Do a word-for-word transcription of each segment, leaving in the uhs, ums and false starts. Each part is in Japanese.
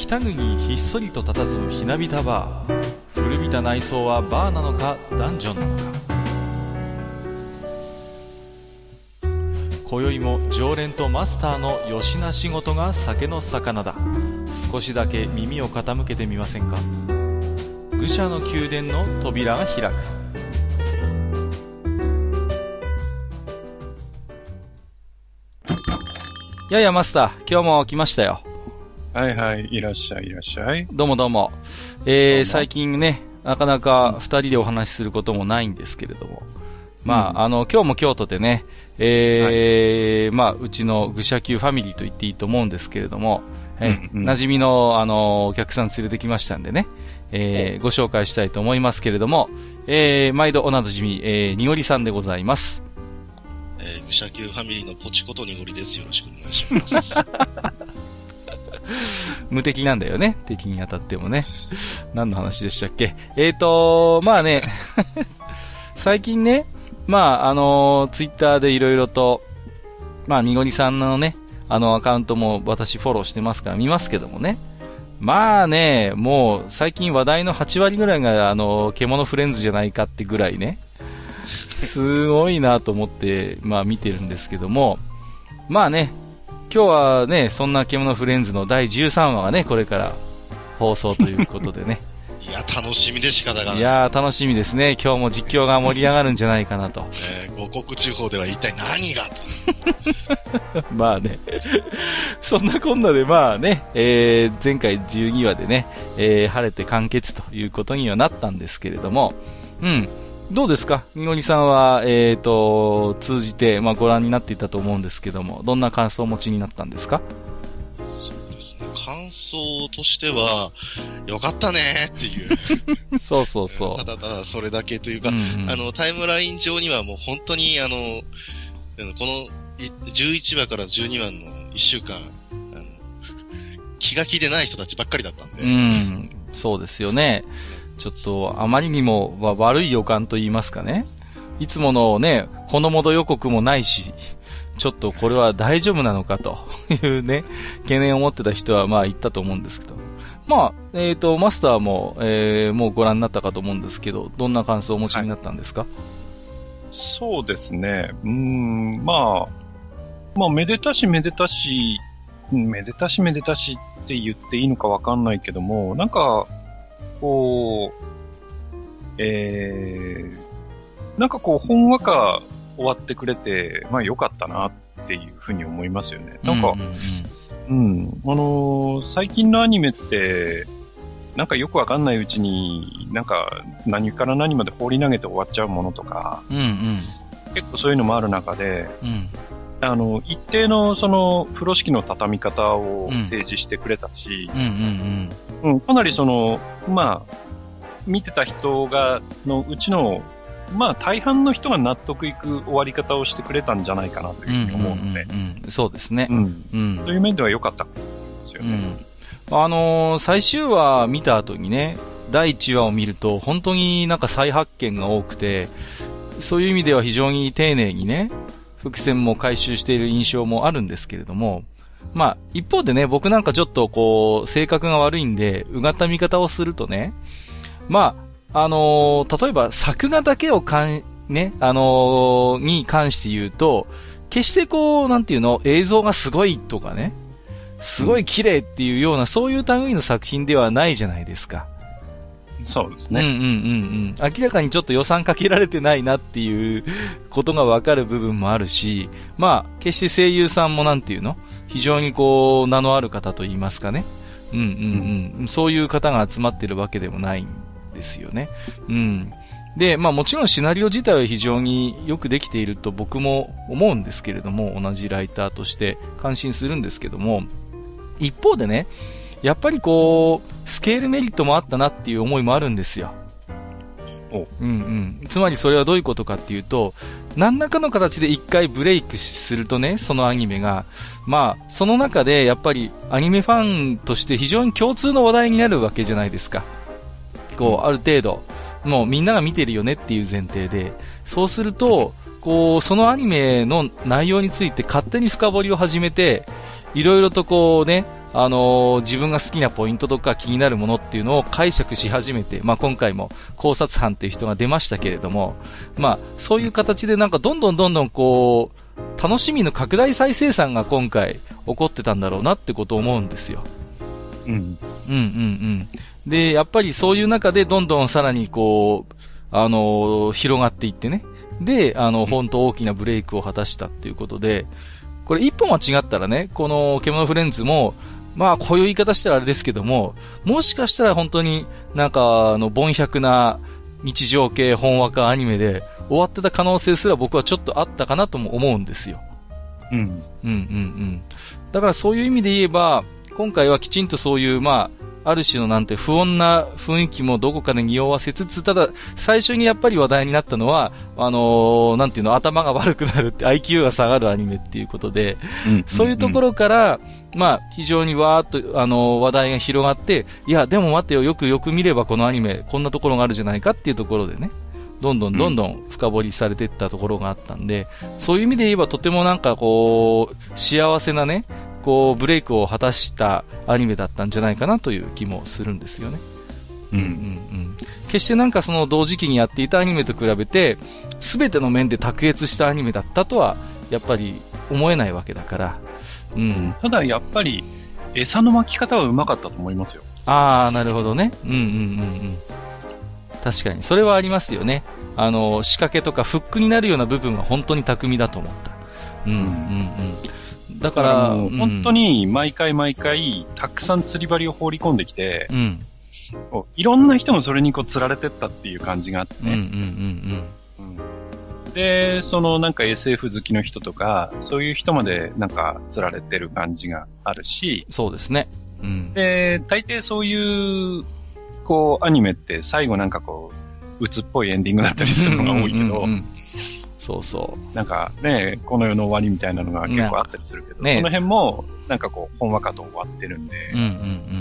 北国にひっそりと佇むひなびたバー。古びた内装はバーなのかダンジョンなのか。今宵も常連とマスターのよしな仕事が酒の魚だ。少しだけ耳を傾けてみませんか。愚者の宮殿の扉が開く。ややマスター、今日も来ましたよ。 はいはい、いらっしゃいいらっしゃい。 どうもどうも。えー、最近ね、なかなか二人でお話しすることもないんですけれども。まあ、うん、あの、今日も京都でね、えー、はい、まあ、うちの愚者級ファミリーと言っていいと思うんですけれども、えーうんうん、馴染みの、あの、お客さん連れてきましたんでね、えー、ご紹介したいと思いますけれども、えー、毎度おなじみ、えー、にごりさんでございます。 えー、愚者級ファミリーのポチコとにごりです。よろしくお願いします。 無敵なんだよね。敵に当たってもね。何の話でしたっけ。えーと、まあね、最近ね、まあ、あのー、ツイッターでいろいろと、まあ、にごりさんのね、あのアカウントも私フォローしてますから見ますけどもね。まあね、もう最近話題のはちわりぐらいが、あのー、獣フレンズじゃないかってぐらいね。すごいなと思って、まあ見てるんですけども。まあね、今日はね、そんな獣フレンズのだいじゅうさんわがね、これから放送ということでね。 いや、楽しみで仕方がない。 いやー、楽しみですね。今日も実況が盛り上がるんじゃないかなと。 えー、五国地方では一体何がと。 まあね。そんなこんなで、まあね、えー、前回じゅうにわでね、えー、晴れて完結ということにはなったんですけれども、うん。どうですか、みのりさんは、えーと、通じて、まあ、ご覧になっていたと思うんですけども、どんな感想をお持ちになったんですか？ そうですね。感想としては、よかったねーっていう。 そうそうそう。 ただただそれだけというか、うんうん、あの、タイムライン上にはもう本当に、あの、このじゅういちわからじゅうにわのいっしゅうかん、あの気が気でない人たちばっかりだったんで。 うん、そうですよね。ちょっと、あまりにも悪い予感と言いますかね。いつものね、ほのもど予告もないし、ちょっとこれは大丈夫なのかというね、懸念を持ってた人はまあ言ったと思うんですけど。まあ、えっと、マスターも、えー、もうご覧になったかと思うんですけど、どんな感想をお持ちになったんですか？はい、 そうですね。うーん、まあ、まあ、めでたしめでたし、めでたしめでたしって言っていいのかわかんないけども、なんか、こう、えー、なんかこう、ほんわか終わってくれて、まあ良かったなっていうふうに思いますよね。なんか、うん、うんうん、あのー、最近のアニメって、なんかよくわかんないうちに、なんか何から何まで放り投げて終わっちゃうものとか、 うんうん、 結構そういうのもある中で、 うん、 あの、一定のその風呂敷の畳み方を提示してくれたし、 うんうんうんうん、かなりその、まあ、見てた人が、のうちの、まあ大半の人が納得いく終わり方をしてくれたんじゃないかなというふうに思うので。 うんうんうんうん、そうですね。 うんうん。そういう面では良かったですよね。 うん、あのー、最終話見た後にね、だいいちわを見ると本当になんか再発見が多くて、そういう意味では非常に丁寧にね、伏線も回収している印象もあるんですけれども、まあ、一方でね、僕なんかちょっとこう、性格が悪いんで、うがった見方をするとね、まあ、あのー、例えば作画だけをかん、ね、あのー、に関して言うと、決してこう、なんていうの、映像がすごいとかね、すごい綺麗っていうような、そういう類の作品ではないじゃないですか。 そうですね。 うんうんうんうん。明らかにちょっと予算かけられてないなっていうことがわかる部分もあるし、まあ、決して声優さんもなんていうの、非常にこう、名のある方と言いますかね。うんうんうん。そういう方が集まってるわけでもないんですよね。うん。で、まあもちろんシナリオ自体は非常によくできていると僕も思うんですけれども、同じライターとして感心するんですけども、一方でね、やっぱりこう、スケールメリットもあったなっていう思いもあるんですよ。 おうんうん。つまりそれはどういうことかっていうと、何らかの形で一回ブレイクするとね、そのアニメが、まあ、その中でやっぱりアニメファンとして非常に共通の話題になるわけじゃないですか。こう、ある程度、もうみんなが見てるよねっていう前提で、そうすると、こう、そのアニメの内容について勝手に深掘りを始めて、いろいろとこうね、 あのー、自分が好きなポイントとか気になるものっていうのを解釈し始めて、まあ、今回も考察班っていう人が出ましたけれども、まあ、そういう形でなんかどんどんどんどんこう、楽しみの拡大再生産が今回起こってたんだろうなってことを思うんですよ。 うん。うんうんうんうん。で、やっぱりそういう中でどんどんさらにこう、あのー、広がっていってね。で、あの、本当大きなブレイクを果たしたっていうことで、これ一歩間違ったらね、この獣フレンズも、まあ、こういう言い方したらあれですけども、もしかしたら本当になんか、あの、凡百な日常系本話かアニメで終わってた可能性すら僕はちょっとあったかなとも思うんですよ。 うん。 うんうんうん。だからそういう意味で言えば、今回はきちんとそういう、まあ、ある種のなんて不穏な雰囲気もどこかで匂わせつつ、ただ最初にやっぱり話題になったのは、あのー、なんていうの、頭が悪くなるって アイキュー が下がるアニメっていうことで、うんうんうん、そういうところから、まあ非常にわーっと、あのー、話題が広がって、いやでも待ってよ、よくよく見ればこのアニメこんなところがあるじゃないかっていうところでね、どんどんどんどん深掘りされていったところがあったんで、うん、そういう意味で言えばとてもなんかこう、幸せなね、こうブレイクを果たしたアニメだったんじゃないかなという気もするんですよね。うんうんうん。決してなんかその同時期にやっていたアニメと比べて全ての面で卓越したアニメだったとはやっぱり思えないわけだから。うん。 ただやっぱり餌の巻き方はうまかったと思いますよ。 ああ、なるほどね。うんうんうんうん。確かにそれはありますよね。あの仕掛けとかフックになるような部分は本当に巧みだと思った。うんうんうん。だから、 もう本当に毎回毎回たくさん釣り針を放り込んできて、うん、そういろんな人もそれにこう釣られてったっていう感じがあってね。うんうんうんうん、で、そのなんか エスエフ 好きの人とか、そういう人までなんか釣られてる感じがあるし、 そうですね。うん、 で、大抵そういうこうアニメって最後なんかこう鬱っぽいエンディングだったりするのが多いけど、うんうんうんうん、 そうそう。 なんかね、この世の終わりみたいなのが結構あったりするけど、ね、その辺も、なんかこう、ほんわかと終わってるんで。うんうんうん。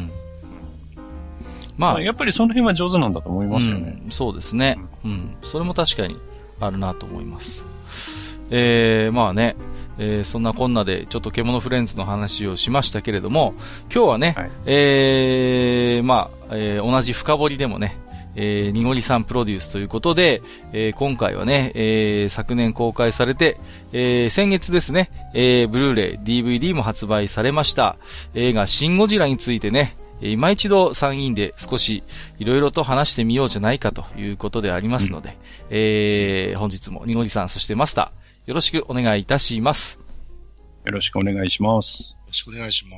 まあ、まあ、やっぱりその辺は上手なんだと思いますよね。 うん、そうですね、うん。うん。それも確かにあるなと思います。えー、まあね、えー、そんなこんなでちょっと獣フレンズの話をしましたけれども、今日はね、はい、えー、まあ、えー、同じ深掘りでもね、えー、にごりさんプロデュースということで、えー、今回はね、えー、昨年公開されて、えー、先月ですね、えー、ブルーレイ、ディーブイディー も発売されました映画シン・ゴジラについてね、今一度参議院で少しいろいろと話してみようじゃないかということでありますので、うん、えー、本日もにごりさん、そしてマスター、よろしくお願いいたします。 よろしくお願いします。 よろしくお願いします。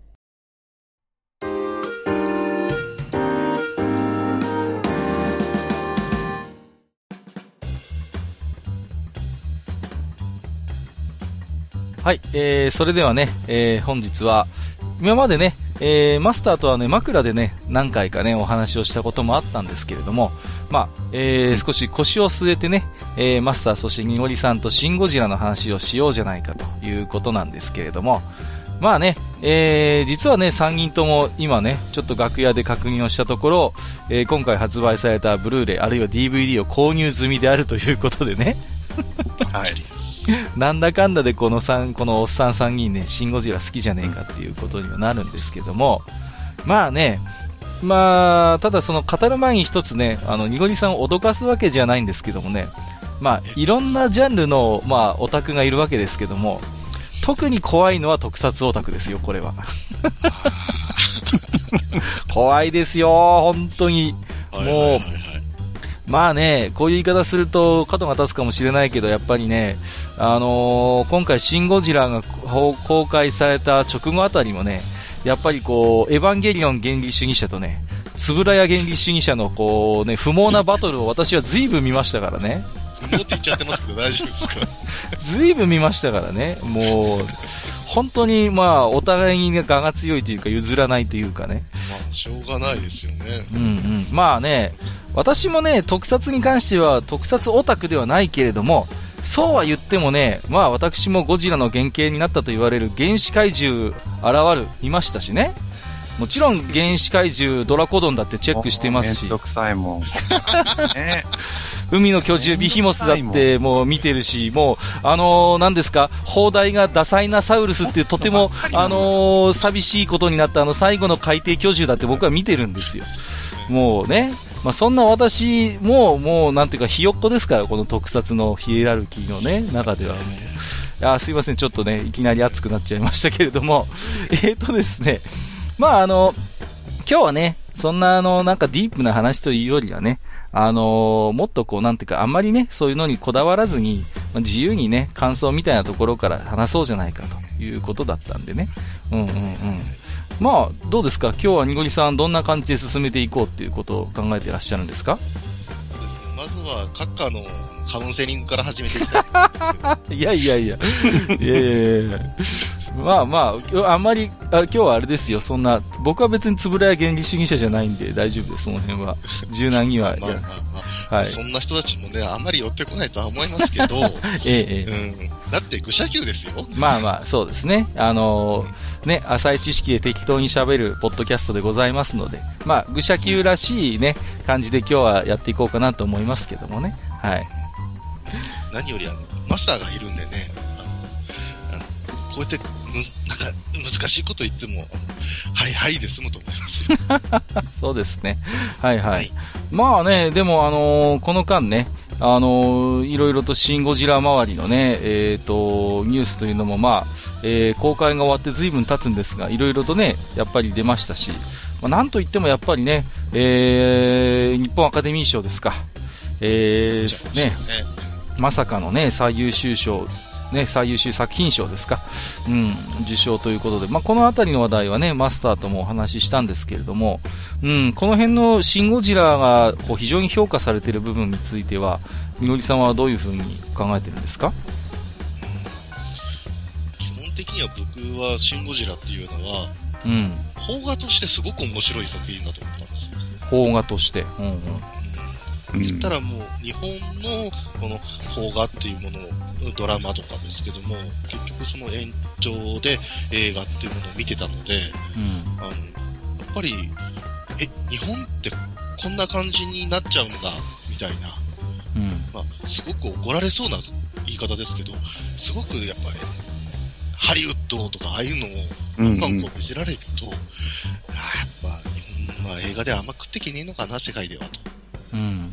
はい、えー、それではね、えー、本日は、今までね、えー、マスターとはね、枕でね、何回かね、お話をしたこともあったんですけれども、まあ、えー、少し腰を据えてね、えー、マスターそしてにごりさんとシン・ゴジラの話をしようじゃないかということなんですけれども、まあね、えー、実はね、さんにんとも今ね、ちょっと楽屋で確認をしたところ、えー、今回発売されたブルーレイ、あるいは ディーブイディー を購入済みであるということでね、 はい。 なんだかんだでこの3、このおっさんさんにんね、シン・ゴジラ好きじゃねえかっていうことにはなるんですけども、まあね、まあ、ただその語る前に一つね、あの、にごりさんを脅かすわけじゃないんですけどもね、まあ、いろんなジャンルの、まあ、オタクがいるわけですけども、特に怖いのは特撮オタクですよ、これは。怖いですよ、本当に。もう、まあね、こういう言い方すると角が立つかもしれないけど、やっぱりね、あのー、今回シン・ゴジラが公開された直後あたりもね、やっぱりこう、エヴァンゲリオン原理主義者とね、つぶらや原理主義者のこうね、不毛なバトルを私は随分見ましたからね。 不毛って言っちゃってますけど大丈夫ですか？ 随分見ましたからね、もう、本当にまあ、お互いに我が強いというか譲らないというかね。 まあ、しょうがないですよね。 うんうん。まあね、私もね、特撮に関しては特撮オタクではないけれども、そうは言ってもね、まあ私もゴジラの原型になったと言われる原始怪獣現る、見ましたしね。もちろん原始怪獣ドラコドンだってチェックしてますし。 めんどくさいもん。ね、 海の巨獣ビヒモスだってもう見てるし、もう、あのー、何ですか、砲台がダサイナサウルスっていうとても、あのー、寂しいことになったあの最後の海底巨獣だって僕は見てるんですよ。もうね、まあ、そんな私も、もうなんていうか、ひよっこですから、この特撮のヒエラルキーのね、中ではもう。いやすいません、ちょっとね、いきなり熱くなっちゃいましたけれども、えーとですね、まああの、今日はね、そんなあの、なんかディープな話というよりはね、あのー、もっとこう、なんていうか、あんまりね、そういうのにこだわらずに、まあ、自由にね、感想みたいなところから話そうじゃないかということだったんでね。うんうんうん。まあ、どうですか、今日はにごりさん、どんな感じで進めていこうっていうことを考えていらっしゃるんですか？ そうですね、まずは、閣下のカウンセリングから始めていきたいと思うんですけど。 いやいやいや。いやいやいや。まあまあ、あんまりあ、今日はあれですよ、そんな、僕は別につぶらや原理主義者じゃないんで大丈夫です、その辺は。柔軟には。 まあまあまあ、はい、そんな人たちもね、あんまり寄ってこないとは思いますけど、ええ、うん、だって愚者級ですよ。 まあまあ、そうですね。あのー、ね、浅い知識で適当に喋るポッドキャストでございますので、まあ、愚者級らしいね、感じで今日はやっていこうかなと思いますけどもね。はい。 何よりあの、マスターがいるんでね、あの、あのこうやって、なんか難しいこと言っても、はいはいで済むと思いますよ。 そうですね。はいはい。はい、まあね、でもあのー、この間ね、あのー、いろいろとシン・ゴジラ周りのね、えっと、ニュースというのもまあ、えー、公開が終わって随分経つんですが、いろいろとね、やっぱり出ましたし、まあ、なんといってもやっぱりね、えー、日本アカデミー賞ですか。えー、ね、まさかのね、最優秀賞、ね、最優秀作品賞ですか、うん、受賞ということで、まあ、このあたりの話題はね、マスターともお話ししたんですけれども、うん、この辺のシン・ゴジラがこう非常に評価されている部分については、みのりさんはどういうふうに考えているんですか？ 基本的には僕はシン・ゴジラっていうのは、うん、邦画としてすごく面白い作品だと思ったんですよ。 邦画として、うんうん、 言ったらもう日本のこの邦画っていうものをドラマとかですけども、結局その延長で映画っていうものを見てたので、うん、あのやっぱりえ日本ってこんな感じになっちゃうんだみたいな、うん、まあ、すごく怒られそうな言い方ですけど、すごくやっぱりハリウッドとかああいうのをバンバンこう見せられると、うんうん、やっぱ日本は映画ではあんま食ってけねえのかな世界ではと。うん、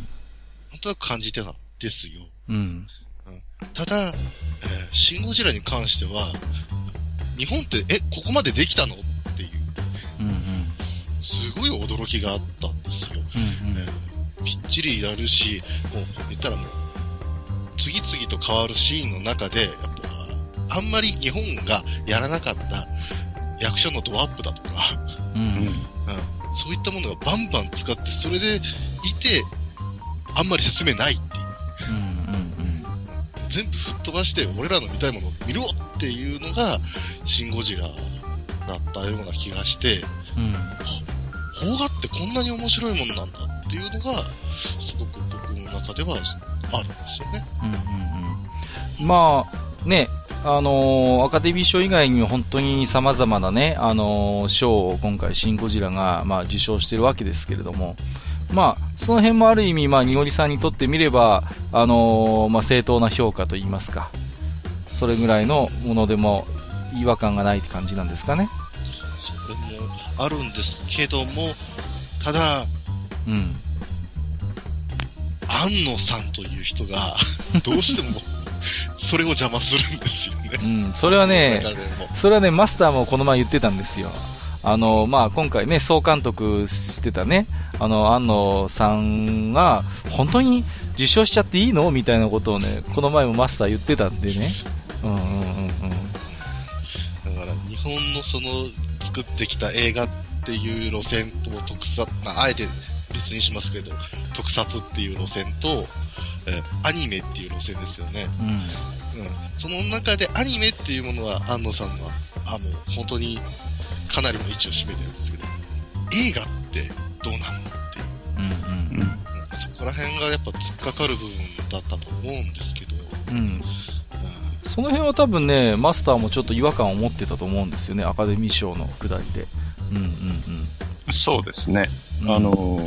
なんとなく感じてたんですよ。うんうん、ただ、えー、シン・ゴジラに関しては、日本って、え、ここまでできたのっていう、うんうん、すごい驚きがあったんですよ。うんうんえー、ぴっちりやるし、もう言ったらもう、次々と変わるシーンの中で、やっぱ、あんまり日本がやらなかった役所のドアップだとか、うんうんうんそういったものがバンバン使って、それでいて、あんまり説明ないっていう。うんうんうん、全部吹っ飛ばして、俺らの見たいものを見ろっていうのが、シン・ゴジラだったような気がして、うん、邦画ってこんなに面白いものなんだっていうのが、すごく僕の中ではあるんですよね。うんうんうん、まあ、ね、あのー、アカデミー賞以外にも本当に様々なね、あのー、賞を今回シン・ゴジラが、まあ、受賞しているわけですけれども、まあ、その辺もある意味、まあ、にごりさんにとってみれば、あのー、まあ、正当な評価といいますか、それぐらいのものでも違和感がないって感じなんですかね。 それもあるんですけども、ただ、うん。庵野さんという人が、どうしても、それを邪魔するんですよね。 うん、それはね、それはね、マスターもこの前言ってたんですよ。あの、まあ、今回ね、総監督してたね、あの、庵野さんが、本当に受賞しちゃっていいのみたいなことをね、この前もマスター言ってたんでね。うんうんうんうん。 だから、日本のその、作ってきた映画っていう路線と特撮、まあ、あえて別にしますけど、特撮っていう路線と、えー、アニメっていう路線ですよね。うん。うん。その中でアニメっていうものは、庵野さんは、あ、もう本当にかなりの位置を占めてるんですけど、映画ってどうなのっていう。うんうんうん。そこら辺がやっぱ突っかかる部分だったと思うんですけど。うん。うん、 その辺は多分ね、マスターもちょっと違和感を持ってたと思うんですよね、アカデミー賞の下りで。うんうんうん。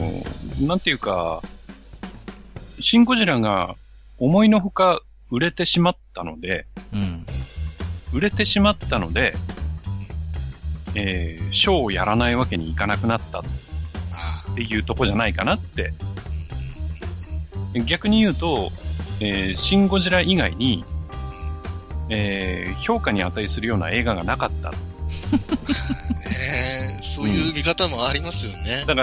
そうですね。うん、あのー、なんていうか、 シン・ゴジラが思いのほか売れてしまったので、 うん、 売れてしまったので、えー、ショーをやらないわけにいかなくなったっていうとこじゃないかなって。逆に言うと、えー、シン・ゴジラ以外に、えー、評価に値するような映画がなかった。 ねえ、そういう見方もありますよね。 うん、だから、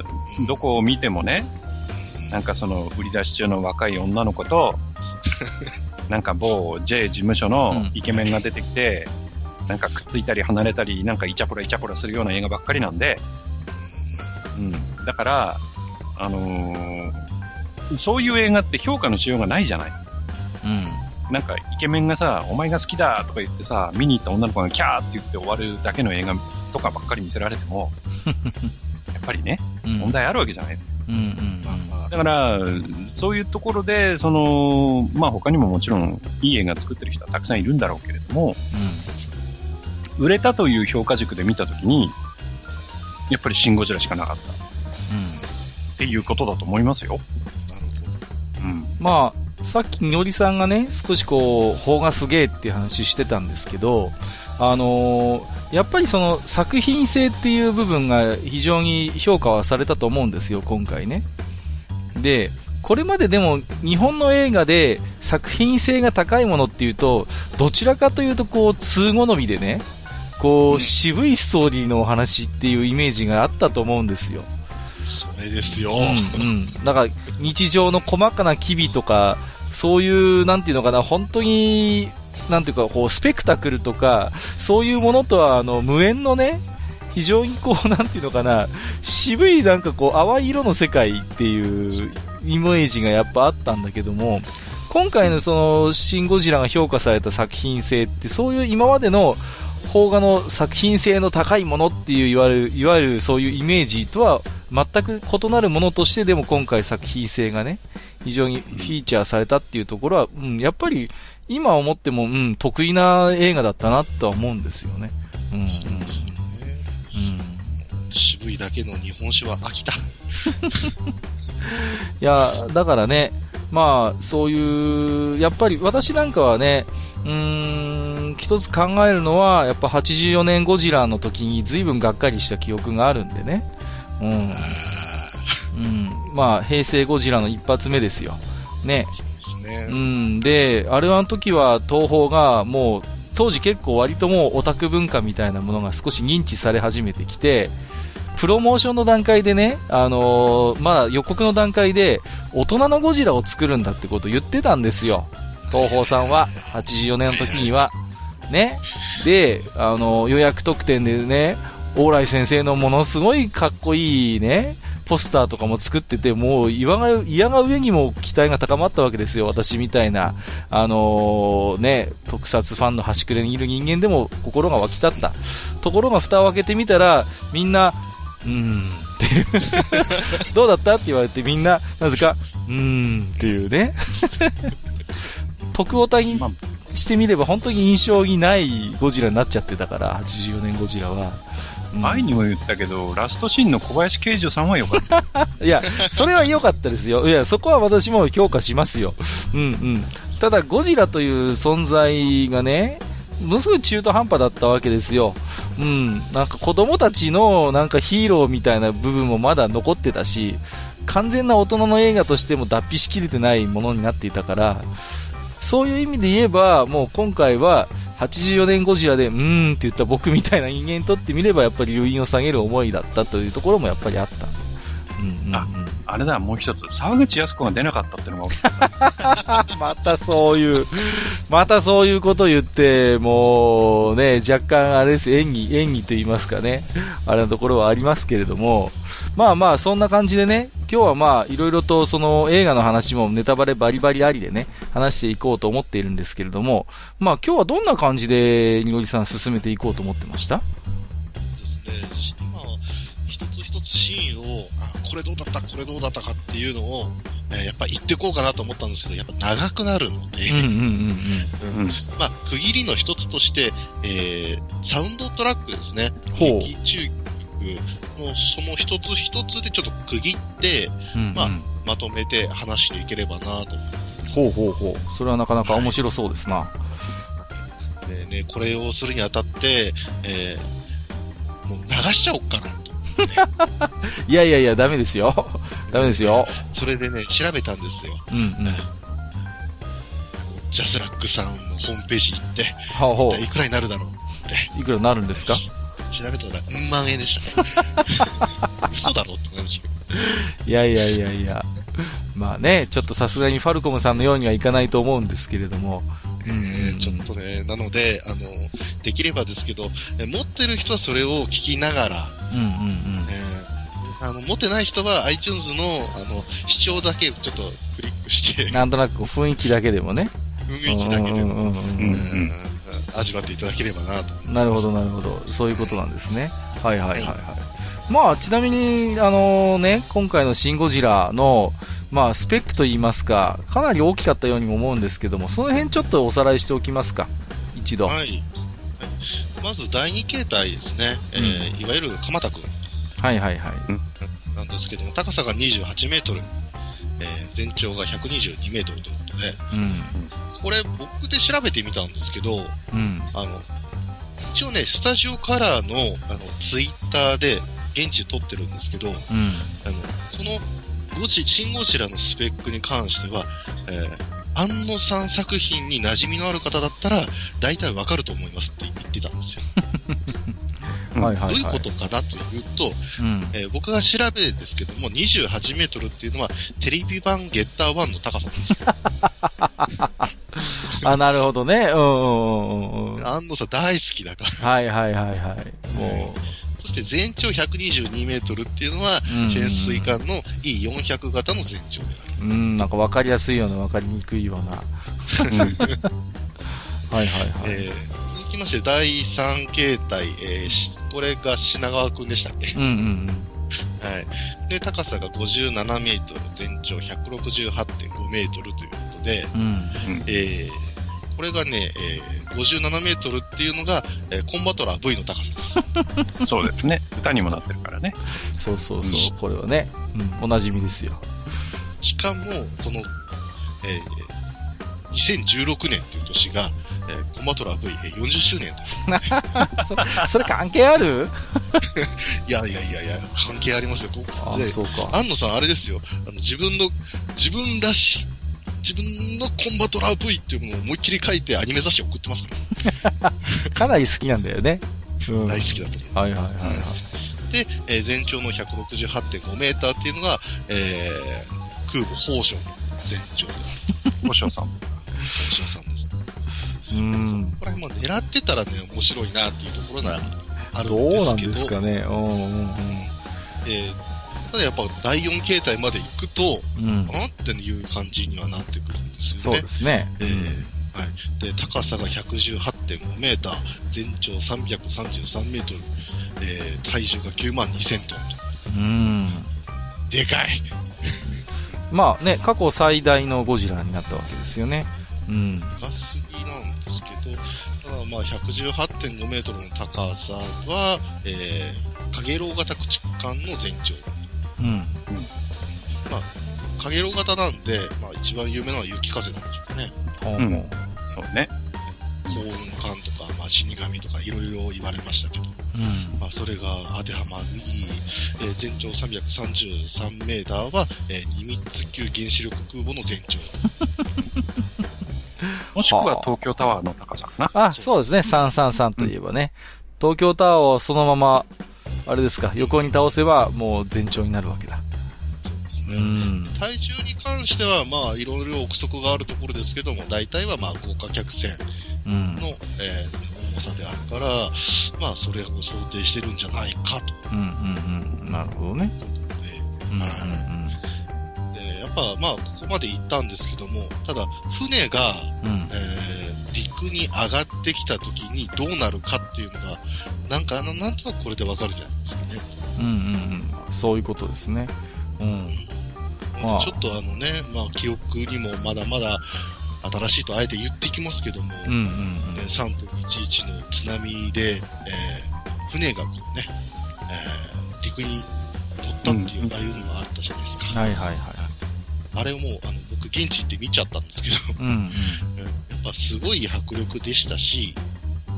どこを見てもね、なんかその売り出し中の若い女の子と、なんか某 J 事務所のイケメンが出てきて、うん、なんかくっついたり離れたり、なんかイチャプライチャプラするような映画ばっかりなんで、うん。だから、あのー、そういう映画って評価のしようがないじゃない。 うん。 なんかイケメンがさ、お前が好きだとか言ってさ、見に行った女の子がキャーって言って終わるだけの映画とかばっかり見せられても、やっぱりね、うん、問題あるわけじゃないですか。 うんうんうん、 だから、そういうところで、その、まあ他にももちろんいい映画作ってる人はたくさんいるんだろうけれども、うん、売れたという評価軸で見たときに、やっぱりシン・ゴジラしかなかった。うん、っていうことだと思いますよ。 なるほど。 うん、まあ、さっきみのりさんがね、少しこう、邦画すげーっていう話してたんですけど、あのー、やっぱりその作品性っていう部分が非常に評価はされたと思うんですよ、今回ね。で、これまででも日本の映画で作品性が高いものっていうと、どちらかというとこう、通好みでね、こう、渋いストーリーのお話っていうイメージがあったと思うんですよ。 それですよ。 うん、うん。だから日常の細かな機微とか、そういうなんていうのかな、本当になんていうかこうスペクタクルとかそういうものとはあの無縁のね、非常にこうなんていうのかな、渋いなんかこう淡い色の世界っていうイメージがやっぱあったんだけども、今回のそのシン・ゴジラが評価された作品性ってそういう今までの邦画の作品性の高いものっていういわゆるいわゆるそういうイメージとは全く異なるものとしてでも今回作品性がね非常にフィーチャーされたっていうところは、うん、やっぱり今思っても、うん、得意な映画だったなとは思うんですよね。うん、 そうですよね。うん、渋いだけの日本酒は飽きた。いやだからね、まあそういうやっぱり私なんかはね、うーん一つ考えるのはやっぱはちじゅうよねんゴジラの時に随分がっかりした記憶があるんでね。うん。うん、まあ平成ゴジラの一発目ですよ。ね。 そうですね。 うん。で、あれはあの時は東宝がもう当時結構割ともうオタク文化みたいなものが少し認知され始めてきて、プロモーションの段階でね、あのー、まあ予告の段階で大人のゴジラを作るんだってことを言ってたんですよ。東宝さんははちじゅうよねんの時にはね。で、あのー、予約特典でね、往来先生のものすごいかっこいいねポスターとかも作ってて、もう嫌が嫌が上にも期待が高まったわけですよ。私みたいなあのー、ね特撮ファンの端くれにいる人間でも心が湧き立ったところが蓋を開けてみたら、みんなうーんっていうどうだったって言われて、みんななぜかうーんっていうね特オタにしてみれば本当に印象にないゴジラになっちゃってたから、はちじゅうよねんゴジラは。 前にも言ったけど、ラストシーンの小林慶樹さんは良かった。 いや、それは良かったですよ。いや、そこは私も評価しますよ。うんうん。ただ、ゴジラという存在がね、ものすごい中途半端だったわけですよ。うん。なんか子供たちのなんかヒーローみたいな部分もまだ残ってたし、完全な大人の映画としても脱皮しきれてないものになっていたから、そういう意味で言えば、もう今回ははちじゅうよねんゴジラでうーんって言った僕みたいな人間にとってみればやっぱり留飲を下げる思いだったというところもやっぱりあった。うんうんうん、 あ、あれだ、もう一つ沢口靖子が出なかったっていうのが大きかったまたそういうまたそういうこと言って、もうね、若干あれです、演技演技と言いますかね、あれのところはありますけれども、まあまあそんな感じでね、今日はまあいろいろとその映画の話もネタバレバリバリありでね話していこうと思っているんですけれども、まあ今日はどんな感じでにごりさん進めていこうと思ってました？ ですね、今一つ一つシーンを、あ、これどうだったこれどうだったかっていうのを、えー、やっぱ言ってこうかなと思ったんですけど、やっぱ長くなるので、 うんうんうんうんうん、 まあ区切りの一つとして、えー、サウンドトラックですね。劇中のその一つ一つでちょっと区切って、うんうん、まあまとめて話していければなと。 ほうほうほう。それはなかなか面白そうですな。はい、でね、これをするにあたって、えー、もう流しちゃおうかなと。 いやいやいや、ダメですよ。ダメですよ。 それでね、調べたんですよ。 うんうん。 ジャスラックさんのホームページ行って、 はあ、ほう。 一体いくらになるだろうって。 いくらになるんですか？ 調べたら、うん万円でしたね。嘘だろって思いましたけど。 いやいやいやいや。まあね、ちょっとさすがにファルコムさんのようにはいかないと思うんですけれども。 えー、ちょっとね、なので、あの、できればですけど、持ってる人はそれを聞きながら、 うんうんうん。 えー、あの、持ってない人は iTunes の、あの、視聴だけちょっとクリックして。 なんとなく雰囲気だけでもね。 雰囲気だけでも、味わっていただければなと。 なるほど、なるほど。そういうことなんですね。はいはいはいはい。まあ、ちなみに、あのね、今回のシン・ゴジラの、まあ、スペックといいますか、かなり大きかったようにも思うんですけども、その辺ちょっとおさらいしておきますか。一度。 はい。まず、だいに形態ですね。うん、えー、いわゆる鎌田くん。 はいはいはい。 なんですけども、高さがにじゅうはちメートル、えー、全長がひゃくにじゅうにメートルということで、うん、これ僕で調べてみたんですけど、うん、あの、一応ね、スタジオカラーの、あの、ツイッターで現地で撮ってるんですけど、うん、あの、このゴジ、シン・ゴジラのスペックに関しては、えー、安野さん作品に馴染みのある方だったら、大体わかると思いますって言ってたんですよ。はいはいはい、どういうことかなというと、うんえー、僕が調べですけども、にじゅうはちメートルっていうのは、テレビ版ゲッターワンの高さなんですよ。 あ、なるほどね。うんうんうん。 安野さん大好きだから。 はいはいはいはい。もう。 そして全長ひゃくにじゅうにメートルっていうのは、うんうん、潜水艦の イーよんひゃく 型の全長である。 うん、なんか分かりやすいような分かりにくいような。はいはいはい。 えー、続きましてだいさん形態、えー、これが品川くんでしたっけ？うんうんうん。はい。で、高さがごじゅうななメートル、全長 ひゃくろくじゅうはちてんごメートルということで、うんうん、えー、これがね、えー、ごじゅうななメートルっていうのが、えー、コンバトラー V の高さです。そうですね。歌にもなってるからね。 そうそうそう、これはね、うん、おなじみですよ。 しかも、この、えー、にせんじゅうろくねんという年が、えー、コンバトラー ブイよんじゅっしゅうねんとそ, それ関係あるいやいやいやいや、関係ありますよ。ここで、そうか。 安野さんあれですよ。あの自分の、自分らしい、自分のコンバトラー V っていうのを思いっきり書いてアニメ雑誌送ってますから。かなり好きなんだよね。 うん、大好きだと思う。 はいはいはい、はい。 で、えー、全長の ひゃくろくじゅうはちてんごメーターっていうのが、えー、空母宝生の全長である。 宝生さん。 宝生さんです。 うん。 これも狙ってたらね、面白いなっていうところがあるんですけど。 どうなんですかね。うんうんうん。 えー、ただやっぱだいよん形態まで行くと、うん、あっていう感じにはなってくるんですよね。 そうですね。 えーはい。で、高さが ひゃくじゅうはちてんごメーター、全長さんびゃくさんじゅうさんメートル、えー、体重がきゅうまんにせんトンと。 うん。 でかいまあね、過去最大のゴジラになったわけですよね。うん。 でかすぎなんですけど、ただまあ ひゃくじゅうはちてんごメートルの高さは、えー、カゲロウ型駆逐艦の全長。うん。うん。まあ、カゲロウ型なんで、まあ一番有名なのは雪風なんでしょうかね。 うん。そうね。 幸運艦とか、まあ死神とかいろいろ言われましたけど、うん、まあそれが当てはまる、えー、全長さんびゃくさんじゅうさんメーターは、えー、ニミッツ級原子力空母の全長。 もしくは東京タワーの高さかな。 あ、そうですね。さんさんさんといえばね、うん。東京タワーをそのまま、あれですか、横に倒せばもう全長になるわけだ。 そうですね。うん、体重に関しては、まあいろいろ憶測があるところですけども、大体はまあ豪華客船の、うん、えー、重さであるから、まあそれを想定してるんじゃないかと。 うんうんうん。なるほどね。 うんうんうん、でやっぱまあここまで行ったんですけども、ただ船が、うん、えー、陸に上がってきた時にどうなるかっていうのがなんかなんとなくこれでわかるじゃないですかね。 うんうんうん。そういうことですね。うん。うん、 まあ、ちょっとあのね、まあ記憶にもまだまだ新しいとあえて言ってきますけども、うんうんうん、さんてんいちいちの津波で、えー、船がこうね、えー、陸に乗ったっていう、うん、ああいうのがあったじゃないですか。 はいはいはい。 あれをもう、あの、僕現地行って見ちゃったんですけど、うんうん、やっぱすごい迫力でしたし、うん、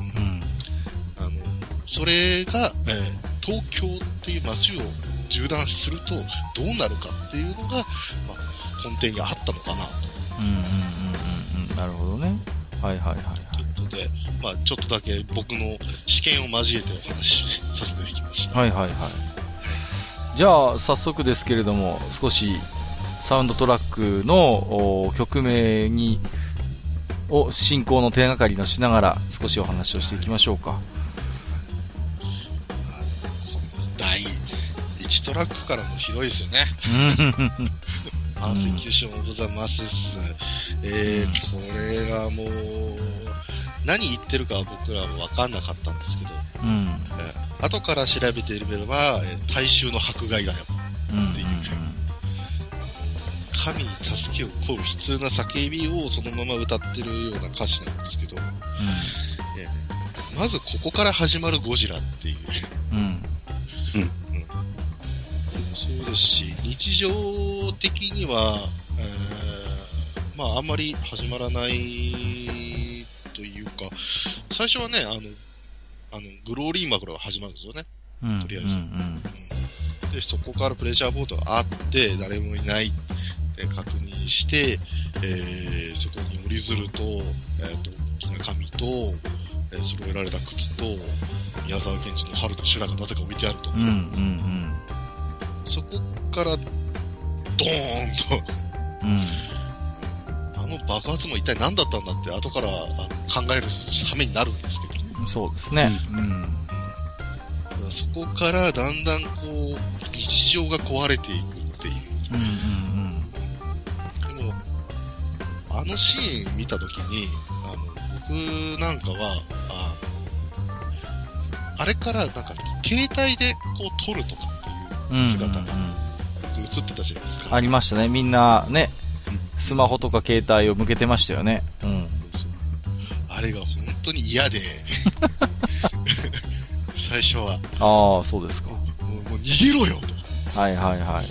あの、それが、えー、東京っていう街を縦断するとどうなるかっていうのが、まあ、根底にあったのかなと。 うんうんうんうん、なるほどね。はいはいはい、はい。 ということで、まあ、ちょっとだけ僕の試験を交えてお話しさせていただきました。 はいはいはい。じゃあ早速ですけれども、少しサウンドトラックの曲名にを進行の手がかりのしながら少しお話をしていきましょうか。 だいいちトラックからもひどいですよね。パーセキューション・オブ・ザ・マセス、えー、これがもう何言ってるかは僕らも分かんなかったんですけど、うん、えー、後から調べてみれば、えー、大衆の迫害だよっていう、うんうんうん、神に助けを請う悲痛な叫びをそのまま歌ってるような歌詞なんですけど、うん、えー、まずここから始まるゴジラっていう、うんうんうん、そうですし、日常的には、えー、まああんまり始まらないというか、最初はね、あの、あのグローリーマグロが始まるんですよね、うん、とりあえず、うんうんうん、でそこからプレジャーボートがあって誰もいないって確認して、えー、そこに降りずると、えー、と大きな紙と、えー、揃えられた靴と宮沢賢治の春と修羅がなぜか置いてあると、うんうんうん、そこからドーンと、うん、あの爆発も一体何だったんだって後から考えるためになるんですけど、 そうですね、うんうん、そこからだんだんこう日常が壊れていくっていう、うんうんうん、でもあのシーン見たときにあの僕なんかはああれからなんか携帯でこう撮るとかっていう姿が映ってたじゃないですか、うんうんうん、 ありましたね。みんなね、スマホとか携帯を向けてましたよね、うん、 あれが本当に嫌で最初はああそうですか、もう、もう逃げろよと、 はいはいはい、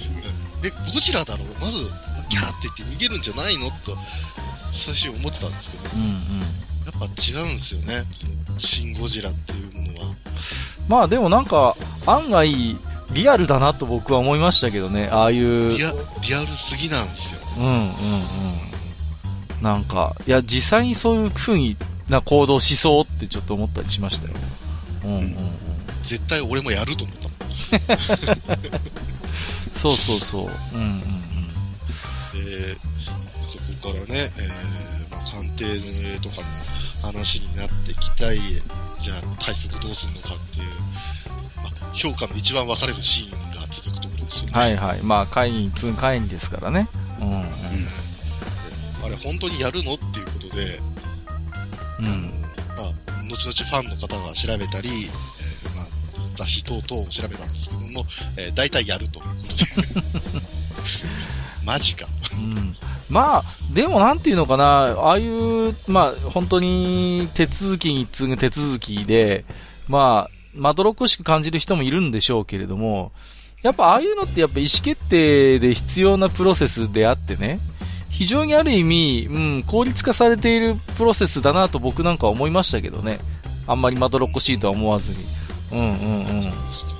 でゴジラだろまずキャーって言って逃げるんじゃないのと最初思ってたんですけど、うんうん、やっぱ違うんですよね、シン・ゴジラっていうものは。 まあでもなんか案外リアルだなと僕は思いましたけどね、ああいうリア、リアルすぎなんですよ。 うんうんうん、なんかいや実際にそういう風な行動しそうってちょっと思ったりしましたよ、うんうんうん、 絶対俺もやると思ったもんそうそうそう、うんうんうん、 えー、そこからね、えーまあ、鑑定とかの話になってきたい、じゃあ対策どうするのかっていう、まあ、評価の一番分かれるシーンが続くところですよね。 はいはい、まあ会議通会議ですからね、うんうん、 あれ本当にやるのっていうことで、うん、まあ、後々ファンの方が調べたり、えーまあ、雑誌等々を調べたんですけども、えー、大体やるということでマジか、 うん、まあでもなんていうのかな、ああいうまあ本当に手続きに次ぐ手続きでまあまどろっこしく感じる人もいるんでしょうけれども、やっぱああいうのってやっぱ意思決定で必要なプロセスであってね、非常にある意味、うん、効率化されているプロセスだなと僕なんか思いましたけどね。あんまりまどろっこしいとは思わずに。うんうんうん。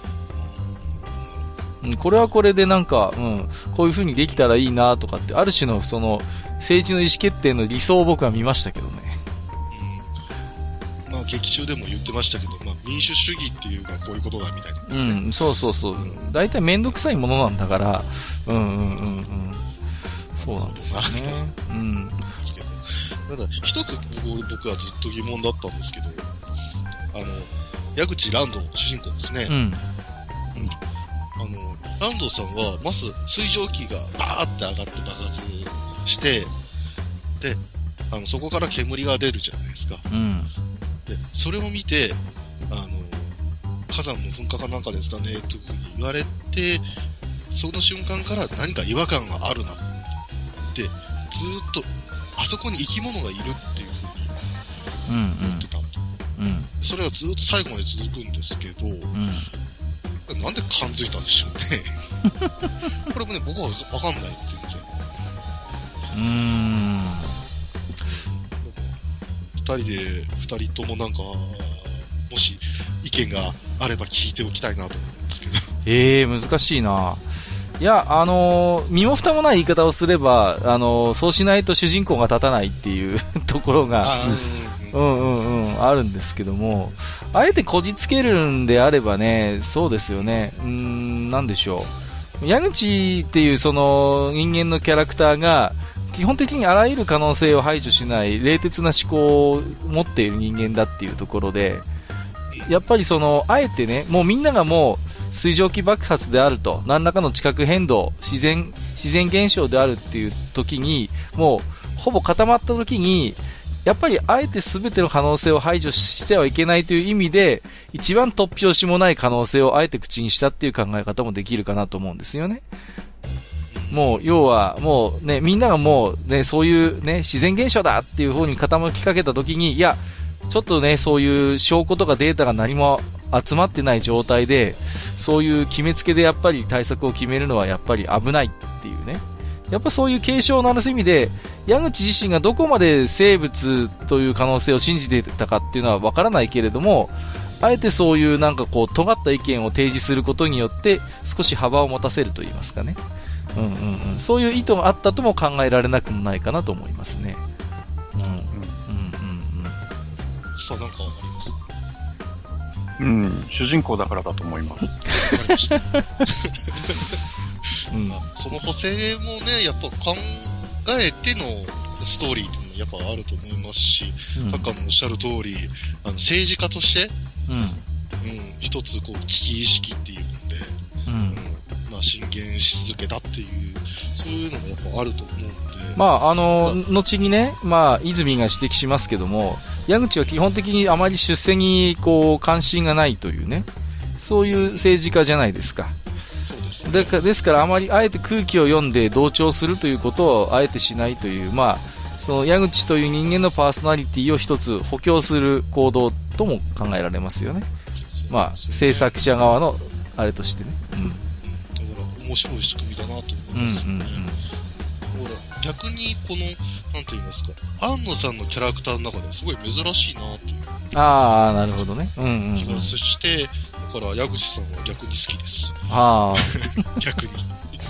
うん、これはこれでなんか、うん、こういう風にできたらいいなとかって、ある種のその政治の意思決定の理想を僕は見ましたけどね。 うん、まあ劇中でも言ってましたけど、まあ民主主義っていうのはこういうことだみたいな、 ね。うん、そうそうそう。大体めんどくさいものなんだから、うんうんうんうん。そうなんですよね。うん。 ただ一つ僕はずっと疑問だったんですけど、あの矢口蘭道主人公ですね。うん。うん、あの蘭道さんはまず水蒸気がバーって上がって爆発して、で、あのそこから煙が出るじゃないですか。うん。で、それを見て、あの火山の噴火かなんかですかねというふうに言われて、その瞬間から何か違和感があるな。でずーっとあそこに生き物がいるっていう風に思ってた、うんうん、それがずーっと最後まで続くんですけど、うん、なんで感づいたんでしょうねこれもね僕は分かんない全然、 ん。 二人で、二人ともなんか、もし意見があれば聞いておきたいなと思うんですけど。 ええー、難しいな。いや、あのー、身も蓋もない言い方をすれば、あのー、そうしないと主人公が立たないっていうところが、うんうんうん、あるんですけども、あえてこじつけるんであればね、そうですよね、うーん、なんでしょう。矢口っていうその人間のキャラクターが、基本的にあらゆる可能性を排除しない冷徹な思考を持っている人間だっていうところで、やっぱりその、あえてね、もうみんながもう、水蒸気爆発であると、何らかの地殻変動、自然、自然現象であるっていう時に、もう、ほぼ固まった時に、やっぱりあえて全ての可能性を排除してはいけないという意味で、一番突拍子もない可能性をあえて口にしたっていう考え方もできるかなと思うんですよね。もう、要は、もうね、みんながもうね、そういうね、自然現象だっていう方に傾きかけた時に、いや、ちょっとね、そういう証拠とかデータが何も集まってない状態で、そういう決めつけでやっぱり対策を決めるのはやっぱり危ないっていうね。やっぱそういう警鐘を鳴らす意味で、矢口自身がどこまで生物という可能性を信じていたかっていうのはわからないけれども、あえてそういうなんかこう尖った意見を提示することによって少し幅を持たせると言いますかね。うんうんうん。そういう意図があったとも考えられなくもないかなと思いますね。うんうんうんうん。 さあ、なんかあります？ うん、主人公だからだと思います。わかりました。 うん、その補正もね、やっぱ考えてのストーリーっていうのもやっぱあると思いますし、カッカのおっしゃる通り、あの政治家として、うん、うん、一つこう危機意識っていうので、うんうん、まあ進言し続けたっていう、そういうのもやっぱあると思うんで。 まあ、あの、後にね、まあ、泉が指摘しますけども、矢口は基本的にあまり出世にこう関心がないというね、そういう政治家じゃないですか。 そうですね。 でかですからあまりあえて空気を読んで同調するということをあえてしないという、まあ、その矢口という人間のパーソナリティを一つ補強する行動とも考えられますよね。まあ、制作者側のあれとしてね。うん。 だから面白い仕組みだなと思いますよね。うんうんうん、逆にこの、なんと言いますか、安野さんのキャラクターの中ですごい珍しいなという。 ああ、なるほどね。うんうんうん、 気がして、だから矢口さんは逆に好きです。 ああ。 逆に。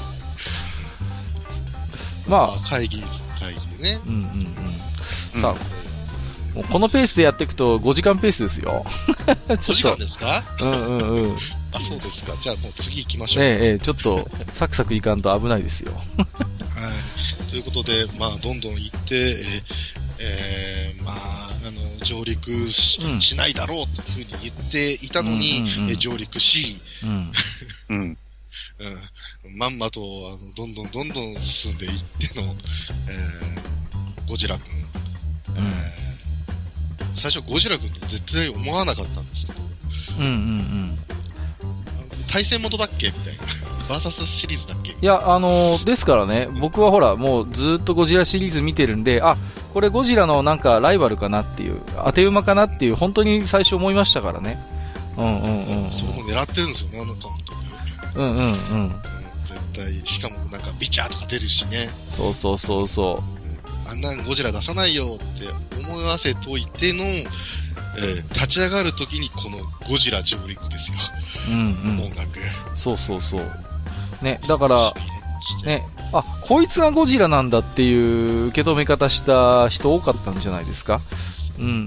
まあ、 会議、会議でね。 うんうんうん。さあ、もうこのペースでやっていくとごじかんペースですよ。 ごじかんですか？ うんうんうん。 あ、そうですか。じゃあもう次行きましょう。 ええええ、ちょっと、サクサクいかんと危ないですよ。 はい。ということで、まあ、どんどん行って、えーえー、まあ、あの、上陸 し,、うん、しないだろうというふうに言っていたのに、うんうんうん、え上陸し、 うんうん、 うん、まんまと、あの、どんどんどんどん進んでいっての、えー、ゴジラ君、うんえー、最初ゴジラ君と絶対思わなかったんですけど、 うんうんうん対戦元だっけみたいな。バーサスシリーズだっけ？ いや、あのー、ですからね、僕はほら、もうずっとゴジラシリーズ見てるんで、あ、これゴジラのなんかライバルかなっていう、当て馬かなっていう、本当に最初思いましたからね。うんうんうん。 それも狙ってるんですよね、あの監督。 うんうんうん。 絶対、しかもなんかビチャーとか出るしね。 そうそうそうそう。 あんなゴジラ出さないよって思わせといての、えー、立ち上がるときにこのゴジラ上陸ですよ。 うんうん。 音楽。 そうそうそう。ね、だから、ね、あ、こいつがゴジラなんだっていう受け止め方した人多かったんじゃないですか。うんうん。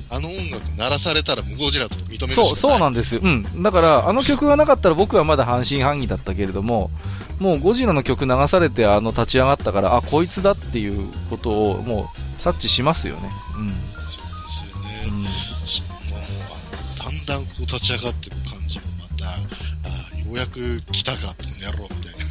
あの音楽鳴らされたらもうゴジラと認めるしかない。 そう、そうなんですよ。うん。だから、あの曲がなかったら僕はまだ半信半疑だったけれども、もうゴジラの曲流されてあの立ち上がったから、あ、こいつだっていうことをもう察知しますよね。うん。 そうですよね。うん、しかも、あの、だんだんこう立ち上がってる感じもまた、あ、ようやく来たか、この野郎みたいな。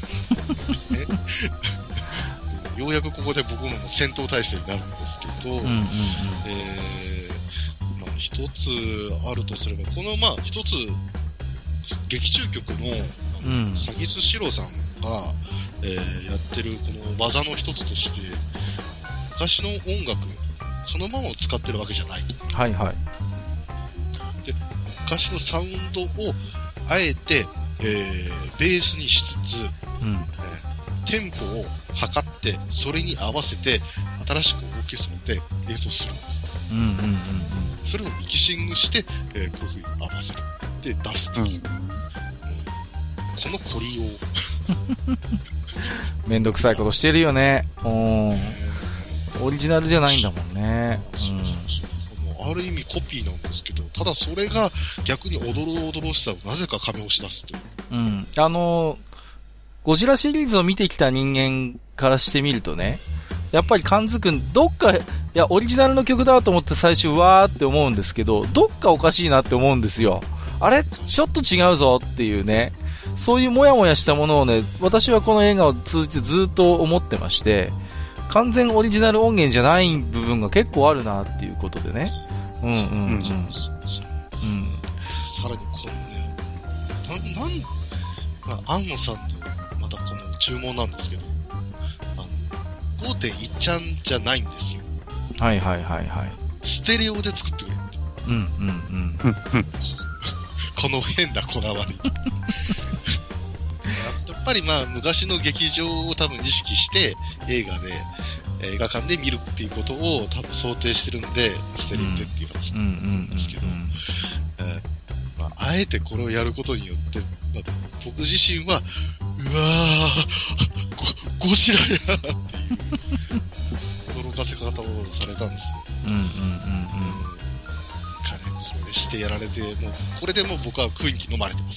ようやくここで僕も戦闘態勢になるんですけど、うんうんうん、えー、まあ一つあるとすれば、このまあ一つ、劇中曲の、あの、うん、サギスシロさんが、えー、やってるこの技の一つとして、昔の音楽、そのままを使ってるわけじゃない。 はいはい。 で、昔のサウンドを、あえて、えー、ベースにしつつ、うんえーテンポを測って、それに合わせて、新しくオーケストラで演奏するんです。 うんうんうんうん。 それをミキシングして、えー、こういう風に合わせる。で、出すという。うん、この凝りを。 めんどくさいことしてるよね。うん。オリジナルじゃないんだもんね。 そうそうそう。うん、ある意味コピーなんですけど、ただそれが逆におどろおどろしさをなぜか亀押し出すという。 うん。あの、ゴジラシリーズを見てきた人間からしてみるとね、やっぱり感づくん、どっか、いや、オリジナルの曲だと思って最初、わーって思うんですけど、どっかおかしいなって思うんですよ。あれちょっと違うぞっていうね。そういうモヤモヤしたものをね、私はこの映画を通じてずっと思ってまして、完全オリジナル音源じゃない部分が結構あるなっていうことでね。うんうんうん。うん。 さらにこのね、な、なん、まあ、安野さんの、またこの注文なんですけど、あの、ごてんいち ちゃんじゃないんですよ。 はいはいはいはい。 ステレオで作ってくれる。 うんうんうん。 この変なこだわり。やっぱりまあ昔の劇場を多分意識して映画で映画館で見るっていうことを多分想定してるんでステレオでっていう形なんですけど、あえてこれをやることによって、まあ、僕自身はうわー ゴ, ゴジラやっていう驚かせ方をされたんですよ。 うんうんうんうん。 してやられて、もう、これでもう僕は雰囲気飲まれてます。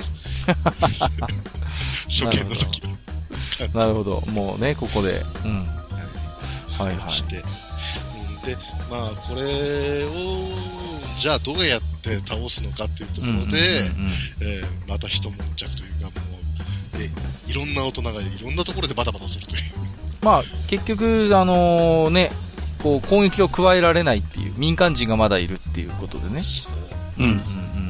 初見の時は。 なるほど。もうね、ここで。うん。はいはい。 して。うん、で、まあ、これを、じゃあどうやって倒すのかっていうところで、また一悶着というか、もう、え、いろんな大人がいろんなところでバタバタするという。 まあ、結局、あのー、ね、こう、攻撃を加えられないっていう、民間人がまだいるっていうことでね。 そう。 うんうんうん。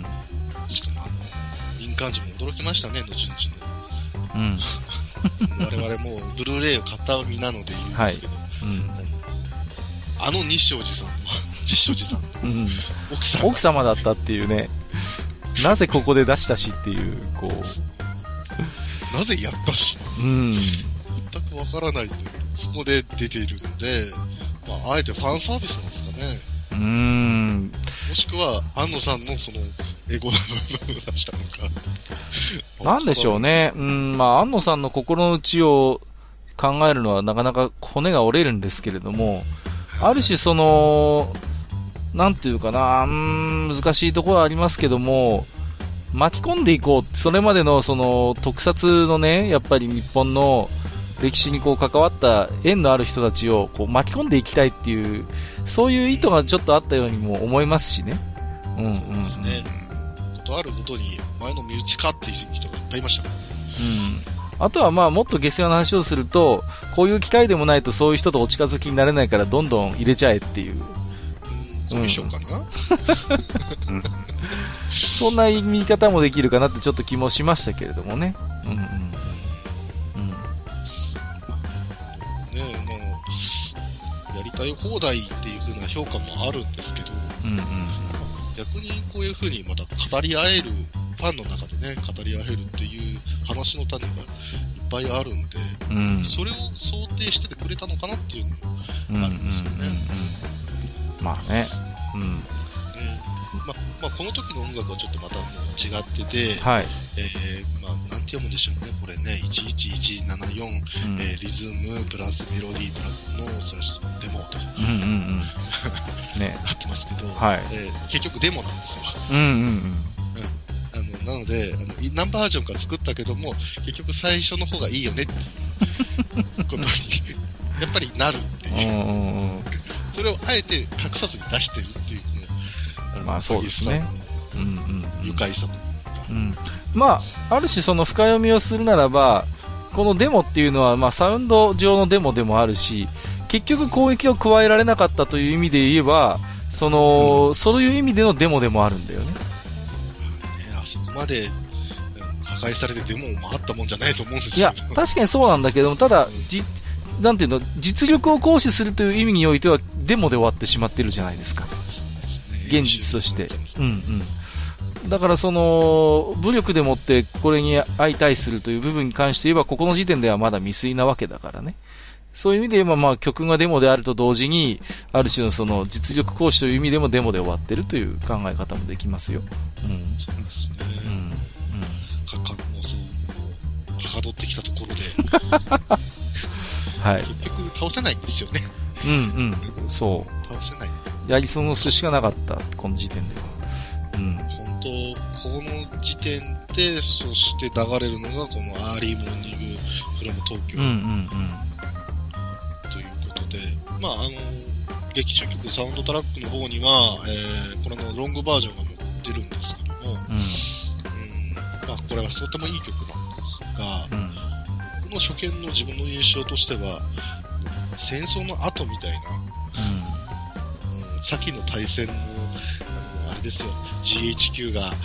確かに、あの、民間人も驚きましたね、後々の。 うん。 我々もう、ブルーレイを買った身なので言うんですけど、はいうん、あの西庄司さんの、実庄司さんの、うん、奥様。 奥様だったっていうね。なぜここで出したしっていう、こう。 なぜやったし。 うん。 全くわからないって、そこで出ているので、まあ、あえてファンサービスなんですかね。 うーんもしくは、安野さんのその、エゴなのを出したのか。 なんでしょうね。うん、まあ、安野さんの心の内を考えるのはなかなか骨が折れるんですけれども、ある種その、なんていうかな、うーん、難しいところはありますけども、巻き込んでいこう。それまでのその、特撮のね、やっぱり日本の、歴史にこう関わった縁のある人たちをこう巻き込んでいきたいっていうそういう意図がちょっとあったようにも思いますしね。うんうん、うん。そうですね。 ことあるごとに前の身内かっていう人がいっぱいいましたからね。 うん。あとはまあもっと下世話な話をするとこういう機会でもないとそういう人とお近づきになれないからどんどん入れちゃえっていう。 うん。そうでしょうかな。うん、 そんな見方もできるかなってちょっと気もしましたけれどもね。うんうん。 やりたい放題っていう風な評価もあるんですけど、 うんうん、 逆にこういう風にまた語り合える、ファンの中でね、語り合えるっていう話の種がいっぱいあるんで、うん、それを想定しててくれたのかなっていうのもあるんですよね。うんうんうんうん、 まあね。うん。 まあ、まあ、この時の音楽はちょっとまたもう違ってて、 はい。 えー、まあ、なんて読むんでしょうね、これね、いちいちいちななよん、うんえー、リズム、プラスメロディー、プラスの、それデモと、 うんうんうんね、なってますけど、 はいえー、結局デモなんですよ。 うんうんうん。 うん、あのなのであの、何バージョンか作ったけども、結局最初の方がいいよねっていうことに、やっぱりなるっていう。 うんうんうん、 それをあえて隠さずに出してるっていう。 まあそうですね。 うんうん、愉快さというか、 うん。まあ、ある種その深読みをするならば、このデモっていうのは、まあサウンド上のデモでもあるし、結局攻撃を加えられなかったという意味で言えば、その、うん、そういう意味でのデモでもあるんだよね。ね、 あそこまで、破壊されてデモも回ったもんじゃないと思うんですけど。 いや、確かにそうなんだけども、ただ、じ、なんていうの、実力を行使するという意味においては、デモで終わってしまってるじゃないですか。現実として、うんうん、 だからその武力でもってこれに相対するという部分に関して言えば、ここの時点ではまだ未遂なわけだからね。そういう意味で言えば、まあ曲がデモであると同時に、ある種のその実力行使という意味でもデモで終わってるという考え方もできますよ。うん。 そうですね。うん。うん。かかもそう、はかどってきたところで。 はい。 結局倒せないんですよね。 うんうん。そう。 倒せない。 やり過ごすしかなかった、この時点では。うん。 本当、この時点で、そして流れるのがこのアーリーモーニングフロム東京。 うんうんうん。 ということで、まああの、劇中曲サウンドトラックの方には、えー、これのロングバージョンが載ってるんですけども、うん。うん、まあこれはとてもいい曲なんですが、うん、僕の初見の自分の印象としては、戦争の後みたいな、うんうん、先の大戦の、あのあれですよ、ジーエイチキュー が、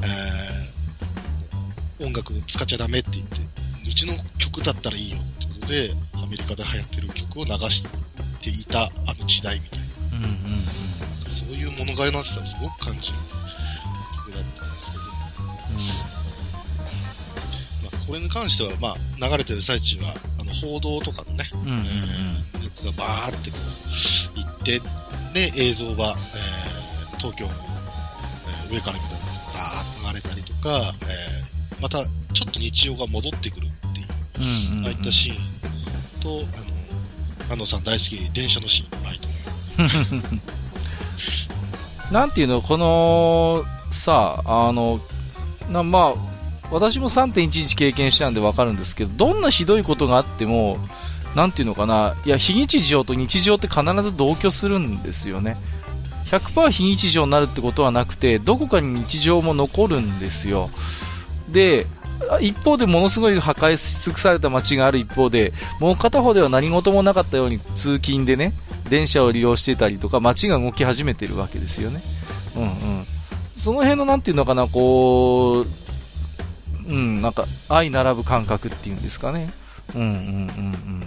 えー、音楽使っちゃダメって言って、うちの曲だったらいいよってことで、アメリカで流行ってる曲を流していたあの時代みたいな、うんうんうん、なんかそういう物語のなさをすごく感じる曲だったんですけど、うんまあ、これに関しては、まあ、流れてる最中はあの報道とかのね、うんうんうんえー、熱がバーってこう行ってで映像は、えー、東京の、えー、上から見たやつがバーッと流れたりとか、えー、またちょっと日常が戻ってくるっていう、うんうんうん、ああいったシーンとあの安野さん大好き電車のシーンいっぱいとなんていうのこのさあのなまあ私も さんてんいちいち 経験したんで分かるんですけど、どんなひどいことがあってもなんていうのかないや非日常と日常って必ず同居するんですよね。 ひゃくパーセント 非日常になるってことはなくてどこかに日常も残るんですよ。で一方でものすごい破壊し尽くされた街がある一方でもう片方では何事もなかったように通勤でね電車を利用していたりとか街が動き始めてるわけですよね。うんうん、その辺のなんていうのかなこう、うん、なんか相並ぶ感覚っていうんですかね。うんうんうんうん。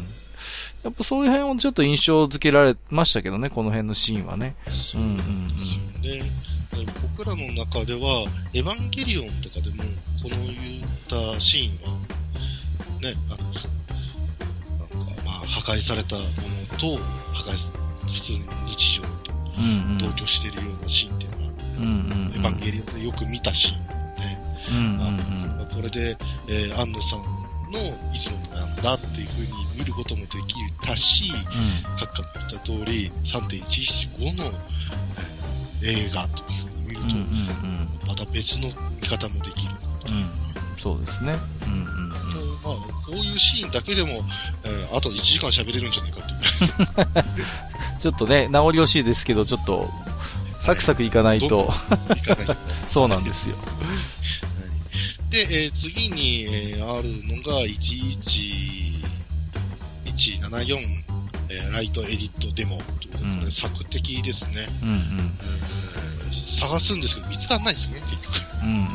やっぱそういう辺をちょっと印象付けられましたけどね、この辺のシーンはね。 そうですよね。僕らの中ではエヴァンゲリオンとかでもこの言ったシーンはね、あのなんかまあ破壊されたものと破壊普通に日常と同居しているようなシーンっていうのは、うんうん、エヴァンゲリオンでよく見たシーンなので、うんうんうんまあ、これで、えー、安野さんのいつもなんだっていう風に見ることもできたし、うん、各家の言った通り さんてんいちいちご の、えー、映画という風に見ると、うんうんうん、また別の見方もできるなと、うん、 そうですね、うんうんうんまあ、こういうシーンだけでも、えー、あといちじかん喋れるんじゃないかっていうちょっとね名残惜しいですけどちょっとサクサクいかないと、はい、いかないとそうなんですよで、えー、次に、えー、あるのがいちいちいちななよん、えー、ライトエディットデモということで、うん、索敵ですね、うんうんえー、探すんですけど見つからないですよね結局、 うんうんうん、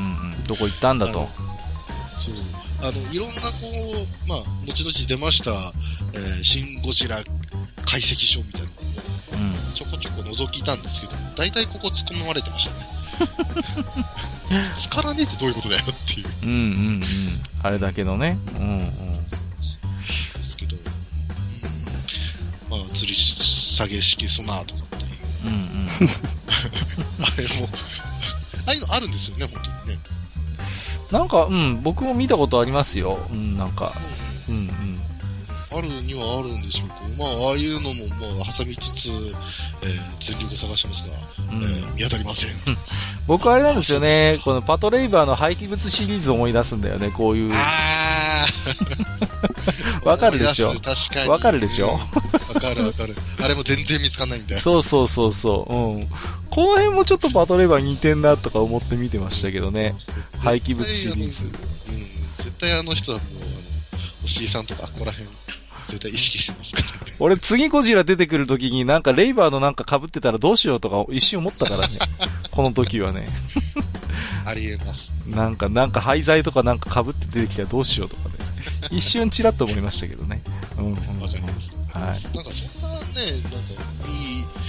どこ行ったんだとそうあのいろんなこうまあ後々出ました、えー、シン・ゴジラ解析書みたいなのを、うん、ちょこちょこ覗きたんですけど大体ここ突っ込まれてましたね見つからねえってどういうことだよっていう。うんうんうん。 あれだけどね。うんうん。 ですけど、うん、まあ、吊り下げ式ソナーとかっていう。うんうん。あれも、ああいうのあるんですよね、本当にね。 なんか、うん、僕も見たことありますよ。うん、なんか。うんうん。うんうんあるにはあるんでしょうけど、まあ、ああいうのも、まあ、挟みつつ、えー、全力を探しますが、うんえー、見当たりません。 僕あれなんですよね、このパトレイバーの廃棄物シリーズを思い出すんだよね、こういう。 あー。わかるでしょ。 確かに。 わかるでしょ。 わ、うん、かるわかる。あれも全然見つかんないんだよ。 そうそうそうそう。うん。この辺もちょっとパトレイバー似てんなとか思って見てましたけどね。廃棄物シリーズ。うん。 絶対あの人はもう、あの、おしいさんとか、ここら辺。絶対意識してますからね。 俺次ゴジラ出てくるときになんかレイバーのなんか被ってたらどうしようとか一瞬思ったからね。この時はね。 ありえます。 なんか、なんか廃材とかなんか被って出てきたらどうしようとかね。一瞬チラッと思いましたけどね。うん、うん。 わかります、ね。 はい。 なんかそんなね、なんかいい、うん、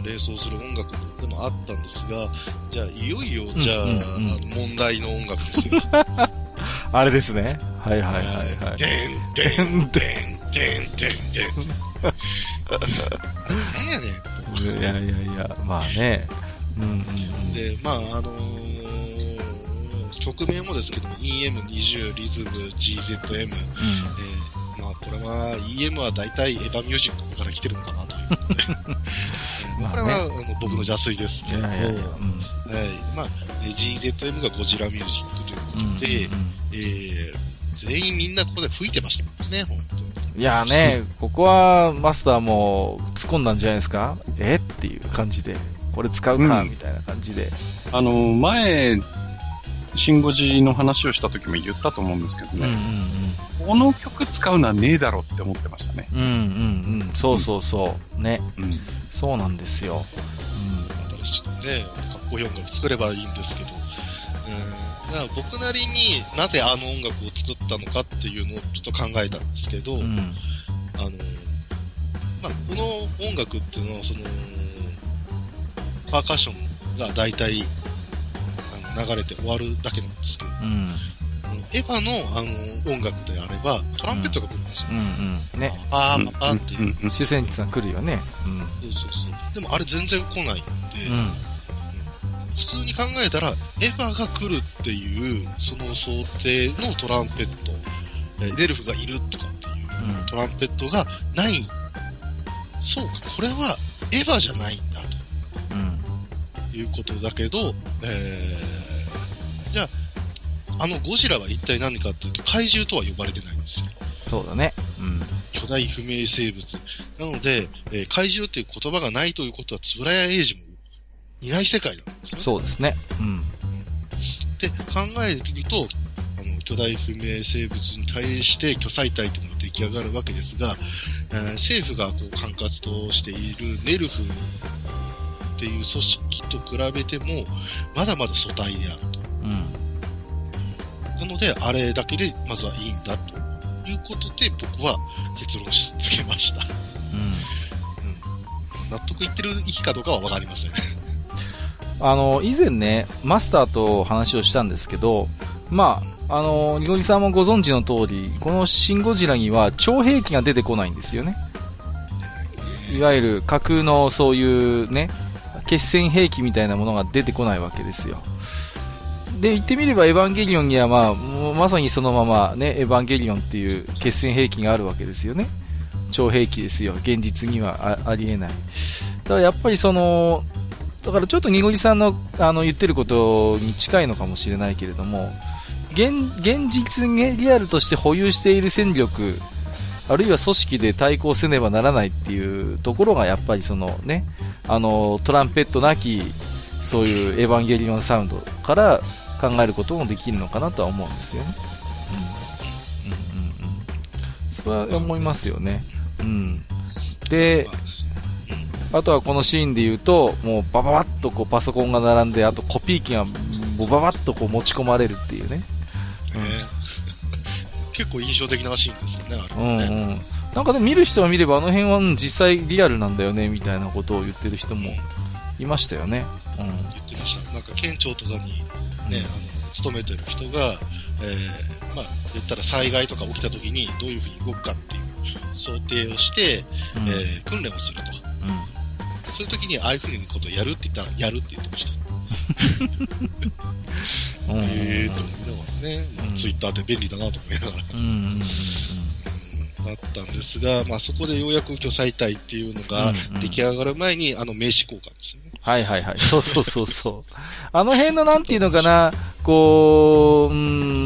の連想する音楽でもあったんですが、じゃあいよいよじゃあ、うんうんうん、あの問題の音楽ですよ。 あれですね。はいはいはいはい。 でんでんでんでんでんでん。あれ何やねんと。 いやいやいや、まあね。うんうんうん、 で、まああのー、曲名もですけども イーエムにじゅう リズム ジーゼットエム、うん、えー、まあこれは イーエム は大体エヴァミュージックから来てるのかなということで、まあこれはあの僕の邪推ですけども、はい、まあ ジーゼットエム がゴジラミュージックということで、うんうんうん、えー、全員みんなここで吹いてましたもんね、本当に。 いやね、ここはマスターも突っ込んだんじゃないですか？えっていう感じで、これ使うか、うん、みたいな感じで。 あの、前、シンゴジの話をした時も言ったと思うんですけどね、うんうんうん、この曲使うのはねえだろって思ってましたね。 うんうんうん、そうそうそう、うん、ね、うん、そうなんですよ。 うん、新しくね、かっこいい音楽作ればいいんですけど、うん、だから僕なりになぜあの音楽を作ったのかっていうのをちょっと考えたんですけど、うん、あの、まあ、この音楽っていうのはそのパーカッションが大体流れて終わるだけなんですけど、うん、エヴァのあの音楽であればトランペットが来るんですよ。うんうんね、パーパーパーっていう。 主旋律が来るよね。 うん、そうそうそう。でもあれ全然来ないんで、うん、普通に考えたらエヴァが来るっていうその想定のトランペット、デルフがいるとかっていうトランペットがない。うん、そうか、これはエヴァじゃないんだと。うん、いうことだけど、えー、じゃあ、あのゴジラは一体何かっていうと、怪獣とは呼ばれてないんですよ。 そうだね。うん。 巨大不明生物。なので、えー、怪獣っていう言葉がないということは、円谷英二もいない世界なんですね。 そうですね。うん。 で、考えると、あの、巨大不明生物に対して巨彩体というのが出来上がるわけですが、えー、政府がこう管轄としているネルフっていう組織と比べてもまだまだ組対であると、うん、なのであれだけでまずはいいんだということで僕は結論しつけました、うんうん、納得いってる域かどうかは分かりませんあの以前ねマスターと話をしたんですけど、まああのリゴリさんもご存知の通りこのシン・ゴジラには超兵器が出てこないんですよね。いわゆる架空のそういうね決戦兵器みたいなものが出てこないわけですよ。で言ってみればエヴァンゲリオンには、まあ、もうまさにそのまま、ね、エヴァンゲリオンっていう決戦兵器があるわけですよね。超兵器ですよ。現実には あ, ありえない。だからやっぱりそのだからちょっとニゴリさん の, あの言ってることに近いのかもしれないけれども 現, 現実リアルとして保有している戦力あるいは組織で対抗せねばならないっていうところがやっぱりそのねあのトランペットなきそういうエヴァンゲリオンサウンドから考えることもできるのかなとは思うんですよね。うんうんうんうん、それは思いますよね。うん、であとはこのシーンで言うともうバババッとこうパソコンが並んであとコピー機がバババッとこう持ち込まれるっていうね。うん結構印象的なシーンですよね、あれはね。うんうん、 なんかでも見る人は見ればあの辺は実際リアルなんだよねみたいなことを言ってる人もいましたよね。うん、言ってました。なんか県庁とかにね、うん、あの勤めてる人が、えー、まあ言ったら災害とか起きた時にどういうふうに動くかっていう想定をして、うんえー、訓練をすると、うん。そういう時にああいうふうにことをやるって言ったらやるって言ってました。えーと思いながらね、まあ、ツイッターで便利だなと思いながら、うんうんうんうん、だったんですが、まあ、そこでようやく巨彩体っていうのが出来上がる前に、うんうん、あの名刺交換ですよね。 はいはいはい。そうそうそうそう。あの辺のなんていうのかな、こう、うん、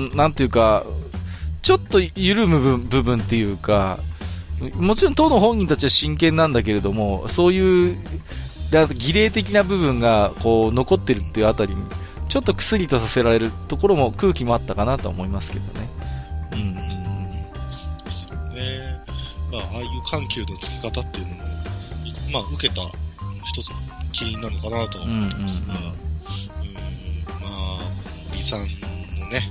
なんていうか、ちょっと緩む部分、部分っていうか、もちろん当の本人たちは真剣なんだけれども、そういう儀礼的な部分がこう残ってるっていうあたりにちょっと薬とさせられるところも空気もあったかなと思いますけどね。うんうん。 ですよね。まあああいう緩急のつけ方っていうのもまあ受けた一つの起因なのかなとは思ってますが、うんうんうん、まあ森さんのね、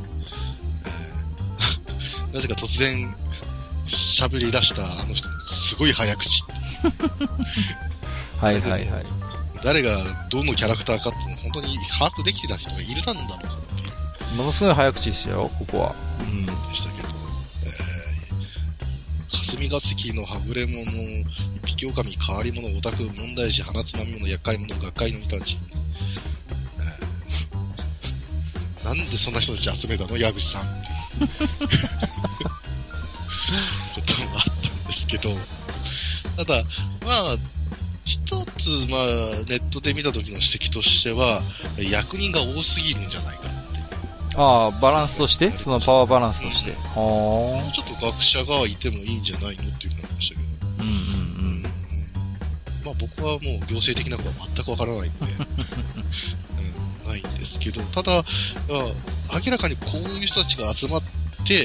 えー、なぜか突然喋り出したあの人すごい早口。 はいはいはい。 誰がどのキャラクターかっていうのを本当に把握できてた人がいるたんだろうかっていう。 ものすごい早口でしたよ、ここは。 うん。でしたけど、えー、霞が関のはぐれ者、一匹狼、変わり者、オタク、問題児、花つまみ者、厄介者、学会の人たち。えー、なんでそんな人たち集めたの矢口さんっていうこともあったんですけど、ただ、まあ、一つ、まあ、ネットで見た時の指摘としては、役人が多すぎるんじゃないかって。 ああ、バランスとしてそのパワーバランスとして。うん、 もうちょっと学者がいてもいいんじゃないのっていうふうになりましたけど。うんうんうん。まあ僕はもう行政的なことは全くわからないんで、うん、ないんですけど、ただ、明らかにこういう人たちが集まって、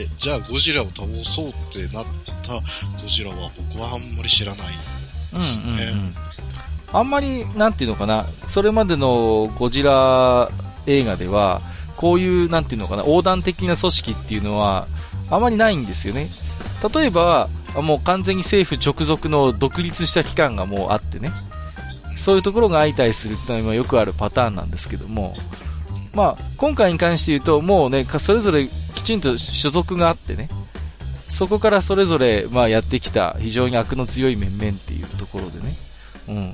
じゃあゴジラを倒そうってなったゴジラは僕はあんまり知らないですね。うんうんうん、 あんまり、なんていうのかな、それまでのゴジラ映画では、こういう、なんていうのかな、横断的な組織っていうのは、あまりないんですよね。例えば、もう完全に政府直属の独立した機関がもうあってね、そういうところが相対するっていうのはよくあるパターンなんですけども、まあ、今回に関して言うと、もうね、それぞれきちんと所属があってね、そこからそれぞれ、まあ、やってきた非常に悪の強い面々っていうところでね、うんうんうん。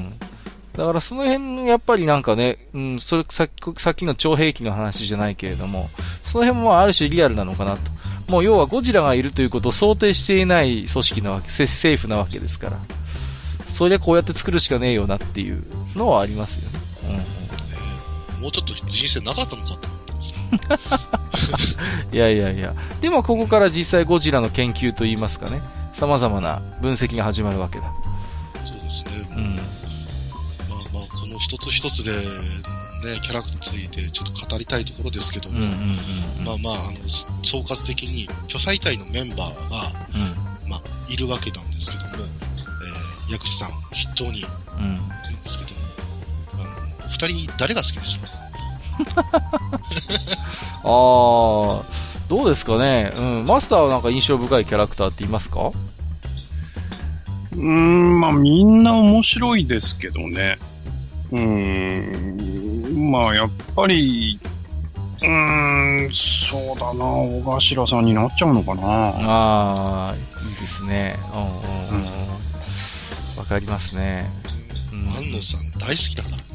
だからその辺、やっぱりなんかね、うん、それさっき、さっきの超兵器の話じゃないけれども、その辺もある種リアルなのかなと。もう要はゴジラがいるということを想定していない組織なわけ、政府なわけですから。それでこうやって作るしかねえよなっていうのはありますよね。 うんうん、もうちょっと人生なかったのかと思ってます。 いやいやいや。でもここから実際ゴジラの研究といいますかね、様々な分析が始まるわけだ。 そうですね。うん。まあまあ、この一つ一つで、ね、キャラクターについてちょっと語りたいところですけども、うんうんうんうん、まあまあ、あの、総括的に、巨彩隊のメンバーが、うん、まあ、いるわけなんですけども、えー、薬師さん筆頭にいるんですけども、うん、あの、二人、誰が好きでしょうか？ あー、どうですかね。うん、マスターはなんか印象深いキャラクターっていますか？ うーん、まあみんな面白いですけどね。うーん、まあやっぱり、うーん、そうだな、小頭さんになっちゃうのかな。 ああ、いいですね。うんうんうん。わ、かりますね。 うん、安野さん大好きだからね。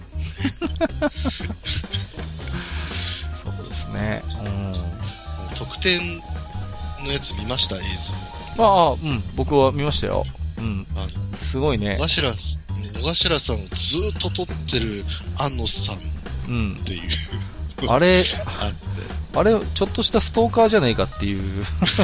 そうですね。うん。 特典のやつ見ました？映像。ああ、うん、僕は見ましたよ。うん。あのすごいね。 小頭、小頭さんをずっと撮ってる安野さんっていう、 うん、あれあれちょっとしたストーカーじゃないかっていう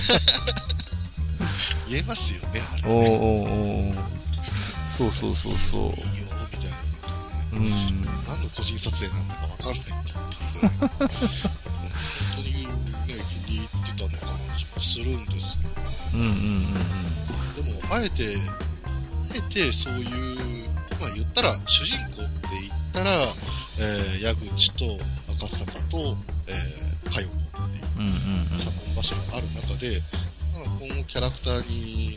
言えますよね、あれね。 おおおそうそうそうそう、いいよみたいな、うん、何の個人撮影なんだか分かんないっていうぐらい本当にね、気に入ってたのかな気がするんですよ。うんうんうんうん。でもあえてあえてそういう、まあ言ったら主人公って言ったら、えー、矢口と赤坂と、えー、佳代子っていう三本柱がある中で、まあ、今後キャラクターに、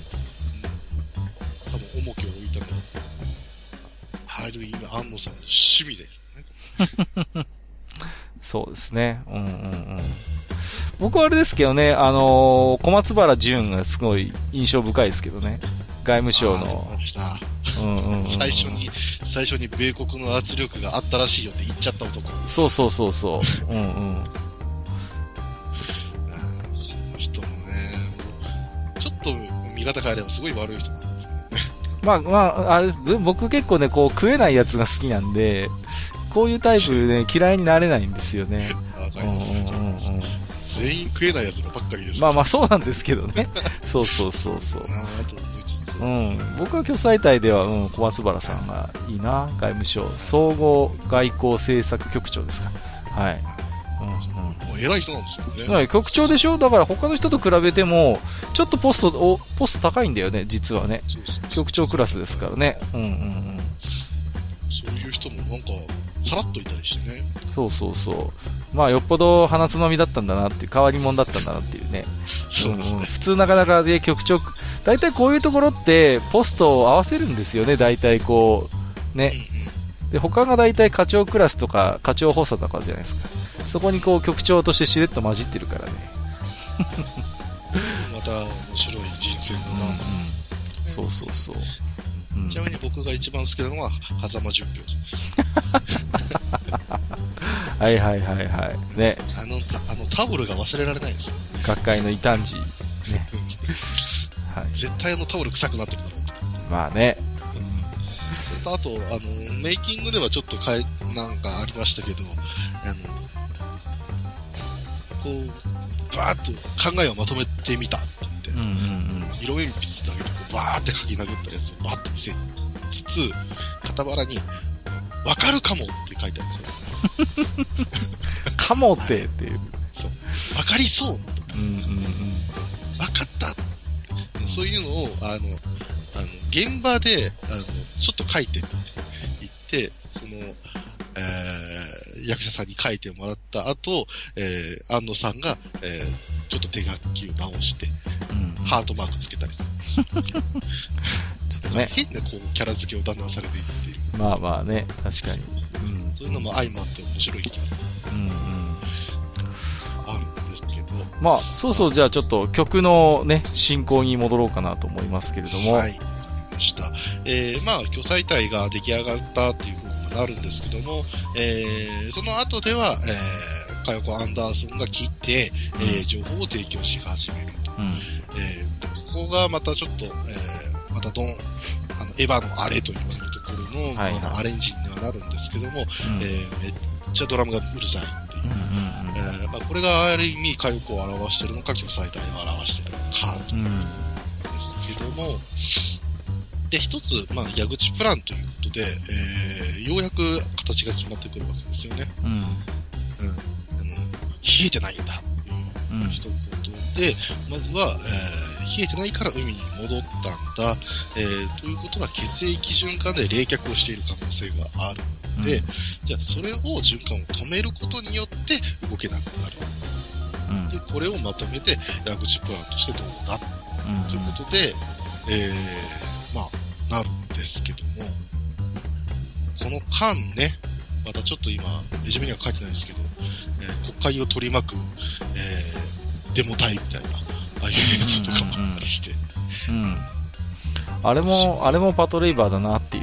うん、多分重きを置いたのはある意味安野さんの趣味ですね。 そうですね。うんうんうん。僕はあれですけどね、あのー、小松原純がすごい印象深いですけどね。外務省の。うんうんうん、最初に、最初に米国の圧力があったらしいよって言っちゃった男。 そうそうそうそう。うんうん。 この人もね、ちょっと見方変えればすごい悪い人なんですけどね。 まあまあ、あれ、僕結構ね、こう食えないやつが好きなんで、こういうタイプね、嫌いになれないんですよね。 わかります、うんうんうん。全員食えないやつばっかりです。 まあまあそうなんですけどね。そうそうそうそう。 あと思いつつ。 うん。僕は巨彩隊では、うん、小松原さんがいいな。外務省総合外交政策局長ですか。はい。うんうん。もう偉い人なんですよね。 局長でしょ？だから他の人と比べても、ちょっとポスト、おポスト高いんだよね、実はね。そうそうそう、局長クラスですからね。うんうんうん。 そういう人もなんか、さらっといたりしてね。 そうそうそう。まあ、よっぽど鼻つまみだったんだなっていう、変わり者だったんだなっていうね。 そうですね。うんうん、 普通なかなかで局長、大体こういうところって、ポストを合わせるんですよね、大体こう、 ね。で、他が大体課長クラスとか課長補佐とかじゃないですか。そこにこう局長としてしれっと混じってるからね。 また面白い人生のな、うんうん、そうそうそう、 うん、ちなみに僕が一番好きなのは狭間淳平です。 はいはいはいはいね。 あのあのタオルが忘れられないです。 学会の異端児ね。 はい、絶対あのタオル臭くなってるだろうと。 まあね。 それとあとあのメイキングではちょっとかいなんかありましたけど、あのこうバーッと考えをまとめてみたって言って、うんうんうん、色鉛筆だけでこうバーッて書き殴ったやつをバーッと見せつつ、傍らにわかるかもって書いてあるんですよ。 かもってっていう。 そう。わかりそうとか、うんうんうん、わかった。そういうのをあのあの現場であのちょっと書いてって言って、その、えー、役者さんに書いてもらった後、えー、安野さんが、えー、ちょっと手書きを直して、うんうん、ハートマークつけたりとか。ちょっとね。変なこうキャラ付けをだんだんされていっていう。 まあまあね、確かに。 うん、そういうのも相まって面白い気が、うんうん、あるんですけど。 まあ、そうそう、じゃあちょっと曲のね、進行に戻ろうかなと思いますけれども。 はい。ました。えー、まあ、巨彩体が出来上がったっていうことになるんですけども、えー、その後では、えー、佳代子アンダーソンが切って、うん、えー、情報を提供し始めると。うん、えー、ここがまたちょっと、えー、またどん、あの、エヴァのあれと言われるところの、はいはい、まあ、アレンジにはなるんですけども、うん、えー、めっちゃドラムがうるさいっていう。うんうんうん、えー、まあ、これがある意味、佳代子を表しているのか、巨彩体を表しているのか、ということなんですけども、で、一つ、まあ、矢口プランということで、えー、ようやく形が決まってくるわけですよね。うん。うん。あの、冷えてないんだ。うん。一言で、まずは、えー、冷えてないから海に戻ったんだ。えー、ということは血液循環で冷却をしている可能性があるので、うん、じゃあ、それを循環を止めることによって動けなくなる。うん。で、これをまとめて、矢口プランとしてどうだ、うん、ということで、えー、まあ、なるんですけども、この間ね、またちょっと今、レジュメには書いてないんですけど、えー、国会を取り巻く、えー、デモ隊みたいな、ああいう映像とかもあったりして。うん、うんうん。 あれも、あれもパトレイバーだなっていう。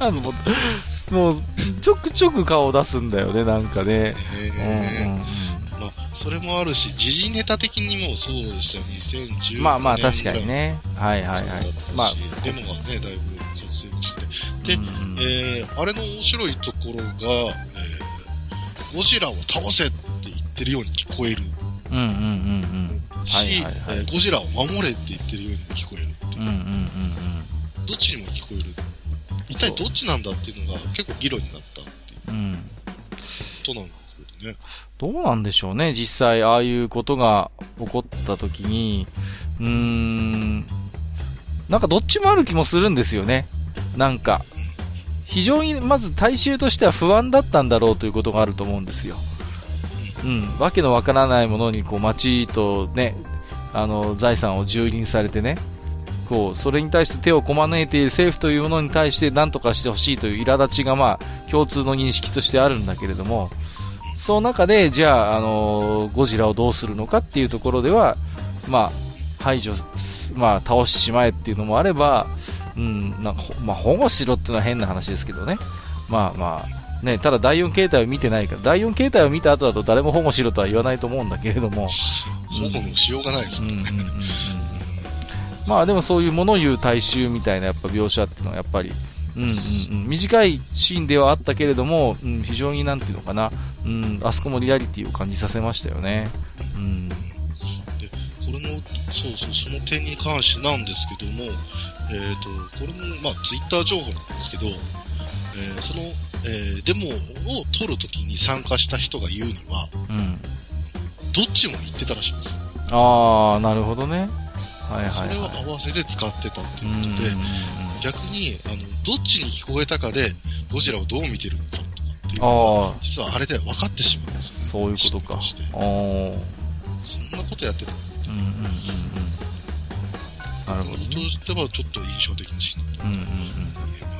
もう、もうちょくちょく顔出すんだよね、なんかね。えーうんうんうんまあ、それもあるし、時事ネタ的にもそうでしたよ、にせんじゅうねんぐらい。 まあまあ、確かにね。はいはいはい。 まあ、デモがね、だいぶ活躍して。で、うんうん、えー、あれの面白いところが、えー、ゴジラを倒せって言ってるように聞こえる。うんうんうんうん。し、はいはいはいえー、ゴジラを守れって言ってるように聞こえるっていう。うんうんうんうん。どっちにも聞こえる。一体どっちなんだっていうのが結構議論になったっていう。うん。ことなんですけどね。 どうなんでしょうね、実際ああいうことが起こった時に、うーん、なんかどっちもある気もするんですよね。なんか、非常にまず大衆としては不安だったんだろうということがあると思うんですよ。うん、わけのわからないものにこう町とね、あの財産を蹂躙されてね、こうそれに対して手をこまねいている政府というものに対して何とかしてほしいという苛立ちがまあ共通の認識としてあるんだけれども、その中でじゃあ、あのゴジラをどうするのかっていうところでは、まあ、排除、まあ、倒してしまえっていうのもあれば、うん、なんか、まあ、保護しろっていうのは変な話ですけどね。まあまあ、ね、ただだいよん形態を見てないから、だいよん形態を見た後だと誰も保護しろとは言わないと思うんだけれども。 保護のしようがないですからね。うんうんうんうん、 まあでもそういう物言う大衆みたいなやっぱ描写っていうのはやっぱり、うんうんうん、短いシーンではあったけれども、うん、非常になんていうのかな、うん、あそこもリアリティを感じさせましたよね。うん、でこれのそうそうその点に関してなんですけども、えーとこれもまあツイッター情報なんですけど、えー、その、えー、デモを撮るときに参加した人が言うには、うん、どっちも言ってたらしいんですよ。 ああ、なるほどね。はいはいはい、 それを合わせて使ってたっていうことで、逆にあのどっちに聞こえたかでゴジラをどう見てるのかとかっていうのが実はあれで分かってしまうんですよね。 そういうことか。あそんなことやってたのって、うんうんうんうん、 なるほど、ね、 としてはちょっと印象的なシーンだったと思いま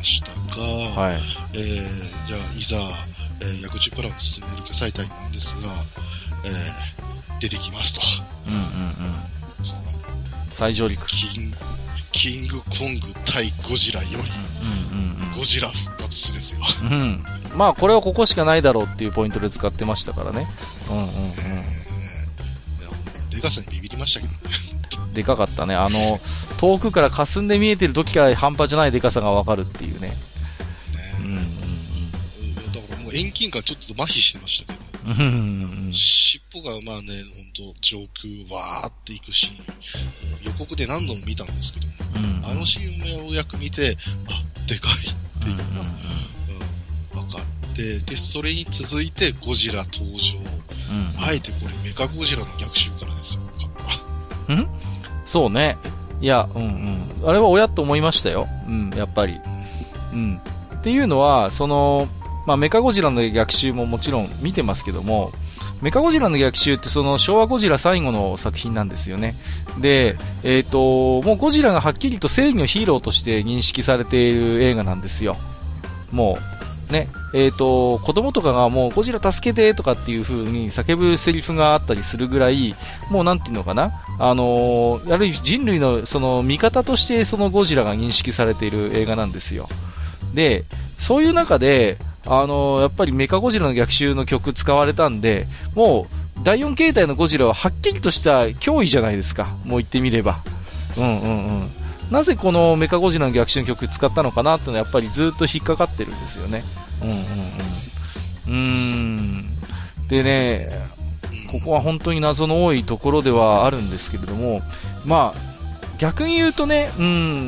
したが、 はい。 えー、じゃあ、いざ、えー、薬事プランを進める最大なんですが、えー、出てきますと。 うんうんうん。再上陸。 キング、キングコング対ゴジラより、うんうんうん、ゴジラ復活しですよ。 うん。まあ、これはここしかないだろうっていうポイントで使ってましたからね。うんうんうん。えー、いやでかさにビビりましたけどね。 でかかったね。あの、遠くから霞んで見えてる時から半端じゃないでかさがわかるっていうね。ねうんうんうん。だからもう遠近感ちょっと麻痺してましたけど。 うんうんうん、 尻尾がまあね、ほんと上空わーっていくシーン、予告で何度も見たんですけど、うんうん、あのシーンをようやく見て、あ、でかいっていうのが、うんうんうん、分かって、で、それに続いてゴジラ登場。うん、あえてこれメカゴジラの逆襲からですよ、カッパ。んそうね。いや、うんうん。あれは親と思いましたよ。うん、やっぱり。うん。っていうのは、その、まあ、メカゴジラの逆襲ももちろん見てますけども、メカゴジラの逆襲ってその昭和ゴジラ最後の作品なんですよね。で、えっと、もうゴジラがはっきりと正義のヒーローとして認識されている映画なんですよ。もう、ね、えっと、子供とかがもうゴジラ助けてとかっていう風に叫ぶセリフがあったりするぐらい、もうなんていうのかな、あのー、ある意味人類のその味方としてそのゴジラが認識されている映画なんですよ。で、そういう中で、あのー、やっぱりメカゴジラの逆襲の曲使われたんで、もうだいよん形態のゴジラははっきりとした脅威じゃないですか。もう言ってみれば。うんうんうん。なぜこのメカゴジラの逆襲の曲使ったのかなっていうのはやっぱりずっと引っかかってるんですよね。うんうんうん。うーん。でね、ここは本当に謎の多いところではあるんですけれども、まあ、逆に言うとね、うん、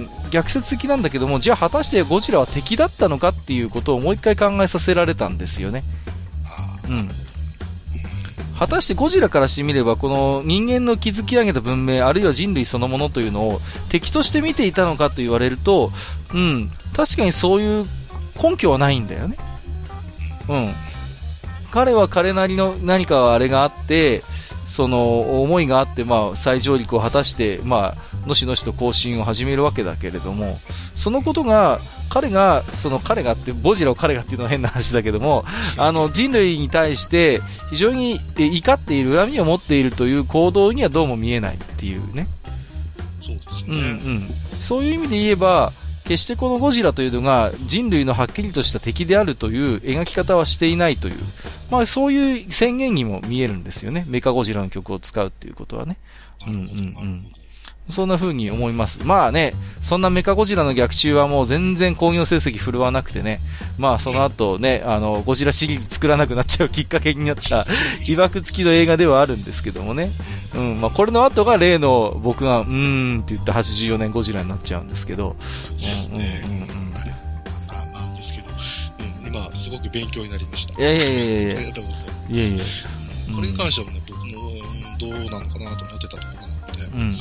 逆説的なんだけども、じゃあ果たしてゴジラは敵だったのかっていうことをもう一回考えさせられたんですよね。うん。果たしてゴジラからしてみればこの人間の築き上げた文明あるいは人類そのものというのを敵として見ていたのかと言われると、うん、確かにそういう根拠はないんだよね。うん。彼は彼なりの何かあれがあって、その思いがあって、まあ、再上陸を果たして、まあ、のしのしと行進を始めるわけだけれども、そのことが、彼が、その彼がって、ゴジラを彼がっていうのは変な話だけども、あの、人類に対して非常に怒っている、恨みを持っているという行動にはどうも見えないっていうね。 そうですね。 うんうん。そういう意味で言えば、決してこのゴジラというのが人類のはっきりとした敵であるという描き方はしていないという、まあそういう宣言にも見えるんですよね。メカゴジラの曲を使うっていうことはね。うんうんうん。そんな風に思います。まあね、そんなメカゴジラの逆襲はもう全然興行成績振るわなくてね、まあその後ね、あの、ゴジラシリーズ作らなくなっちゃうきっかけになった被爆付きの映画ではあるんですけどもね。うん、まあこれの後が例の僕がうーんって言ったはちじゅうよねんゴジラになっちゃうんですけど。 そうですね。うんうんうん。まあまあですけど、うん、今すごく勉強になりました。 いやいやいやいやいや。 ありがとうございます。 いやいや。 これに関してはね、僕もどうなのかなと思ってたところなので。うんうんうんうん。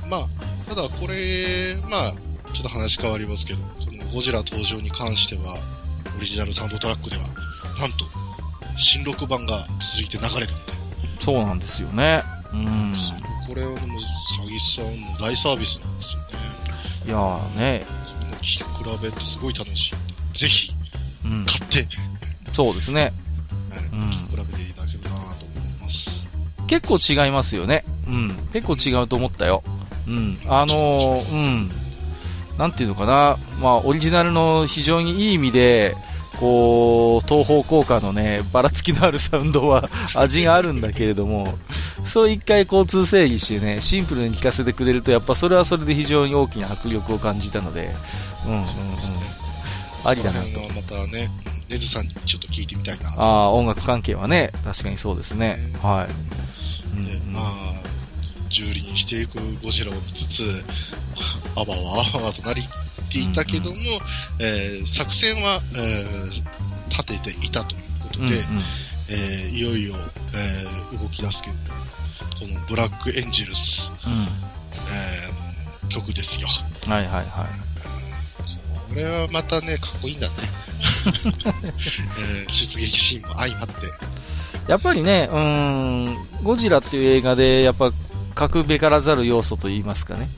まあ、ただこれ、まあ、ちょっと話変わりますけど、このゴジラ登場に関しては、オリジナルサウンドトラックでは、なんと、新録版が続いて流れるんで。 そうなんですよね。うん。 これはもう、詐欺さんの大サービスなんですよね。 いやーね。 この聴き比べってすごい楽しい。ぜひ、うん、買って。 そうですね。 うん、聴き比べていただけるなと思います。 結構違いますよね。うん。結構違うと思ったよ。うん。あのー、うん。なんていうのかな。まあ、オリジナルの非常にいい意味で、こう、東方効果のね、ばらつきのあるサウンドは味があるんだけれども、それ一回交通整理してね、シンプルに聴かせてくれると、やっぱそれはそれで非常に大きな迫力を感じたので、うんうんうん。ありだなと。 またね、ネズさんにちょっと聞いてみたいな。 ああ、音楽関係はね、確かにそうですね。ねはい。 で、うんうん、まあ、蹂躙していくゴジラを見つつ、あわわあわわとなりっていたけども、うんうん、えー、作戦は、えー、立てていたということで、うんうん、えー、いよいよ、えー、動き出すけど、このブラックエンジェルス、うん、えー、曲ですよ。 はいはいはい。 これはまたね、かっこいいんだね。えー、出撃シーンも相まって。 やっぱりね、うーん、ゴジラっていう映画で、やっぱ、格べからざる要素と言いますかね。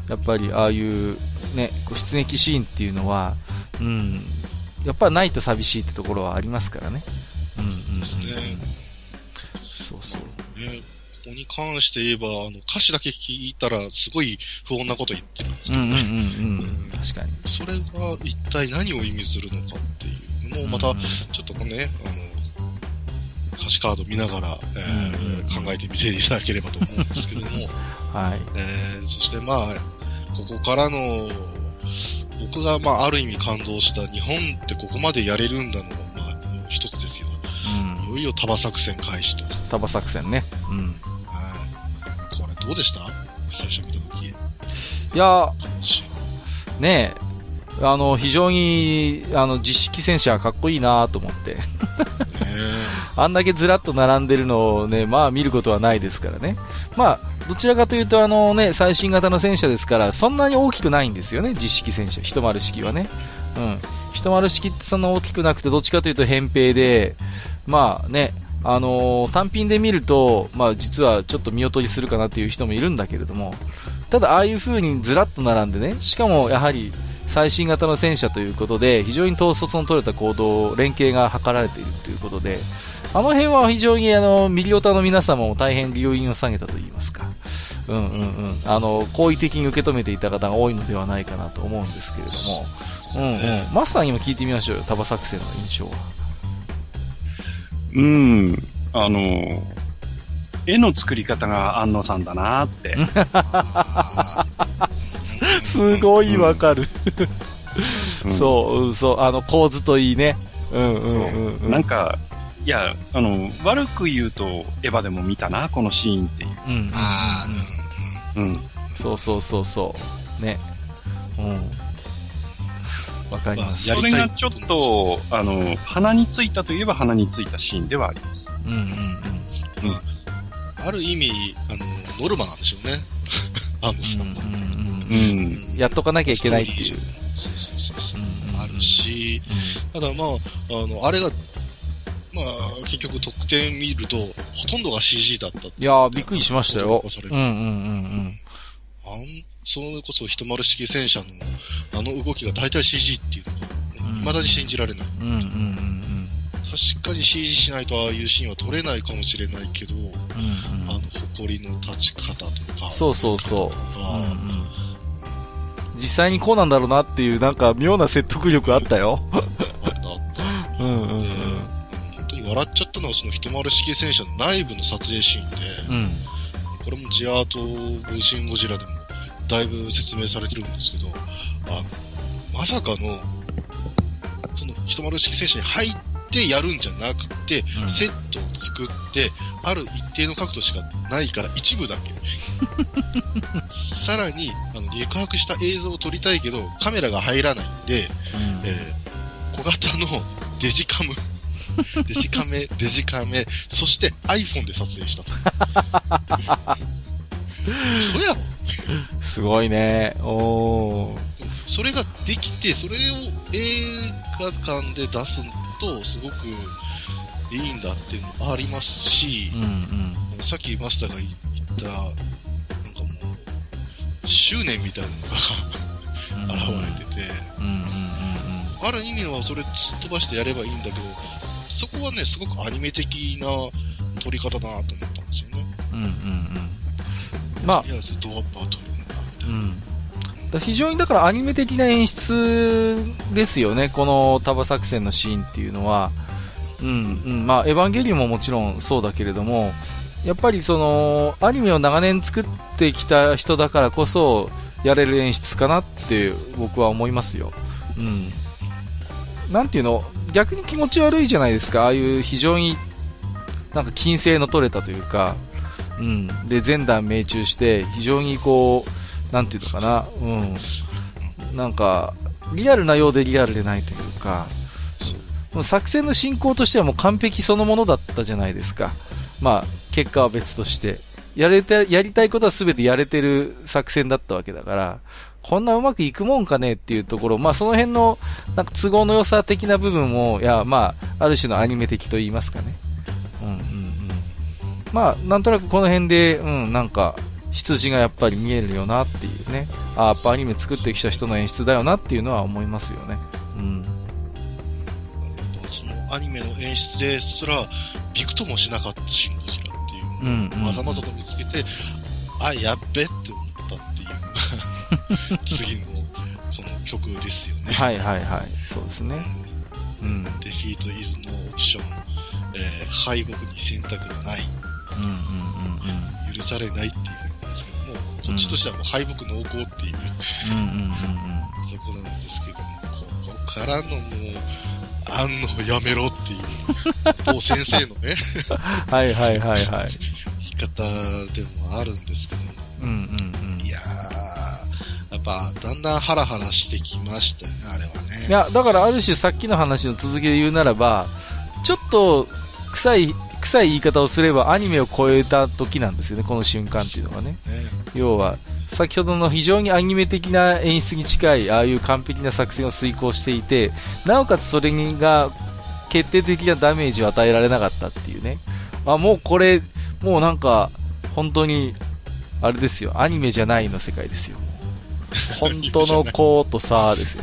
やっぱりああいうね、出撃シーンっていうのは、うん、やっぱないと寂しいってところはありますからね。うんうんうんうん、 ですね。 そうそう。 ね、ここに関して言えば、あの歌詞だけ聞いたらすごい不穏なこと言ってるんですけどね。うんうんうんうん、 確かに。 それが一体何を意味するのかっていうのもまたちょっとね、あの歌詞カード見ながら、えーうんうん、考えてみていただければと思うんですけれども、 はい。 えー、そしてまあここからの僕がまあある意味感動した日本ってここまでやれるんだのまあ一つですよ。うん、いよいよ束作戦開始と。 束作戦ね。うん。 はい。これどうでした？最初見た時。 いやねえ、あの非常にあの実式戦車かっこいいなと思って。あんだけずらっと並んでるのをね、まあ見ることはないですからね。まあどちらかというとあのね最新型の戦車ですからそんなに大きくないんですよね、実式戦車一丸式はね。うん。一丸式ってそんな大きくなくてどっちかというと扁平で、まあね。あのー、単品で見ると、まあ実はちょっと見劣りするかなっていう人もいるんだけれども、ただああいう風にずらっと並んでね、しかもやはり最新型の戦車ということで、非常に統率の取れた行動、連携が図られているということで、あの辺は非常にあの、ミリオタの皆様も大変利用因を下げたといいますか、うんうんうん、あの、好意的に受け止めていた方が多いのではないかなと思うんですけれども、うんうん、マスターにも聞いてみましょうよ、束作戦の印象は。 うん、あの、絵の作り方が安野さんだなーって。 すごいわかる。うん、そう、そう、あの構図といいね。うんうんうん、うん。 なんか、いや、あの、悪く言うと、エヴァでも見たな、このシーンっていう。うん。 ああ、うん。そうそうそうそう。ね。うん。わかります。 それがちょっと、あの、鼻についたといえば鼻についたシーンではあります。うんうんうん。うん、 ある意味、あの、ノルマなんでしょうね。あのさんの。うんうんうん。やっとかなきゃいけないっていう。 そうそうそうそう。うん、あるし、うん、ただまあ、あの、あれが、まあ、結局得点見ると、ほとんどが シージー だったって。 いやー、びっくりしましたよ。うんうんうんうん。 あんそれこそ一丸式戦車のあの動きが大体 シージー っていうのが、未だに信じられない。うんうんうんうん、確かに シージー しないとああいうシーンは撮れないかもしれないけど、うんうん、あの誇りの立ち方とか。 そうそうそう。うんうん、実際にこうなんだろうなっていう、なんか妙な説得力あったよ。あったあった。うんうんうん。 本当に笑っちゃったのはその一丸式戦車の内部の撮影シーンで、うん、これもジアートシンゴジラでもだいぶ説明されてるんですけど、あの、まさかの、その、一丸式戦車に入ってやるんじゃなくて、うん、セットを作って、ある一定の角度しかないから一部だけ。さらに、あの、肉薄した映像を撮りたいけど、カメラが入らないんで、うん、えー、小型のデジカム、デジカメ、デジカメ、そして iPhone で撮影したと。嘘やろすごいね。おー。 それができて、それを映画館で出すとすごくいいんだっていうのもありますし、うんうん、さっきマスターが言った、なんかもう、執念みたいなのが現れてて、ある意味はそれ突っ飛ばしてやればいいんだけど、そこはね、すごくアニメ的な撮り方だなと思ったんですよね。うんうんうん。まあ、いやドアッパー撮るんだみたいな。 うん。非常にだからアニメ的な演出ですよね、この束作戦のシーンっていうのは。うんうん。まあ、エヴァンゲリオンももちろんそうだけれども、やっぱりその、アニメを長年作ってきた人だからこそ、やれる演出かなって僕は思いますよ。うん。なんていうの、逆に気持ち悪いじゃないですか、ああいう非常になんか金星の取れたというか、うん、で全弾命中して非常にこうなんていうのかな、うん、なんかリアルなようでリアルでないというか、作戦の進行としてはもう完璧そのものだったじゃないですか。まあ結果は別としてやれてやりたいことは全てやれてる作戦だったわけだから、こんなうまくいくもんかねっていうところ、まあその辺のなんか都合の良さ的な部分も、いやまあある種のアニメ的と言いますかね。うんうんうん。まあなんとなくこの辺で、うんなんか出自がやっぱり見えるよなっていうね。あ、やっぱアニメ作ってきた人の演出だよなっていうのは思いますよね。うん。 そのアニメの演出ですら、びくともしなかったシン・ゴジラっていうのを、まざまざと見つけて、あ、やっべって思ったっていうのが、次のこの曲ですよね。 はいはいはい。そうですね。うん。 Defeat is no option、えー、敗北に選択がない。 うんうんうんうん。 許されないっていうふうに言うんですけども、こっちとしてはもう敗北濃厚っていう、 うんうんうんうん、 そこなんですけども、ここからのもう、あんのやめろっていう、某先生のね、 はいはいはいはい。 言い方でもあるんですけども、 うんうんうん、いやー、やっぱだんだんハラハラしてきましたよね、あれはね。 いや、だからある種さっきの話の続きで言うならば、ちょっと臭い、臭い言い方をすればアニメを超えた時なんですよね、この瞬間っていうのがね。ね、要は、先ほどの非常にアニメ的な演出に近い、ああいう完璧な作戦を遂行していて、なおかつそれが決定的なダメージを与えられなかったっていうね。あ、もうこれ、もうなんか、本当に、あれですよ、アニメじゃないの世界ですよ。本当の子とさですよ。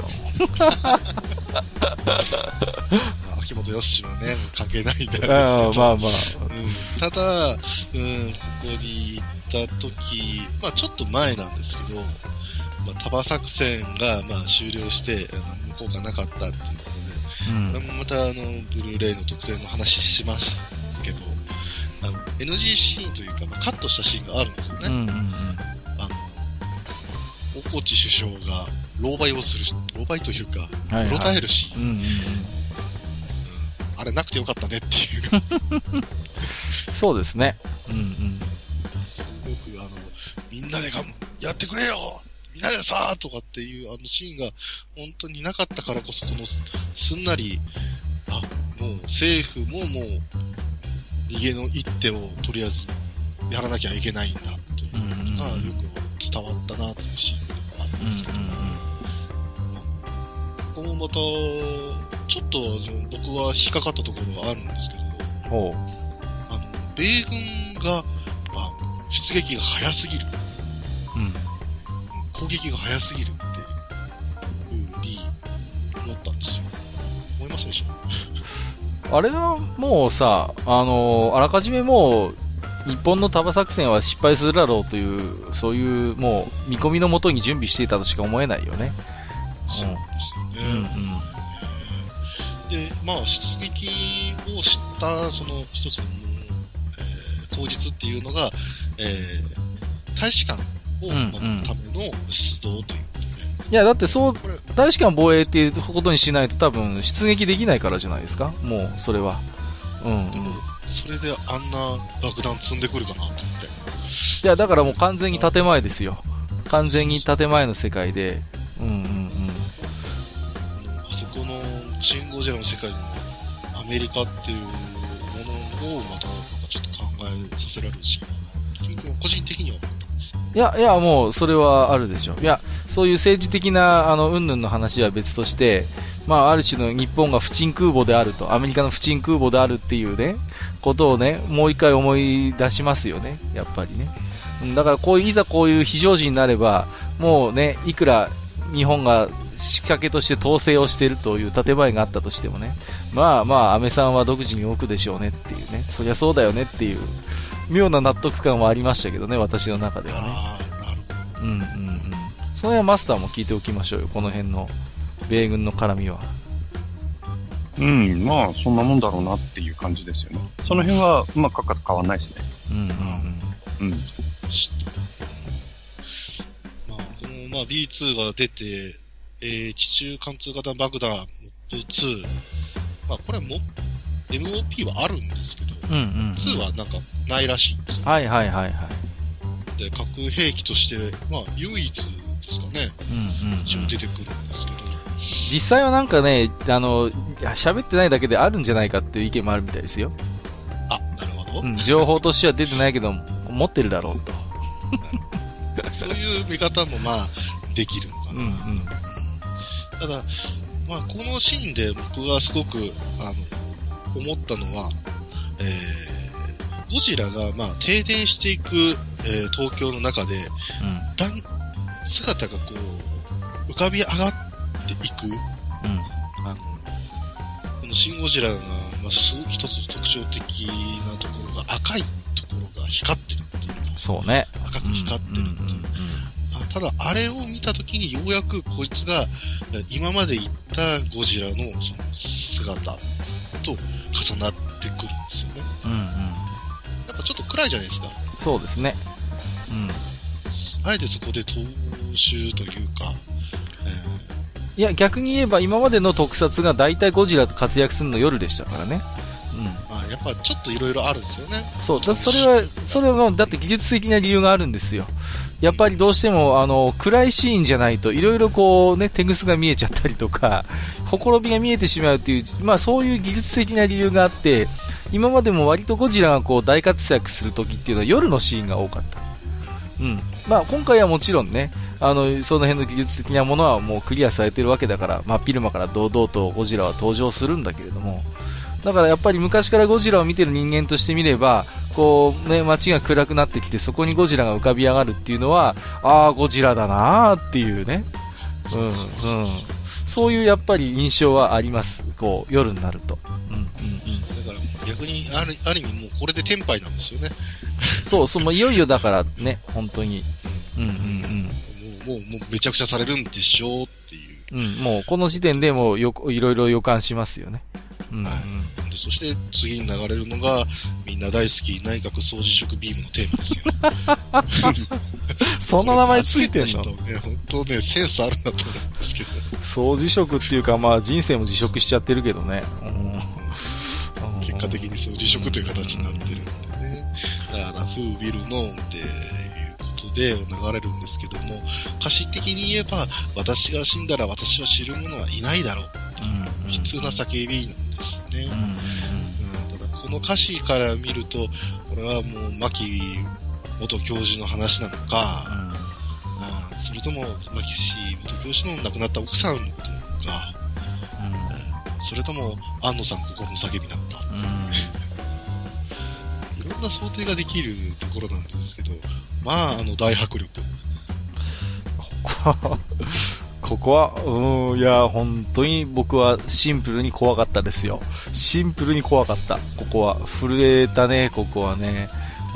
秋元康はね、関係ないんですけど。 あ、まあまあ、うん。 ただ、うん、ここに行った時、まあちょっと前なんですけど、まあ、タバ作戦がまあ終了して、向こうがなかったっていうことで、うん、またあの、ブルーレイの特典の話しますけど、あの エヌジー シーンというか、まあ、カットしたシーンがあるんですよね。うんうんうん、あの大河内首相が狼狽をする、狼狽というか、うろたえるシーン、うんうんうんうん、あれなくてよかったねっていうそうですね、うんうん、 すごくあのみんなでがやってくれよみんなでさーとかっていうあのシーンが本当になかったからこそ、このすんなり、あ、もう政府ももう逃げの一手をとりあえずやらなきゃいけないんだというのがよく伝わったなというシーンがあるんですけど、うんうんうん、まあ、ここもまたちょっと僕は引っかかったところがあるんですけど、ほう、あの米軍が、まあ、出撃が早すぎる、うん、攻撃が早すぎるっていうふうに思ったんですよ。思いますでしょ？ あれはもうさ、あのー、あらかじめもう日本のタバ作戦は失敗するだろうというそういうもう見込みのもとに準備していたとしか思えないよね。 そうですよね。うんうん、で、まあ出撃をしたその一つの、えー、口実っていうのが、えー、大使館を守るための出動という。 いや、だってそう、大使館防衛っていうことにしないと多分出撃できないからじゃないですか、もう、それは。うん。 でも、それであんな爆弾積んでくるかなと思って。 いや、だからもう完全に建前ですよ。完全に建前の世界で。うんうんうん。 あそこのシン・ゴジラの世界にもアメリカっていうものをまたなんかちょっと考えさせられるし、個人的には思ったんですよ。 いや、いや、もう、それはあるでしょう。いや、そういう政治的な、あの、云々の話は別として、まあ、ある種の日本が不沈空母であると、アメリカの不沈空母であるっていうね、ことをね、もう一回思い出しますよね、やっぱりね。だから、こういう、いざこういう非常時になれば、もうね、いくら日本が仕掛けとして統制をしているという建前があったとしてもね、まあまあ、安倍さんは独自に置くでしょうねっていうね、そりゃそうだよねっていう、妙な納得感はありましたけどね、私の中ではね。 ああ、なるほど。 うんうんうん。その辺はマスターも聞いておきましょうよ、この辺の米軍の絡みは。 うん、まあそんなもんだろうなっていう感じですよね。その辺はまあ価格変わんないですね。うんうんうん。うん。 まあこのまあ ビーツー が出て、えー、地中貫通型爆弾 ブイツー、まあこれも エムオーピー はあるんですけど、うんうんうん、ツーはなんかないらしいんですよ、ね。 はいはいはいはい。 で核兵器としてまあ唯一ですかね。うんうんうん、一応出てくるんですけど。 実際はなんかね、あの喋ってないだけであるんじゃないかっていう意見もあるみたいですよ。 あ、なるほど。 うん、情報としては出てないけど持ってるだろうと。 そういう見方もまあできるのかな。うんうん、ただまあこのシーンで僕がすごくあの思ったのは、えー、 ゴジラが、まあ、停電していく、えー、東京の中で、うん、だん姿がこう、浮かび上がっていく、うん、あの、このシン・ゴジラが、まあ、すごく一つ特徴的なところが、赤いところが光ってるっていうか、 そうね。 赤く光ってるっていう。うんうんうんうん、ただ、あれを見たときにようやくこいつが、今まで言ったゴジラのその姿と重なってくるんですよね。うんうん。やっぱちょっと暗いじゃないですか。 そうですね。うん。 あえてそこで踏襲というか、 えー、いや、逆に言えば今までの特撮が大体ゴジラと活躍するの夜でしたからね。 うん。あ、やっぱちょっといろいろあるんですよね。 そう。だそれは、それは、だって技術的な理由があるんですよ。やっぱりどうしても、あの、暗いシーンじゃないと、いろいろこうね、テグスが見えちゃったりとか、ほころびが見えてしまうっていう、まあそういう技術的な理由があって、今までも割とゴジラがこう大活躍する時っていうのは夜のシーンが多かった。うん。まあ今回はもちろんね、あの、その辺の技術的なものはもうクリアされてるわけだから、真っ昼間から堂々とゴジラは登場するんだけれども、だからやっぱり昔からゴジラを見てる人間としてみれば、こうね、街が暗くなってきてそこにゴジラが浮かび上がるっていうのは、ああ、ゴジラだなーっていうね。うん、うん。そういうやっぱり印象はあります。こう、夜になると。うん、うん、うん。 だから逆にある、ある意味もうこれでテンパイなんですよね。 そう、そう、もういよいよだからね、本当に。うん、うん、うん。 もう、もう、もうめちゃくちゃされるんでしょうっていう。 うん、もうこの時点でもうよ、いろいろ予感しますよね。うん、うん。 でそして次に流れるのがみんな大好き内閣総辞職ビームのテーマですよ。 そんな名前ついてんの？ 人ね、本当ね、センスあるなと思うんですけど。 総辞職っていうか、まあ人生も辞職しちゃってるけどね。うん、 結果的に総辞職という形になってるんでね。だから、フービルノーンっていうことで流れるんですけども、歌詞的に言えば、私が死んだら私は知る者はいないだろうっていう、悲痛な叫びですね。うんうんうん、ただこの歌詞から見ると、これはもう牧元教授の話なのか、うん、あそれとも牧元教授の亡くなった奥さんのことなのか、うん、それとも安野さん心の叫びなのか、うん、いろんな想定ができるところなんですけど、まあ、あの大迫力。 ここはここは、うん、いや、本当に僕はシンプルに怖かったですよ。シンプルに怖かった。ここは。震えたね、ここはね。うん。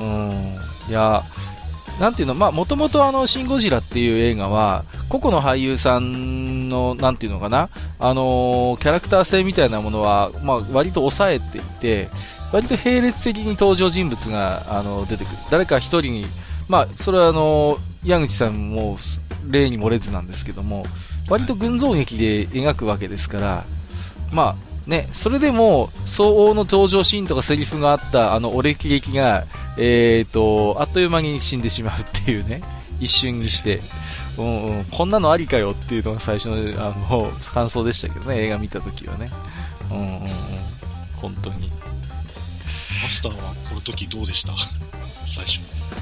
いや、なんていうの、まあ、もともとあの、シン・ゴジラっていう映画は、個々の俳優さんの、なんていうのかな、あのー、キャラクター性みたいなものは、まあ、割と抑えていて、割と並列的に登場人物が、あの、出てくる。誰か一人に、まあ、それはあの、矢口さんも、例に漏れずなんですけども、割と群像劇で描くわけですから、まあね、それでも相応の登場シーンとかセリフがあったあのオレキ劇が、えーと、あっという間に死んでしまうっていうね、一瞬にして、うんうん、こんなのありかよっていうのが最初の、あの感想でしたけどね、映画見た時はね、うんうんうん、本当に。 マスターはこの時どうでした？最初。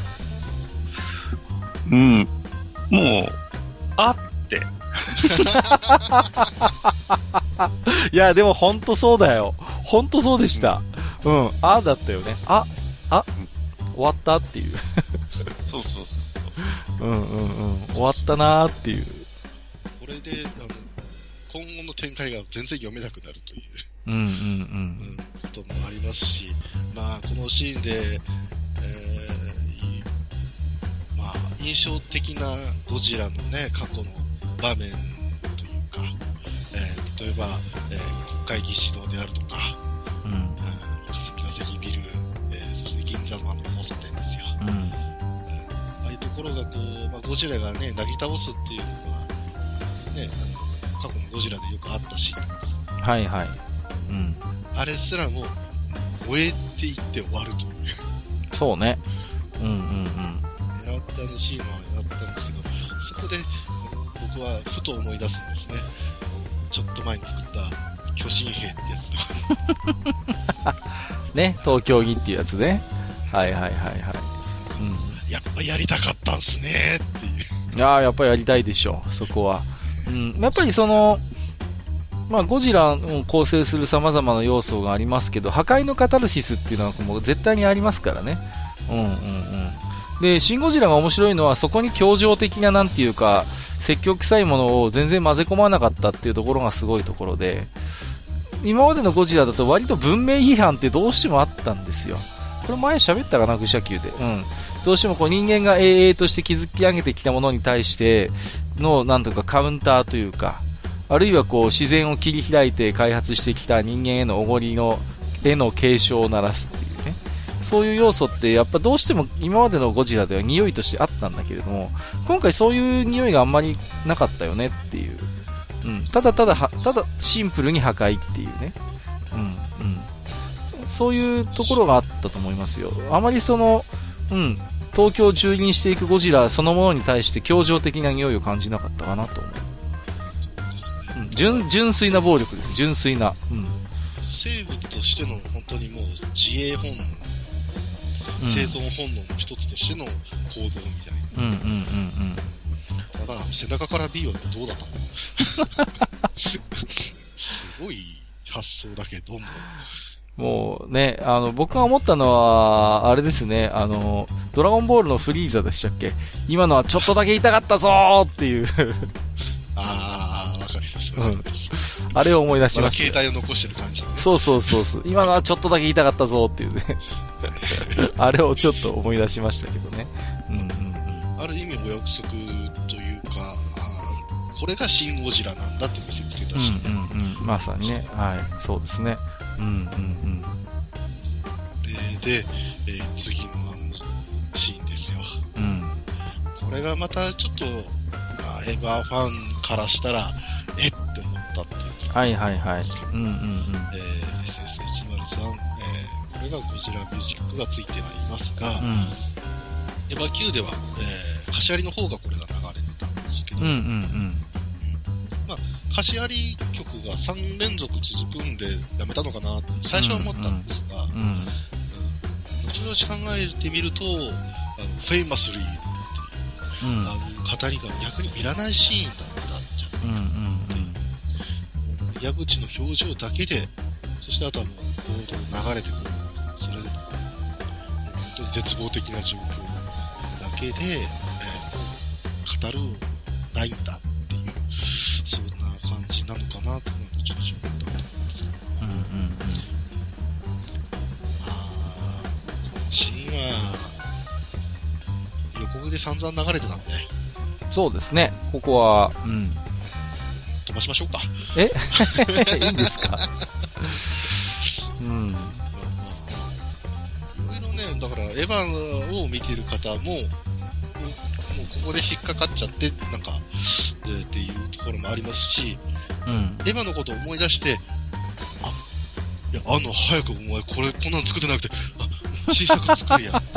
うん。もう、あって。 いや、でも本当そうだよ。本当そうでした。うん。うん、あだったよね。あ、あ、終わったっていう。 そうそうそうそう。うんうんうん。終わったなーっていう。 これで、あの、今後の展開が全然読めなくなるという。 うんうんうん。うん、 こともありますし、まあ、このシーンで、えー、まあ、印象的なゴジラのね、過去の場面というか、えー、例えば、えー、国会議事堂であるとか、うん、霞が関ビル、えー、そして銀座のあの交差点ですよ。うん、えー、ああいうところがこう、まあ、ゴジラがね、なぎ倒すっていうのが、ね、あの過去のゴジラでよくあったシーンなんですよ。 はいはい。うん、 あれすらも燃えていって終わるという。 そうね。うんうんうん。 狙ったあのシーンは狙ったんですけど、そこで僕はふと思い出すんですね。ちょっと前に作った巨神兵ってやつね、東京儀っていうやつね。はいはいはいはい。 うん、やっぱやりたかったんすねっていう。 ああ、やっぱりやりたいでしょう、そこは。うん、やっぱりその、 まあ、ゴジラを構成する様々な要素がありますけど、破壊のカタルシスっていうのはもう絶対にありますからね。うんうんうん。で、シン・ゴジラが面白いのは、そこに協情的ななんていうか、積極臭いものを全然混ぜ込まなかったっていうところがすごいところで、今までのゴジラだと割と文明批判ってどうしてもあったんですよ。これ前喋ったかな、愚者級で。うん。どうしてもこう人間が永遠として築き上げてきたものに対しての、なんとかカウンターというか、あるいはこう自然を切り開いて開発してきた人間へのおごりの、への警鐘を鳴らすっていうね。そういう要素ってやっぱどうしても今までのゴジラでは匂いとしてあったんだけれども、今回そういう匂いがあんまりなかったよねっていう。うん。ただただは、ただシンプルに破壊っていうね。うん。うん。そういうところがあったと思いますよ。あまりその、うん。東京を蹂躙していくゴジラそのものに対して協情的な匂いを感じなかったかなと思う。うん、純, 純粋な暴力です。純粋な。うん、 生物としての本当にもう自衛本能、うん、生存本能の一つとしての行動みたいな。うんうんうんうん。ただ背中から B はどうだったのすごい発想だけども。 もうね、あの、僕が思ったのは、あれですね、あの、ドラゴンボールのフリーザでしたっけ？今のはちょっとだけ痛かったぞーっていう。 あー、わかります、わかります。 うん、あれを思い出しました。 まだ携帯を残してる感じ、ね。 そうそうそうそう。今のはちょっとだけ痛かったぞーっていうね。あれをちょっと思い出しましたけどね。うんうんうん。 ある意味お約束というか、あこれがシン・ゴジラなんだって見せつけたし、ね。 うんうんうん。まさにね。はい。そうですね。うんうんうん。 で、えー、次のあのシーンですよ。うん。これがまたちょっと、まあ、エヴァファンからしたら、えって思ったっていうはいはいはい。うんうんうん。 えー、エスエスいちまるさん、えー、これがゴジラミュージックがついてはいますが、うん、エヴァ級では、えー、貸しありの方がこれが流れてたんですけど、うんうんうん。まあ、貸しあり曲がさん連続続くんでやめたのかなって最初は思ったんですが、うんうんうん、後々考えてみると、あのフェイマスリーっていう、うん、あの語りが逆にいらないシーンだったんじゃないかなっていう、うんうんうん、矢口の表情だけで、そしてあとはもうボード流れてくる、それで、本当に絶望的な状況だけで、えー、語るないんだ。そんな感じなのかなと思うとちょっと思ったと思うんですけど。うんうんうん。あー、このシーンは予告で散々流れてたんで。そうですね。 ここは、うん。 飛ばしましょうか。 えいいんですかうん。いろいろね、だからエヴァを見てる方も、もうここで引っかかっちゃって、なんか、えー、っていうところもありますし、うん、エヴァのことを思い出して、あ、いや、あの、早くお前これ、こんなの作ってなくて、あ、小さく作れや。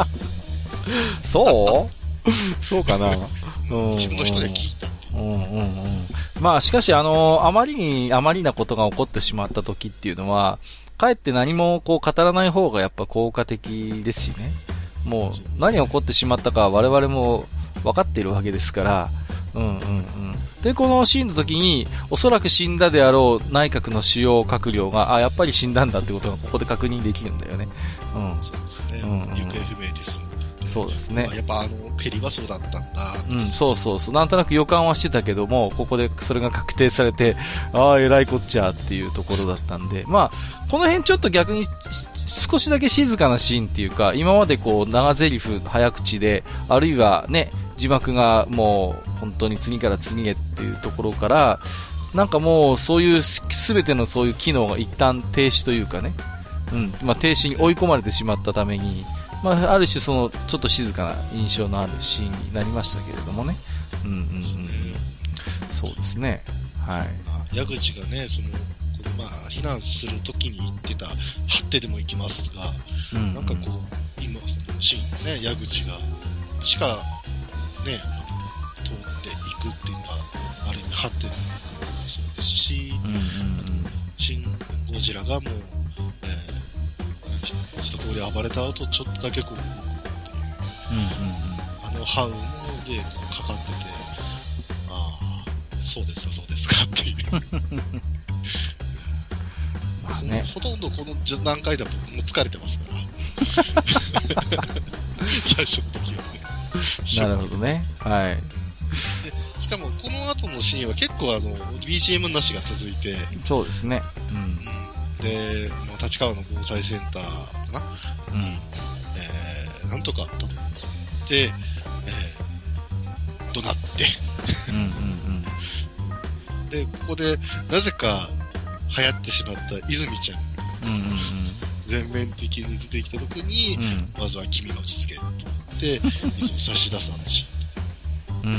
そうそうかな、 うん、自分の人で聞いたっていう。うんうんうん。 まあ、しかし、あの、あまりに、あまりなことが起こってしまった時っていうのは、かえって何もこう語らない方がやっぱ効果的ですしね。もう、何が起こってしまったか我々も分かっているわけですから、うんうんうん。で、このシーンの時に、おそらく死んだであろう内閣の主要閣僚が、あ、やっぱり死んだんだってことがここで確認できるんだよね。うん。 そうですね。うんうん、行方不明です。 そうですね。 まあ、やっぱあの、ケリはそうだったんだ。 うん、そうそうそう。なんとなく予感はしてたけども、ここでそれが確定されて、ああ、偉いこっちゃっていうところだったんで、まあ、この辺ちょっと逆に、少しだけ静かなシーンっていうか、今までこう、長台詞、早口で、あるいはね、字幕がもう、本当に次から次へっていうところから、なんかもう、そういう、すべてのそういう機能が一旦停止というかね、うん、まあ、停止に追い込まれてしまったために、まあ、ある種その、ちょっと静かな印象のあるシーンになりましたけれどもね。うんうんうん。そうですね。はい。 矢口がね、その、まあ、避難するときに言ってた、張ってでも行きますが、うんうん、なんかこう、今、シーンね、矢口が、地下、ね、通っていくっていうのが、ある意味張ってるのもそうですし、うんうんうん、シン・ゴジラがもう、えー一通り暴れた後ちょっとだけこう動くっていう、うんうんうん、あのハウでかかってて、ああそうですかそうですかっていうね、 ほとんどこの段階では僕も疲れてますから。最初の時はね。 なるほどね。はい。 でしかも、この後のシーンは結構あの、ビージーエム なしが続いて。 そうですね。うん。 で、立川の防災センターかな。 うん。 えー、なんとかあったと思うんですよ。で、えー、怒鳴って。 うんうんうん。 で、ここで、なぜか流行ってしまった泉ちゃん。 うんうんうん。 全面的に出てきたときに、うん、まずは君が落ち着けと言って、水を差し出す話。 うんうんうん。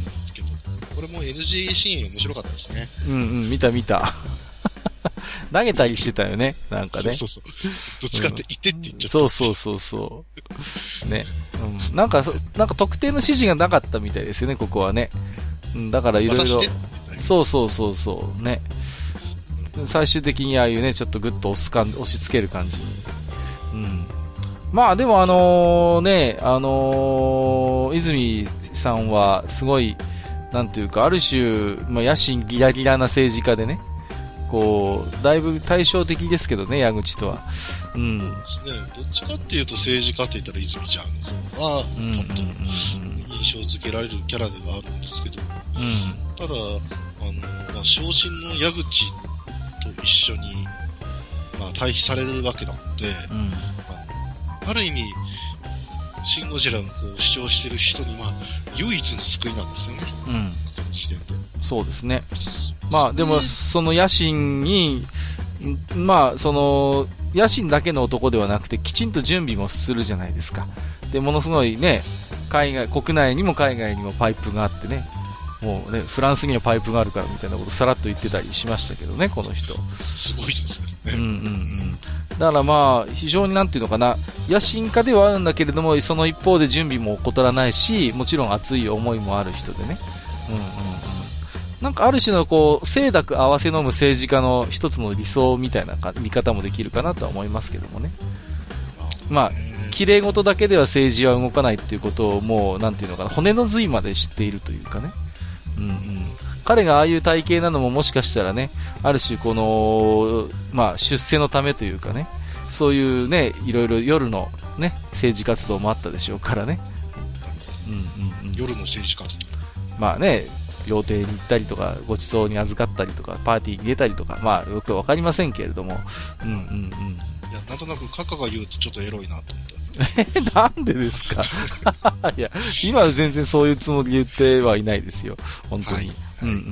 ですけど、これも エヌジー シーン面白かったですね。 うんうん、見た見た。投げたりしてたよね、なんかね。 そうそうそう。ぶつかっていてって言っちゃった、 うん。そうそうそうそう。ね。うん。なんか、なんか特定の指示がなかったみたいですよね、ここはね。うん、だからいろいろ。そうそうそうそう。ね。最終的にああいうね、ちょっとグッと押すかん、押し付ける感じに。うん。まあでもあのー、ね、あのー、泉さんはすごい、なんていうか、ある種、まあ野心ギラギラな政治家でね、こう、だいぶ対照的ですけどね、矢口とは。うん。 そうですね。どっちかっていうと政治家って言ったら泉ちゃんは、パッと印象づけられるキャラではあるんですけど、 うん、 ただ、あの、まあ、昇進の矢口と一緒に、まあ、対比されるわけなので、うん、あ, ある意味、シン・ゴジラをこう主張している人には唯一の救いなんですよね。 うん。 この時点で。 そうですね。まあでも、その野心に、まあその、野心だけの男ではなくて、きちんと準備もするじゃないですか。で、ものすごいね、海外、国内にも海外にもパイプがあってね、もうね、フランスにはパイプがあるからみたいなことさらっと言ってたりしましたけどね、この人。 すごいですね。 うんうんうん。だからまあ、非常になんていうのかな、野心家ではあるんだけれども、その一方で準備も怠らないし、もちろん熱い思いもある人でね。うんうんうん。なんかある種のこう、清濁合わせ飲む政治家の一つの理想みたいな見方もできるかなとは思いますけどもね。まあ、綺麗事だけでは政治は動かないっていうことをもう、なんていうのかな、骨の髄まで知っているというかね。うんうん、彼がああいう体型なのももしかしたらね、ある種この、まあ、出世のためというかね、そういうね、いろいろ夜のね、政治活動もあったでしょうからね。 うんうんうん、夜の政治活動。 まあね、料亭に行ったりとか、ごちそうに預かったりとか、パーティーに出たりとか、まあよくわかりませんけれども、うんうんうん。 いや、なんとなくカカが言うとちょっとエロいなと思った。 え、なんでですかいや、今は全然そういうつもりで言ってはいないですよ。本当に。はいはい、うんうんうん。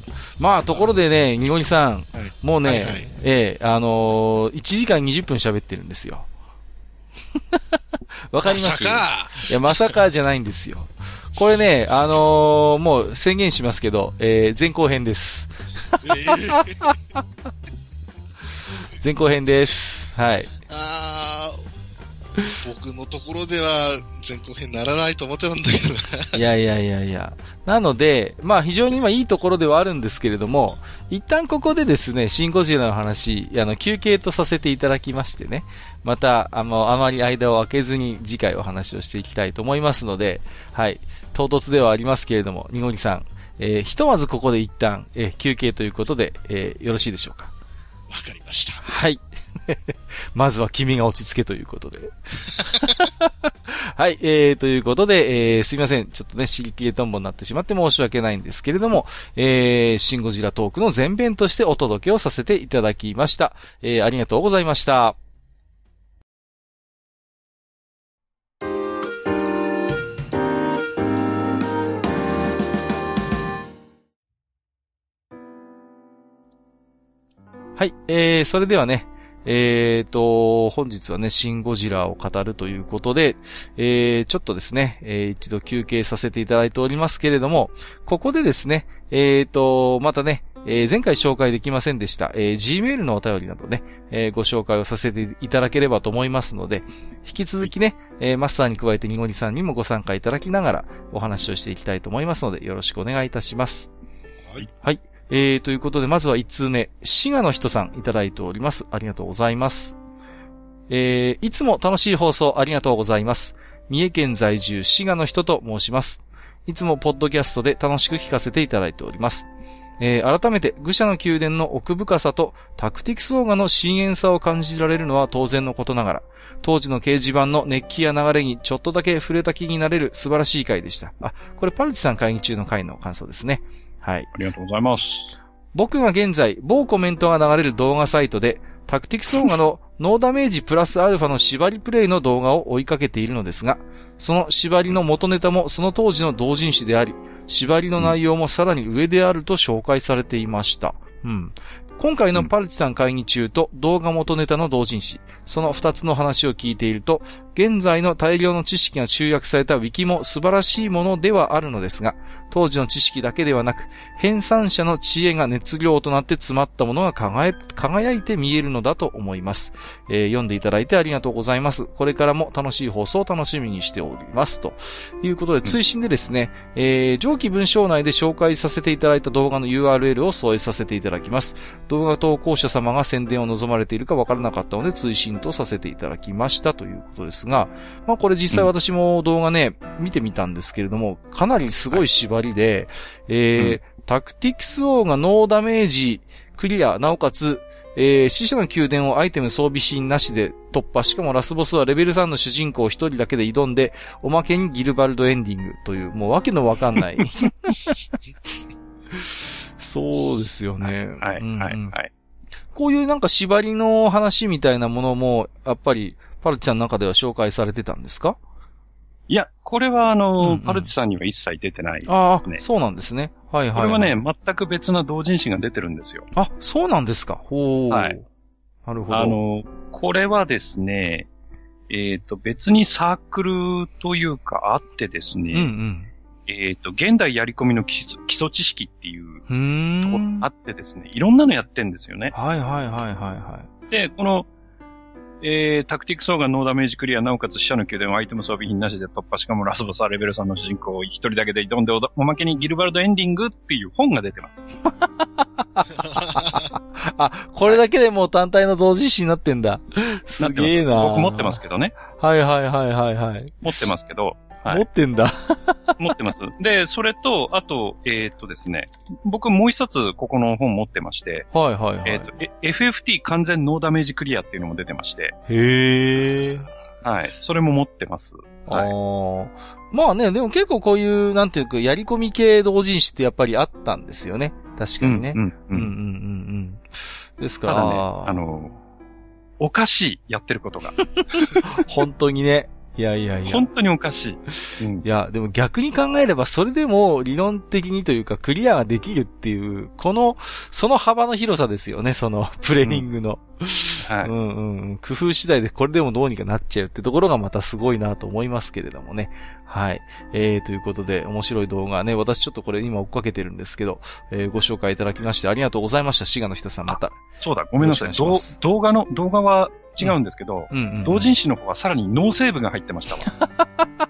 まあ、ところでね、にごりさん、はい、もうね、はいはい、ええ、あのー、いちじかんにじゅっぷん喋ってるんですよ。わかります？ まさかいや、まさかじゃないんですよ。これね、あのー、もう宣言しますけど、えー、前後編です。えー、前後編です。はい。 あー僕のところでは前後編ならないと思ってたんだけどな。 いやいやいやいや。なので、まあ非常に今いいところではあるんですけれども、一旦ここでですね、シン・ゴジラの話、あの、休憩とさせていただきましてね、また、あの、あまり間を空けずに次回お話をしていきたいと思いますので、はい。唐突ではありますけれども、にごりさん、えー、ひとまずここで一旦、えー、休憩ということで、えー、よろしいでしょうか。 わかりました。 はい。まずは君が落ち着けということで。はい、えー、ということで、えー、すいません。ちょっとね、尻切れトンボになってしまって申し訳ないんですけれども、えー、シン・ゴジラトークの前編としてお届けをさせていただきました。えー、ありがとうございました。はい、えー、それではね、えーと、本日はね、シン・ゴジラを語るということで、えー、ちょっとですね、えー、一度休憩させていただいておりますけれども、ここでですね、えーと、またね、えー、前回紹介できませんでした、えー、Gmail のお便りなどね、えー、ご紹介をさせていただければと思いますので、引き続きね、えー、マスターに加えてにごりさんにもご参加いただきながらお話をしていきたいと思いますので、よろしくお願いいたします。 はい。 はい。えー、ということで、まずはいち通目、滋賀の人さんいただいております。ありがとうございます。えー、いつも楽しい放送ありがとうございます。三重県在住滋賀の人と申します。いつもポッドキャストで楽しく聞かせていただいております。 えー、改めて愚者の宮殿の奥深さとタクティクスオーガの深淵さを感じられるのは当然のことながら、当時の掲示板の熱気や流れにちょっとだけ触れた気になれる素晴らしい回でした。あ、これパルチさん会議中の回の感想ですね。はい。 ありがとうございます。 僕が現在、某コメントが流れる動画サイトで、タクティクスオーガのノーダメージプラスアルファの縛りプレイの動画を追いかけているのですが、その縛りの元ネタもその当時の同人誌であり、縛りの内容もさらに上であると紹介されていました。うん。今回のパルチさん会議中と動画元ネタの同人誌、その二つの話を聞いていると、現在の大量の知識が集約されたウィキも素晴らしいものではあるのですが、当時の知識だけではなく、編纂者の知恵が熱量となって詰まったものが輝、輝いて見えるのだと思います、えー。読んでいただいてありがとうございます。これからも楽しい放送を楽しみにしております。ということで、追伸でですね、うん、えー、上記文章内で紹介させていただいた動画の ユーアールエル を添えさせていただきます。動画投稿者様が宣伝を望まれているかわからなかったので、追伸とさせていただきましたということですが、まあこれ実際私も動画ね、うん、見てみたんですけれども、かなりすごい縛りで、はい、えーうん、タクティクスオーがノーダメージクリア、なおかつ、えー、死者の宮殿をアイテム装備品なしで突破、しかもラスボスはレベルさんの主人公一人だけで挑んで、おまけにギルバルドエンディングという、もうわけのわかんない。そうですよね。 はい、うんうん、はい、はい。 こういうなんか縛りの話みたいなものも、やっぱり、パルチさんの中では紹介されてたんですか？ いや、これはあの、うんうん、パルチさんには一切出てないですね。 ああ、そうなんですね。はいはい、はい。 これはね、全く別な同人誌が出てるんですよ。 あ、そうなんですか。ほー。はい。なるほど。 あの、これはですね、えっと、別にサークルというかあってですね、うんうん、えっと、現代やり込みの基礎、基礎知識っていうところがあってですね、いろんなのやってんですよね。 はいはいはいはいはい。 で、この、えー、タクティクスオーガノーダメージクリア、なおかつ死者の宮殿をアイテム装備品なしで突破、しかもラスボスはレベルさんの主人公を一人だけで挑んで、おまけにギルバルドエンディングっていう本が出てます。 あ、これだけでもう単体の同人誌になってんだ。すげえな。 僕持ってますけどね。 はいはいはいはいはい。 持ってますけど。 はい、持ってんだ。 持ってます。で、それと、あと、えー、っとですね、僕もう一冊ここの本持ってまして、 はいはいはい。 えー、っと、エフエフティー 完全ノーダメージクリアっていうのも出てまして。 へー。 はい。それも持ってます。はい。 あまあね、でも結構こういう、なんていうか、やり込み系同人誌ってやっぱりあったんですよね。確かにね。うんうんうん。うんうんうんうん。ですから。 ただね、あの、おかしい、やってることが。 本当にね。いやいやいや。 本当におかしい。 うん、いや、でも逆に考えれば、それでも理論的にというかクリアができるっていう、この、その幅の広さですよね、そのプレイングの。うん、はい。うんうん。工夫次第でこれでもどうにかなっちゃうってところがまたすごいなと思いますけれどもね。はい。えー、ということで、面白い動画ね、私ちょっとこれ今追っかけてるんですけど、えー、ご紹介いただきましてありがとうございました。滋賀の人さんまた。 そうだ、ごめんなさい。動画の、動画は、違うんですけど、うんうんうんうん、同人誌の方はさらにノーセーブが入ってましたわ。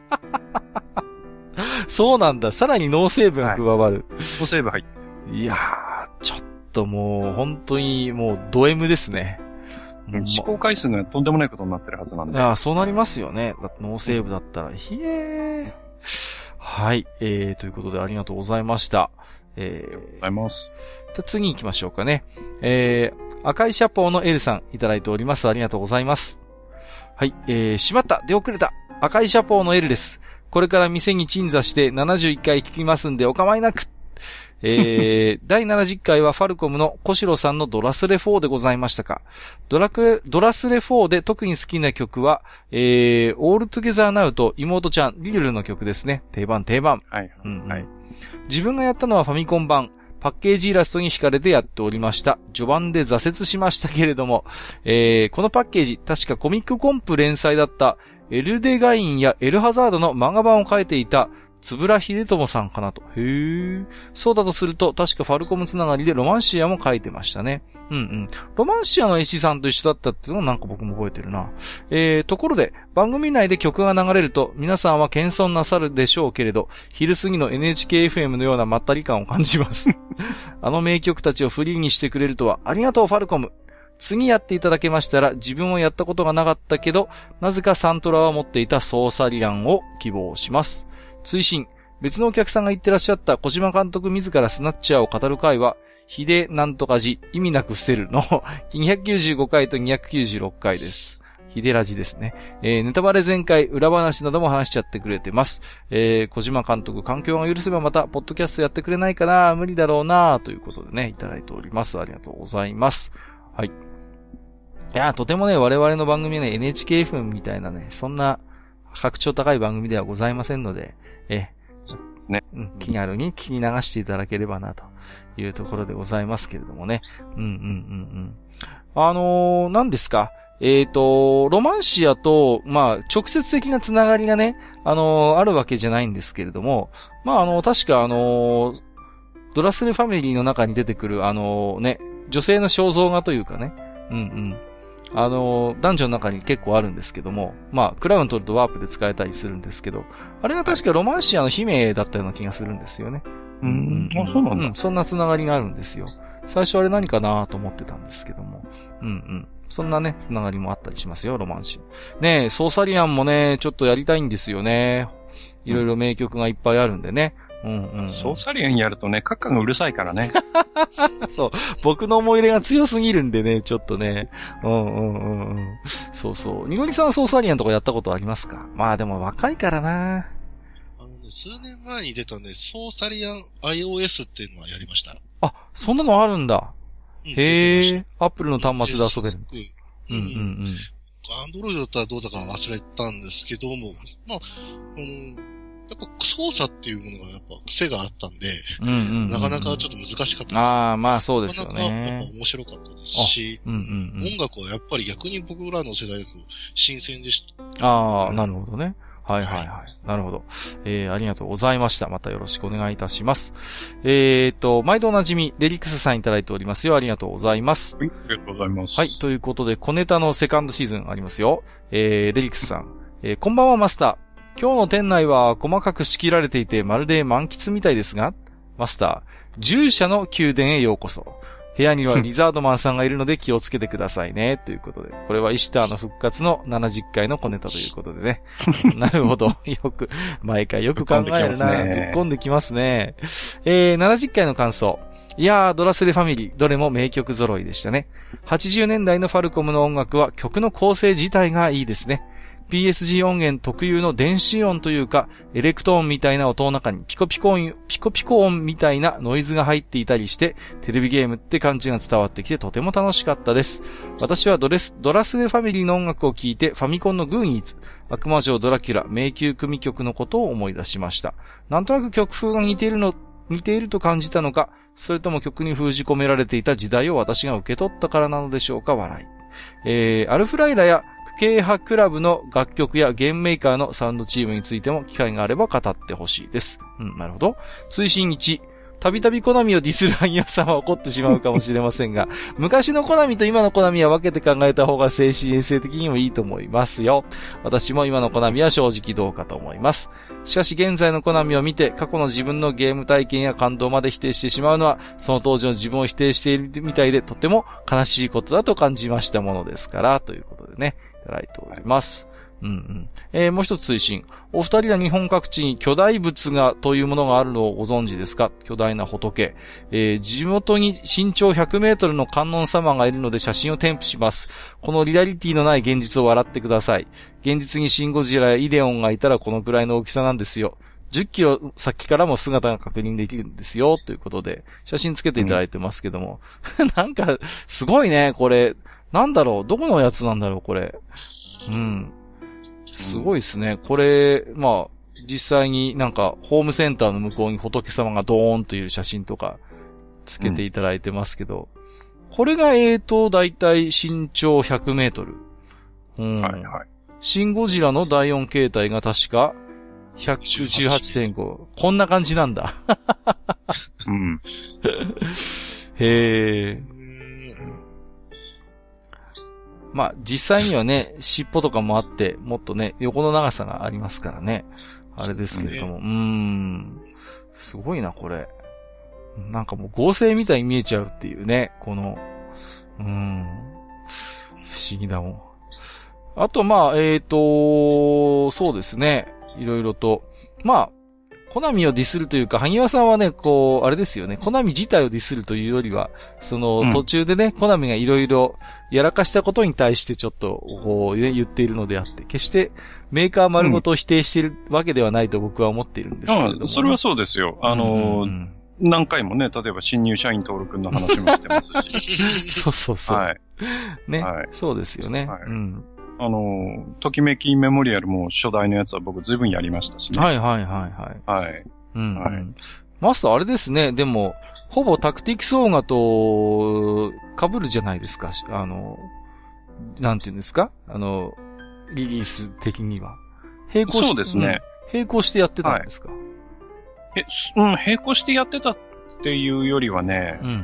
そうなんだ。さらにノーセーブが加わる。 はい、ノーセーブ入ってます。 いやー、ちょっともう、本当にもうド M ですね。 試行回数がとんでもないことになってるはずなんで。 ああ、そうなりますよね。だってノーセーブだったら。ひえー。はい。えー、ということでありがとうございました。 えー、ありがとうございます。 次行きましょうかね。えー、赤いシャポーの L さんいただいております。ありがとうございます。はい、えー、しまった、出遅れた。赤いシャポーの L です。これから店に鎮座してななじゅういっかい聞きますんでお構いなく。えー、だいななじゅっかいはファルコムの小城さんのドラスレフォーでございましたか。ドラク、ドラスレフォーで特に好きな曲は、えー、オールトゥゲザーナウと妹ちゃん、リルルの曲ですね。定番定番。 はい。うん、はい。 自分がやったのはファミコン版。パッケージイラストに惹かれてやっておりました。序盤で挫折しましたけれども、えー、このパッケージ、確かコミックコンプ連載だったエルデガインやエルハザードの漫画版を書いていたつぶらひでともさんかなと。へー。そうだとすると、確かファルコムつながりでロマンシアも書いてましたね。うんうん。ロマンシアの絵師さんと一緒だったっていうのをなんか僕も覚えてるな。えー、ところで、番組内で曲が流れると、皆さんは謙遜なさるでしょうけれど、昼過ぎの エヌエイチケーエフエム のようなまったり感を感じます。あの名曲たちをフリーにしてくれるとは、ありがとうファルコム。次やっていただけましたら、自分はやったことがなかったけど、なぜかサントラは持っていたソーサリアンを希望します。追伸、 別のお客さんが言ってらっしゃった小島監督自らスナッチャーを語る回は、ひでなんとかじ、意味なく伏せるのにひゃくきゅうじゅうごかいとにひゃくきゅうじゅうろっかいです。ひでラジですね。えー、ネタバレ全開、裏話なども話しちゃってくれてます。えー、小島監督、環境が許せばまた、ポッドキャストやってくれないかな、無理だろうな、ということでね、いただいております。ありがとうございます。はい。いや、とてもね、我々の番組はね、エヌエイチケーエフエム みたいなね、そんな、格調高い番組ではございませんので、えー、 ね、 うん、気軽に聞き流していただければな、というところでございますけれどもね。うんうんうんうん。あのー、何ですかえっと、ロマンシアと、まあ、直接的なつながりがね、あのー、あるわけじゃないんですけれども、まあ、あの、確かあのー、ドラスレファミリーの中に出てくる、あのー、ね、女性の肖像画というかね、うんうん。あのー、ダンジョンの中に結構あるんですけども、まあ、クラウン取るとワープで使えたりするんですけど、あれが確かロマンシアの姫だったような気がするんですよね。 うんうん。あ、そうなんだ。うん、 そんなつながりがあるんですよ。最初あれ何かなと思ってたんですけども、うんうん。そんなね、つながりもあったりしますよ、ロマンシア。ねえ、ソーサリアンもね、ちょっとやりたいんですよね。いろいろ名曲がいっぱいあるんでね。うんうん、うん。 ソーサリアンやるとね、カッカがうるさいからね。 そう。僕の思い入れが強すぎるんでね、ちょっとね。うんうんうんうん。そうそう。ニゴリさんはソーサリアンとかやったことありますか？まあでも若いからな。 あのね、数年前に出たね、ソーサリアン iOS っていうのはやりました。 あ、そんなのあるんだ。 うん、 へえ、アップルの端末で遊べる。 うんうんうん。アンドロイドだったらどうだか忘れたんですけども、まあ、あの、やっぱ操作っていうものがやっぱ癖があったんで、 うんうんうんうん、 なかなかちょっと難しかったです。 ああ、まあそうですよね。 なかなかやっぱ面白かったですし、 うんうんうん、 音楽はやっぱり逆に僕らの世代だと新鮮でした。 ああ、うん、なるほどね。はいはいはい。はい、なるほど。えー、ありがとうございました。またよろしくお願いいたします。えーと、毎度おなじみ、レリックスさんいただいておりますよ。ありがとうございます。 はい、ありがとうございます。 はい、ということで、小ネタのセカンドシーズンありますよ。えー、レリックスさん。えー、こんばんはマスター。今日の店内は細かく仕切られていて、まるで満喫みたいですが、マスター、従者の宮殿へようこそ。部屋にはリザードマンさんがいるので気をつけてくださいね。ということで。これはイシュターの復活のななじゅっかいの小ネタということでね。なるほど。よく、毎回よく考えるな。ぶっ込んできますね。えー、ななじゅっかいの感想。いやー、ドラスレファミリー、どれも名曲揃いでしたね。はちじゅうねんだいのファルコムの音楽は曲の構成自体がいいですね。ピーエスジー 音源特有の電子音というか、エレクトーンみたいな音の中にピコピコ音、ピコピコ音みたいなノイズが入っていたりして、テレビゲームって感じが伝わってきてとても楽しかったです。私はドレス、ドラスレファミリーの音楽を聴いてファミコンのグーニーズ、悪魔城ドラキュラ、迷宮組曲のことを思い出しました。なんとなく曲風が似ているの、似ていると感じたのか、それとも曲に封じ込められていた時代を私が受け取ったからなのでしょうか、笑い。えー、アルフライラや経営派クラブの楽曲やゲームメーカーのサウンドチームについても機会があれば語ってほしいです。うん、なるほど。追伸いち。たびたびコナミをディスるアニヤさんは怒ってしまうかもしれませんが、昔のコナミと今のコナミは分けて考えた方が精神衛生的にもいいと思いますよ。私も今のコナミは正直どうかと思います。しかし現在のコナミを見て過去の自分のゲーム体験や感動まで否定してしまうのは、その当時の自分を否定しているみたいでとても悲しいことだと感じましたものですから、ということでね、いただいております。うんうん。えー、もう一つ追伸。お二人は日本各地に巨大仏がというものがあるのをご存知ですか？巨大な仏。えー、地元に身長ひゃくメートルの観音様がいるので写真を添付します。このリアリティのない現実を笑ってください。現実にシンゴジラやイデオンがいたらこのくらいの大きさなんですよ。じゅっキロ先からも姿が確認できるんですよ。ということで、写真つけていただいてますけども。うん、なんか、すごいね、これ。なんだろう、どこのやつなんだろう、これ。うん。すごいですね。これ、まあ、実際になんか、ホームセンターの向こうに仏様がドーンといる写真とか、つけていただいてますけど、うん、これが、えーと、だいたい身長ひゃくメートル。うん。はいはい。シンゴジラのだいよん形態が確か、ひゃくじゅうはちてんご。こんな感じなんだ。 うん。 へー。まあ、実際にはね、尻尾とかもあって、もっとね、横の長さがありますからね。あれですけれども。うーん。すごいな、これ。なんかもう合成みたいに見えちゃうっていうね、この、うーん。不思議だもん。あと、まあ、えーと、そうですね。いろいろと。まあ、 コナミをディスるというか、萩和さんはね、こう、あれですよね、コナミ自体をディスるというよりは、その、うん、途中でね、コナミがいろいろやらかしたことに対してちょっと、こう、ね、言っているのであって、決してメーカー丸ごとを否定しているわけではないと僕は思っているんですけれども、ね。 うん、それはそうですよ。あのー、うんうん何回もね、例えば新入社員登録の話もしてますし。 そうそうそう。 はい。 ね、はい。そうですよね。はい、 うん。あの、ときめきメモリアルも初代のやつは僕ずいぶんやりましたしね。 はいはいはいはい。 はい。 うん、はい。マスターあれですね、でも、ほぼタクティクスオーガと被るじゃないですか。あの、なんていうんですかあの、リリース的には。並行して。 そうですね、 うん。並行してやってたんですか、はいえ、うん、並行してやってたっていうよりはね、うん、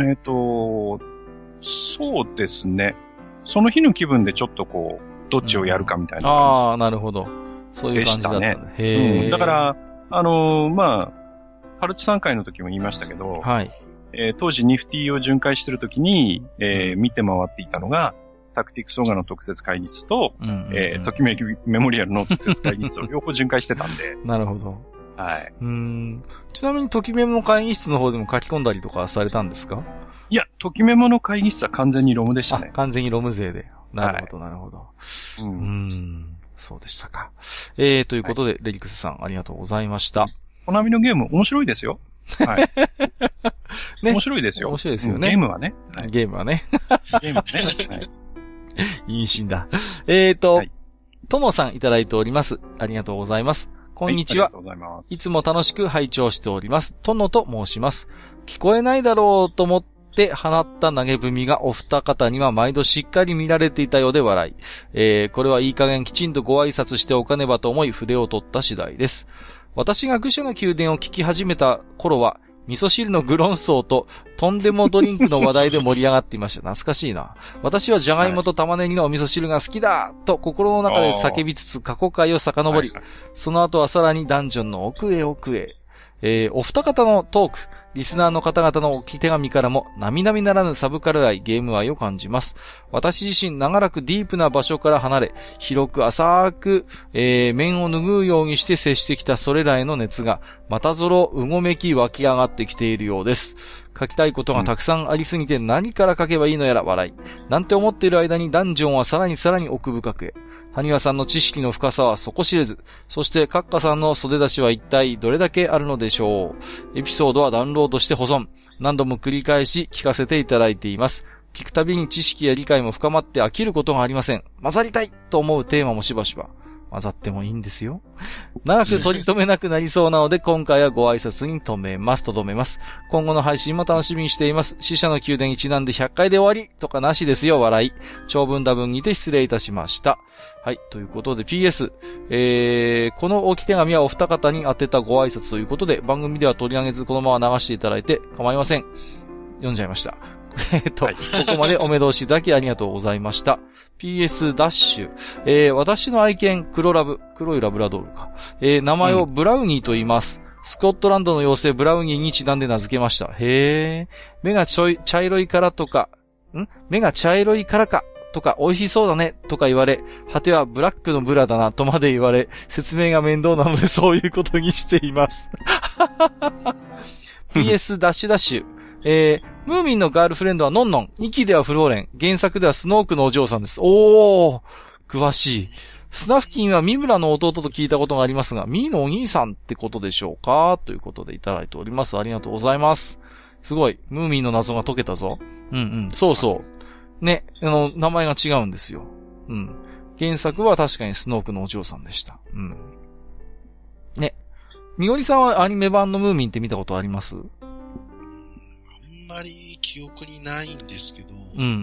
えっ、ー、と、そうですね。その日の気分でちょっとこう、どっちをやるかみたいな、うん。 ああ、なるほど。そういう感じだったね。 へえ、うん。だから、あのー、まあ、パルチさんかいの時も言いましたけど、 はい。 えー、当時ニフティを巡回してる時に、えー、見て回っていたのが、タクティクスオーガの特設会議室と、うんうんうん、えー、ときめきメモリアルの特設会議室を両方巡回してたんで。 なるほど。 はい。 うーん。ちなみに、ときメモの会議室の方でも書き込んだりとかされたんですか？ いや、ときメモの会議室は完全にロムでしたね。 あ、完全にロム勢で。なるほど、はい、なるほど。うん。うーん。そうでしたか。えー、ということで、はい、レリクスさん、ありがとうございました。 コナミのゲーム、面白いですよ。はい。ね。面白いですよ。 面白いですよね。 ゲームはね。 はい、ゲームはね。 ゲームはね。はい。 いいシーンだ。えーと、はい、ともさんいただいております。ありがとうございます。こんにちは。 はい、ありがとうございます。 いつも楽しく拝聴しております。とのと申します。聞こえないだろうと思って放った投げ文がお二方には毎度しっかり見られていたようで笑い。えー、これはいい加減きちんとご挨拶しておかねばと思い筆を取った次第です。私が愚者の宮殿を聞き始めた頃は、味噌汁のグロンソーととんでもドリンクの話題で盛り上がっていました。懐かしいな。私はジャガイモと玉ねぎのお味噌汁が好きだと心の中で叫びつつ過去回を遡り、はい、その後はさらにダンジョンの奥へ奥へ。えー、お二方のトーク、リスナーの方々の置き手紙からも並々ならぬサブカル愛、ゲーム愛を感じます。私自身長らくディープな場所から離れ、広く浅く、えー、面を拭うようにして接してきたそれらへの熱が、またぞろうごめき湧き上がってきているようです。書きたいことがたくさんありすぎて何から書けばいいのやら笑い。なんて思っている間にダンジョンはさらにさらに奥深くへ。埴輪さんの知識の深さは底知れず、そしてカッカさんの袖出しは一体どれだけあるのでしょう。エピソードはダウンロードして保存。何度も繰り返し聞かせていただいています。聞くたびに知識や理解も深まって飽きることがありません。混ざりたいと思うテーマもしばしば。混ざってもいいんですよ。長く取り留めなくなりそうなので、今回はご挨拶に止めます。とどめます。今後の配信も楽しみにしています。死者の宮殿にちなんでひゃっかいで終わりとかなしですよ、笑い。長文多文にて失礼いたしました。はい、ということで ピーエス、えー、この置き手紙はお二方に宛てたご挨拶ということで、番組では取り上げずこのまま流していただいて構いません。読んじゃいました。えっと、はい、ここまでお目通しいただきありがとうございました。ピーエス ダッシュ、えー、私の愛犬、黒ラブ、黒いラブラドールか。えー、名前をブラウニーと言います。うん、スコットランドの妖精ブラウニーにちなんで名付けました。へー。目がちょい、茶色いからとか、ん目が茶色いからか、とか、美味しそうだね、とか言われ、果てはブラックのブラだな、とまで言われ、説明が面倒なのでそういうことにしています。ピーエス ダッシュダッシュ、えー、ムーミンのガールフレンドはノンノン、イキではフローレン、原作ではスノークのお嬢さんです。おー、詳しい。スナフキンはミムラの弟と聞いたことがありますが、ミーのお兄さんってことでしょうかということでいただいております。ありがとうございます。すごい、ムーミンの謎が解けたぞ。うんうん、そうそう。ね、あの、名前が違うんですよ。うん。原作は確かにスノークのお嬢さんでした。うん。ね。みおりさんはアニメ版のムーミンって見たことあります？ あんまり記憶にないんですけど、 うんうんうん。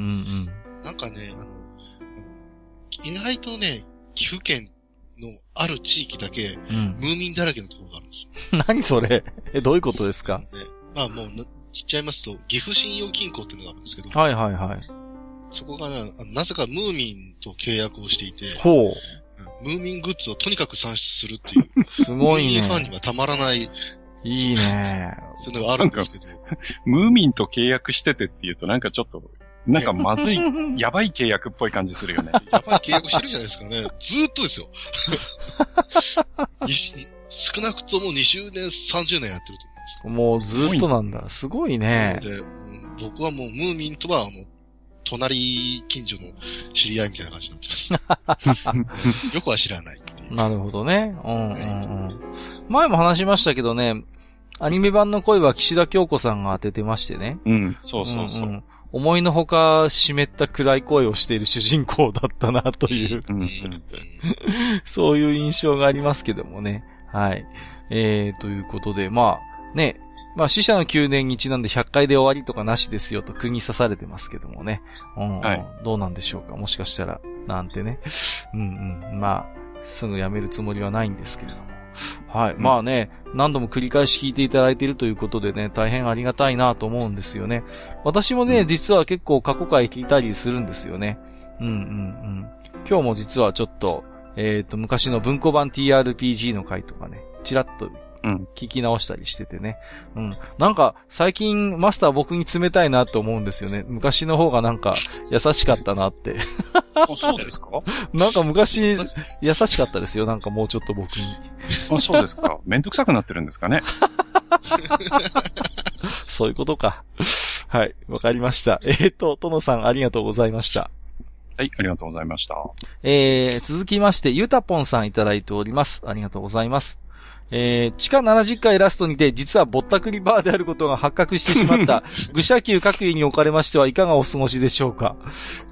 なんかね、あの、意外とね、岐阜県のある地域だけ、うん、ムーミンだらけのところがあるんですよ。 何それえ、どういうことですか？ ね、まあもう、言っちゃいますと、岐阜信用金庫っていうのがあるんですけど、 はいはいはい。 そこがね、なぜかムーミンと契約をしていて、 ほう。 ムーミングッズをとにかく産出するっていう。 すごいね。 ムーミンファンにはたまらない。 いいね。 そういうのがあるんですけど。 ムーミンと契約しててって言うとなんかちょっと、なんかまずい、やばい契約っぽい感じするよね。 やばい契約してるじゃないですかね。ずーっとですよ。 少なくともにじゅうねん、さんじゅうねんやってると思もうずっとなんだ。すごいね。 で、うん、僕はもうムーミンとはもう、隣近所の知り合いみたいな感じになってます。よくは知らないっていう。 なるほどね。うんうんうん。前も話しましたけどね、アニメ版の声は岸田京子さんが当ててましてね。 うん、そうそうそう。うんうん、 思いのほか湿った暗い声をしている主人公だったなという、うんうん、そういう印象がありますけどもね。はい。えー、ということで、まあ、ね、まあ死者のきゅうねんにちなんでひゃっかいで終わりとかなしですよと釘刺されてますけどもね。うん、はい、どうなんでしょうか。もしかしたら、なんてね。うんうん。まあ、すぐやめるつもりはないんですけれども。はい。うん、まあね、何度も繰り返し聞いていただいているということでね、大変ありがたいなと思うんですよね。私もね、うん、実は結構過去回聞いたりするんですよね。うんうんうん。今日も実はちょっと、えっと、昔の文庫版 ティーアールピージー の回とかね、ちらっと聞き直したりしててね。うん。なんか、最近マスター僕に冷たいなと思うんですよね。昔の方がなんか、優しかったなって。 あ、そうですか？ なんか昔、優しかったですよ。なんかもうちょっと僕に。 あ、そうですか。めんどくさくなってるんですかね。 そういうことか。はい。わかりました。えーと、トノさんありがとうございました。 はい、ありがとうございました。 えー、続きまして、ゆたぽんさんいただいております。ありがとうございます。えー、地下ななじゅっかいラストにて、実はぼったくりバーであることが発覚してしまった、愚者級各位におかれましてはいかがお過ごしでしょうか。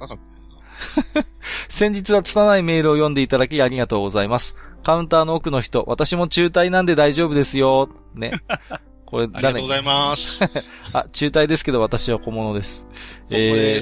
先日は拙いメールを読んでいただきありがとうございます。カウンターの奥の人、私も中退なんで大丈夫ですよ。ね。これ誰ありがとうございます。 あ、中退ですけど私は小物です。 小物です。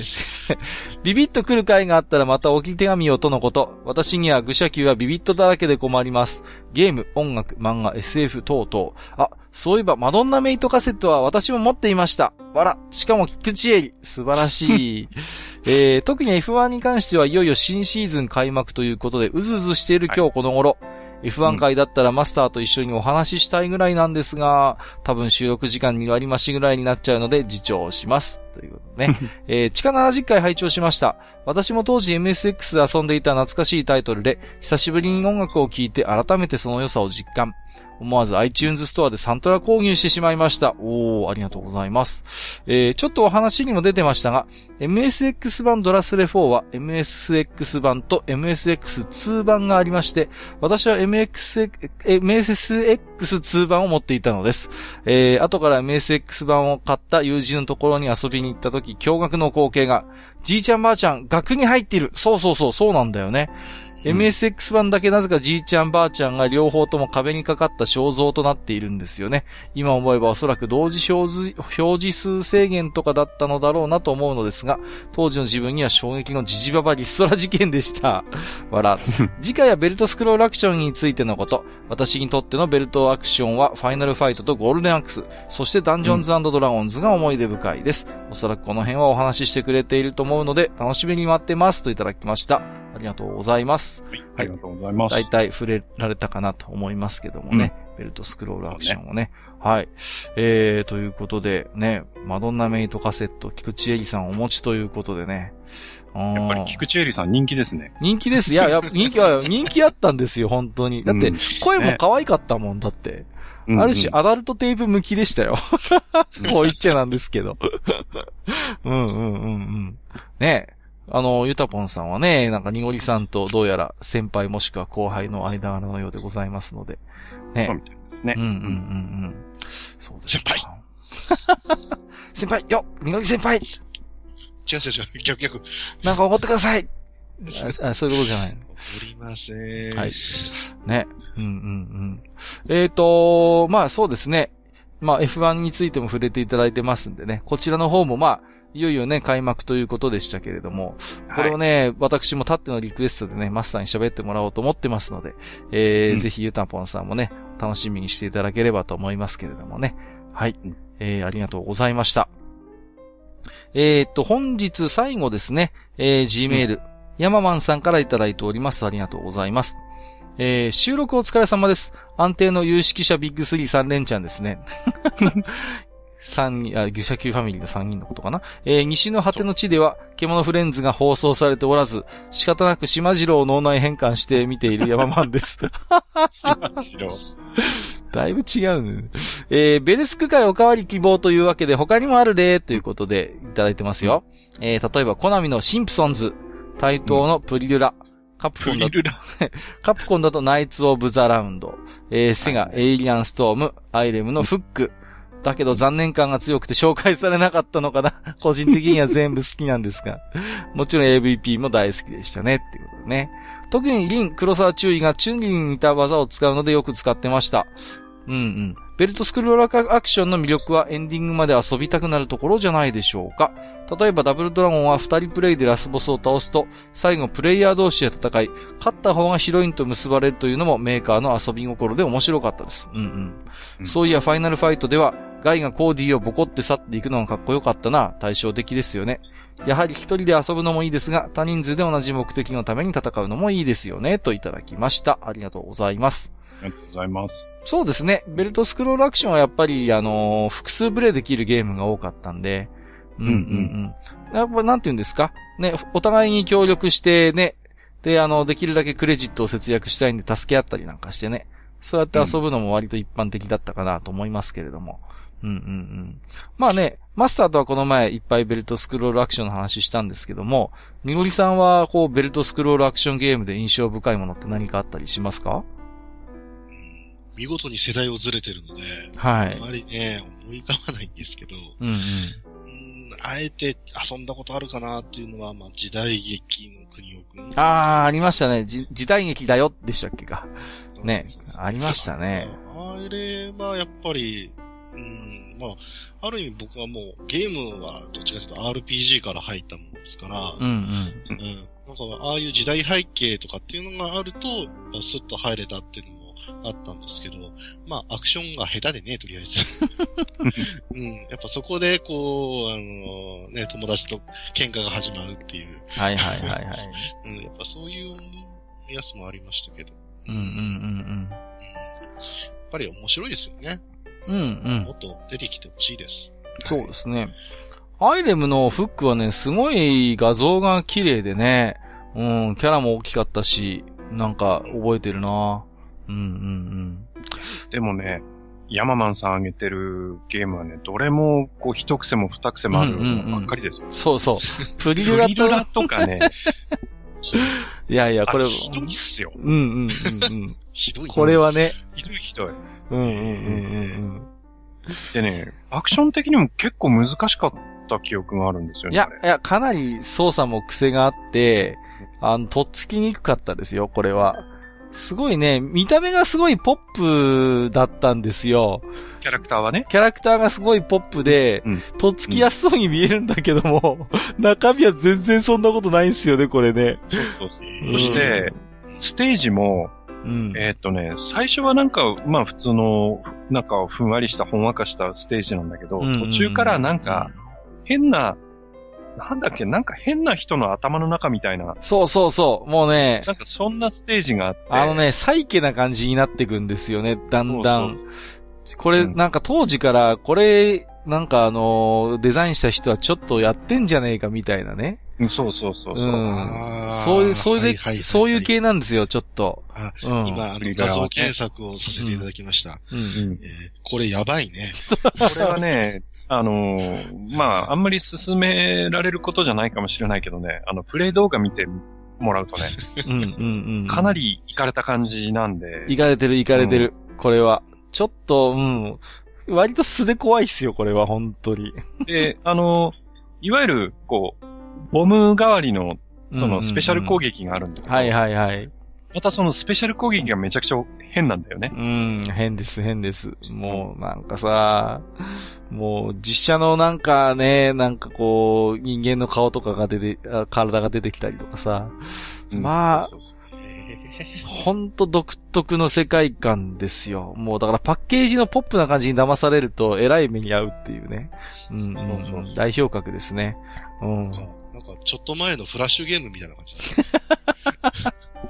えー、ビビッと来る回があったらまた置き手紙をとのこと。私には愚者級はビビッとだらけで困ります。ゲーム、音楽、漫画、エスエフ 等々。あ、そういえばマドンナメイトカセットは私も持っていました。わら、しかも菊池絵里。素晴らしい。えー、特に エフワン に関してはいよいよ新シーズン開幕ということでうずうずしている今日この頃。はい、エフワン 回だったらマスターと一緒にお話ししたいぐらいなんですが、多分収録時間に割り増しぐらいになっちゃうので自重します。ということでね。えー、地下ななじゅっかい拝聴しました。私も当時 エムエスエックス で遊んでいた懐かしいタイトルで、久しぶりに音楽を聴いて改めてその良さを実感。思わず iTunes ストアでサントラ購入してしまいました。おー、ありがとうございます。えー、ちょっとお話にも出てましたが、エムエスエックス 版ドラスレフォーは エムエスエックス 版と エムエスエックスツー 版がありまして、私は エムエスエックスツー 版を持っていたのです。えー、後から エムエスエックス 版を買った友人のところに遊びに行った時、驚愕の光景が、じいちゃんばあちゃん、額に入っている。そうそうそう、そうなんだよね。エムエスエックス 版だけなぜかじいちゃんばあちゃんが両方とも壁にかかった肖像となっているんですよね。今思えばおそらく同時表示、表示数制限とかだったのだろうなと思うのですが、当時の自分には衝撃のジジババリストラ事件でした。笑。次回はベルトスクロールアクションについてのこと。私にとってのベルトアクションはファイナルファイトとゴールデンアックス、そしてダンジョンズ&ドラゴンズが思い出深いです。うん、おそらくこの辺はお話ししてくれていると思うので、楽しみに待ってますといただきました。ありがとうございます。 はい、ありがとうございます。 大体触れられたかなと思いますけどもね。うん、ベルトスクロールアクションをね。ねはい。えー、ということでね、マドンナメイトカセット、菊池絵里さんお持ちということでね。 やっぱり菊池絵里さん人気ですね。 人気です。いや、いや、人気は、人気あったんですよ、本当に。だって、声も可愛かったもん、だって。うんね、ある種、アダルトテープ向きでしたよ。こう言っちゃなんですけど。うんうんうんうん。ねえ。あの、ゆたぽんさんはね、なんかにごりさんとどうやら先輩もしくは後輩の間柄のようでございますので。ね。 そうみたいですね。 うんうんうんうん。そうです。 先輩先輩よにごり先輩違う違う違う、逆逆。 なんか怒ってくださいああそういうことじゃない。 怒りません。 はい。ね。うんうんうん。えーと、まあそうですね。まあ エフワン についても触れていただいてますんでね。こちらの方もまあ、いよいよね、開幕ということでしたけれども、これをね、はい、私もたってのリクエストでね、マスターに喋ってもらおうと思ってますので、えーうん、ぜひゆたぽんさんもね、楽しみにしていただければと思いますけれどもね。はい。えー、ありがとうございました。えーっと、本日最後ですね、えー、Gmail、うん、ヤママンさんからいただいております。ありがとうございます。えー、収録お疲れ様です。安定の有識者ビッグスリーさん連チャンですね。 三人、あ、愚者級ファミリーの三人のことかな。えー、西の果ての地では、獣フレンズが放送されておらず、仕方なく島次郎を脳内変換して見ている山マンです。 島次郎。 だいぶ違うね。えー、ベルスク会おかわり希望というわけで、他にもあるで、ということで、いただいてますよ。うん、えー、例えば、コナミのシンプソンズ、対等のプリルラ、うん、カプコンだと、カプコンだとナイツ・オブ・ザ・ラウンド、えー、セガ、エイリアン・ストーム、アイレムのフック、だけど残念感が強くて紹介されなかったのかな。個人的には全部好きなんですが。もちろん エーブイピー も大好きでしたね。っていうことでね。特にリン、黒沢注意がチュンリンに似た技を使うのでよく使ってました。うんうん。ベルトスクロールアクションの魅力はエンディングまで遊びたくなるところじゃないでしょうか。例えばダブルドラゴンは二人プレイでラスボスを倒すと、最後プレイヤー同士で戦い、勝った方がヒロインと結ばれるというのもメーカーの遊び心で面白かったです。うんうん。うん、そういやファイナルファイトでは、ガイがコーディをボコって去っていくのがかっこよかったな。対照的ですよね。やはり一人で遊ぶのもいいですが、多人数で同じ目的のために戦うのもいいですよね。といただきました。ありがとうございます。 ありがとうございます。 そうですね。ベルトスクロールアクションはやっぱり、あのー、複数プレイできるゲームが多かったんで、うんうんうん。やっぱなんて言うんですかね、お互いに協力してね、で、あの、できるだけクレジットを節約したいんで助け合ったりなんかしてね、そうやって遊ぶのも割と一般的だったかなと思いますけれども。うんうんうん。まあね、マスターとはこの前いっぱいベルトスクロールアクションの話したんですけども、みごりさんはこうベルトスクロールアクションゲームで印象深いものって何かあったりしますか？ 見事に世代をずれてるので、 はい。 あまりね、思い浮かばないんですけど、 うんうん。 あえて遊んだことあるかなっていうのは、まあ、時代劇の国尾くん。 ああ、ありましたね。じ時代劇だよでしたっけか。ね。ありましたね。 あれはやっぱり、うん、まあ、ある意味僕はもうゲームはどっちかというと アールピージー から入ったものですから、 うんうん。うん。 なんかああいう時代背景とかっていうのがあると、スッと入れたっていうのもあったんですけど、まあ、アクションが下手でね、とりあえず。うん。やっぱそこで、こう、あの、ね、友達と喧嘩が始まるっていう。 はいはいはいはい。 うん。やっぱそういうやつもありましたけど。 うんうんうんうん。うん、やっぱり面白いですよね。 うんうん。 もっと出てきてほしいです。 そうですね。アイレムのフックはね、すごい画像が綺麗でね、うん、キャラも大きかったし、なんか覚えてるな。うんうんうん。 でもね、ヤママンさん挙げてるゲームはね、どれもこう一癖も二癖もあるのばっかりですよ、 うんうんうん。そうそう。プリルラと。 プリルラとかね。 いやいや、これ。 ひどいっすよ。 うんうんうんうん。 ひどい。 これはね。 ひどいひどい。 うんうんうんうんうん。 でね、アクション的にも結構難しかった記憶があるんですよね。 いや、いや、かなり操作も癖があって、あの、とっつきにくかったですよ、これは。すごいね、見た目がすごいポップだったんですよ。 キャラクターはね。 キャラクターがすごいポップで、うん、とっつきやすそうに見えるんだけども、うん、中身は全然そんなことないんですよね、これね。 そうそうそう。そして、ステージも、うん、えー、っとね、最初はなんか、まあ普通の、なんかふんわりした、ほんわかしたステージなんだけど、うんうんうん、途中からなんか、変な、なんだっけ、なんか変な人の頭の中みたいな。 そうそうそう。もうね。 なんかそんなステージがあって。 あのね、サイケな感じになってくんですよね、だんだん。そうそうこれ、うん、なんか当時から、これ、なんかあのー、デザインした人はちょっとやってんじゃねえかみたいなね。 そうそうそうそう。うん 、そういう、そういう、はいはいはいはい、そういう系なんですよ、ちょっと。 あ、うん、今、あの、画像検索をさせていただきました。うん。うん、えー、これやばいね。 これはね、あのー、まあ、あんまり進められることじゃないかもしれないけどね、あの、プレイ動画見てもらうとね、うんうんうん、かなりイカれた感じなんで。 イカれてる、イカれてる、うん。これは。ちょっと、うん。割と素で怖いっすよ、これは、本当に。 で、あのー、いわゆる、こう、ボム代わりの、その、スペシャル攻撃があるんだけど、 うんうんうん。はいはいはい。 またそのスペシャル攻撃がめちゃくちゃ変なんだよね。 うん、変です、変です。もうなんかさ、もう実写のなんかね、なんかこう、人間の顔とかが出て、体が出てきたりとかさ、うん、まあ、ほんと独特の世界観ですよ。もうだからパッケージのポップな感じに騙されると、えらい目に遭うっていうね。うん、うんうん、代表格ですね。うん。 なんかちょっと前のフラッシュゲームみたいな感じだね。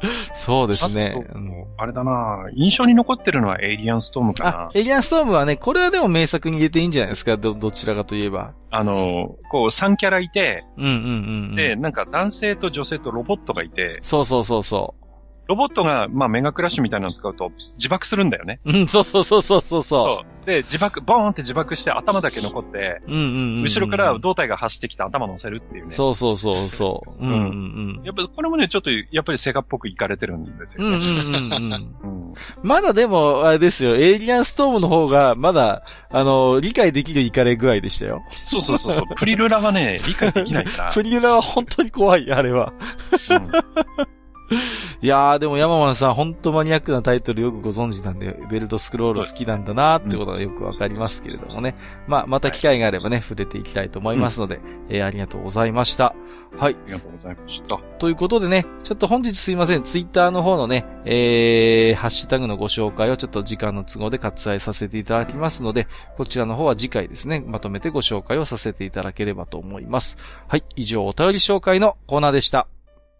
そうですね。 あれだな、印象に残ってるのはエイリアンストームかな。 あ、エイリアンストームはね、これはでも名作に入れていいんじゃないですか、ど、どちらかといえば。 あの、こうさんキャラいて、 うんうんうん、うん。 で、なんか男性と女性とロボットがいて、 そうそうそうそう。 ロボットが、まあ、メガクラッシュみたいなのを使うと、自爆するんだよね。 うん、そうそうそうそうそう。そうで、自爆、ボーンって自爆して頭だけ残って、 うんうんうんうん、 後ろから胴体が走ってきて頭乗せるっていうね。 そうそうそうそう。うんうんうん。 やっぱこれもね、ちょっと、やっぱりセガっぽくいかれてるんですよね。うんうんうんうんうん、まだでも、あれですよ、エイリアンストームの方が、まだ、あの、理解できるいかれ具合でしたよ。 そうそうそうそう。プリルラがね、理解できないから。 プリルラは本当に怖い、あれは。うんいやー、でもヤママンさん、ほんとマニアックなタイトルよくご存知なんで、ベルトスクロール好きなんだなーってことがよくわかりますけれどもね。うん、まあ、また機会があればね、はい、触れていきたいと思いますので、うん、えー、ありがとうございました。はい。 ありがとうございました。 ということでね、ちょっと本日すいません、ツイッターの方のね、えー、ハッシュタグのご紹介をちょっと時間の都合で割愛させていただきますので、こちらの方は次回ですね、まとめてご紹介をさせていただければと思います。はい。以上、お便り紹介のコーナーでした。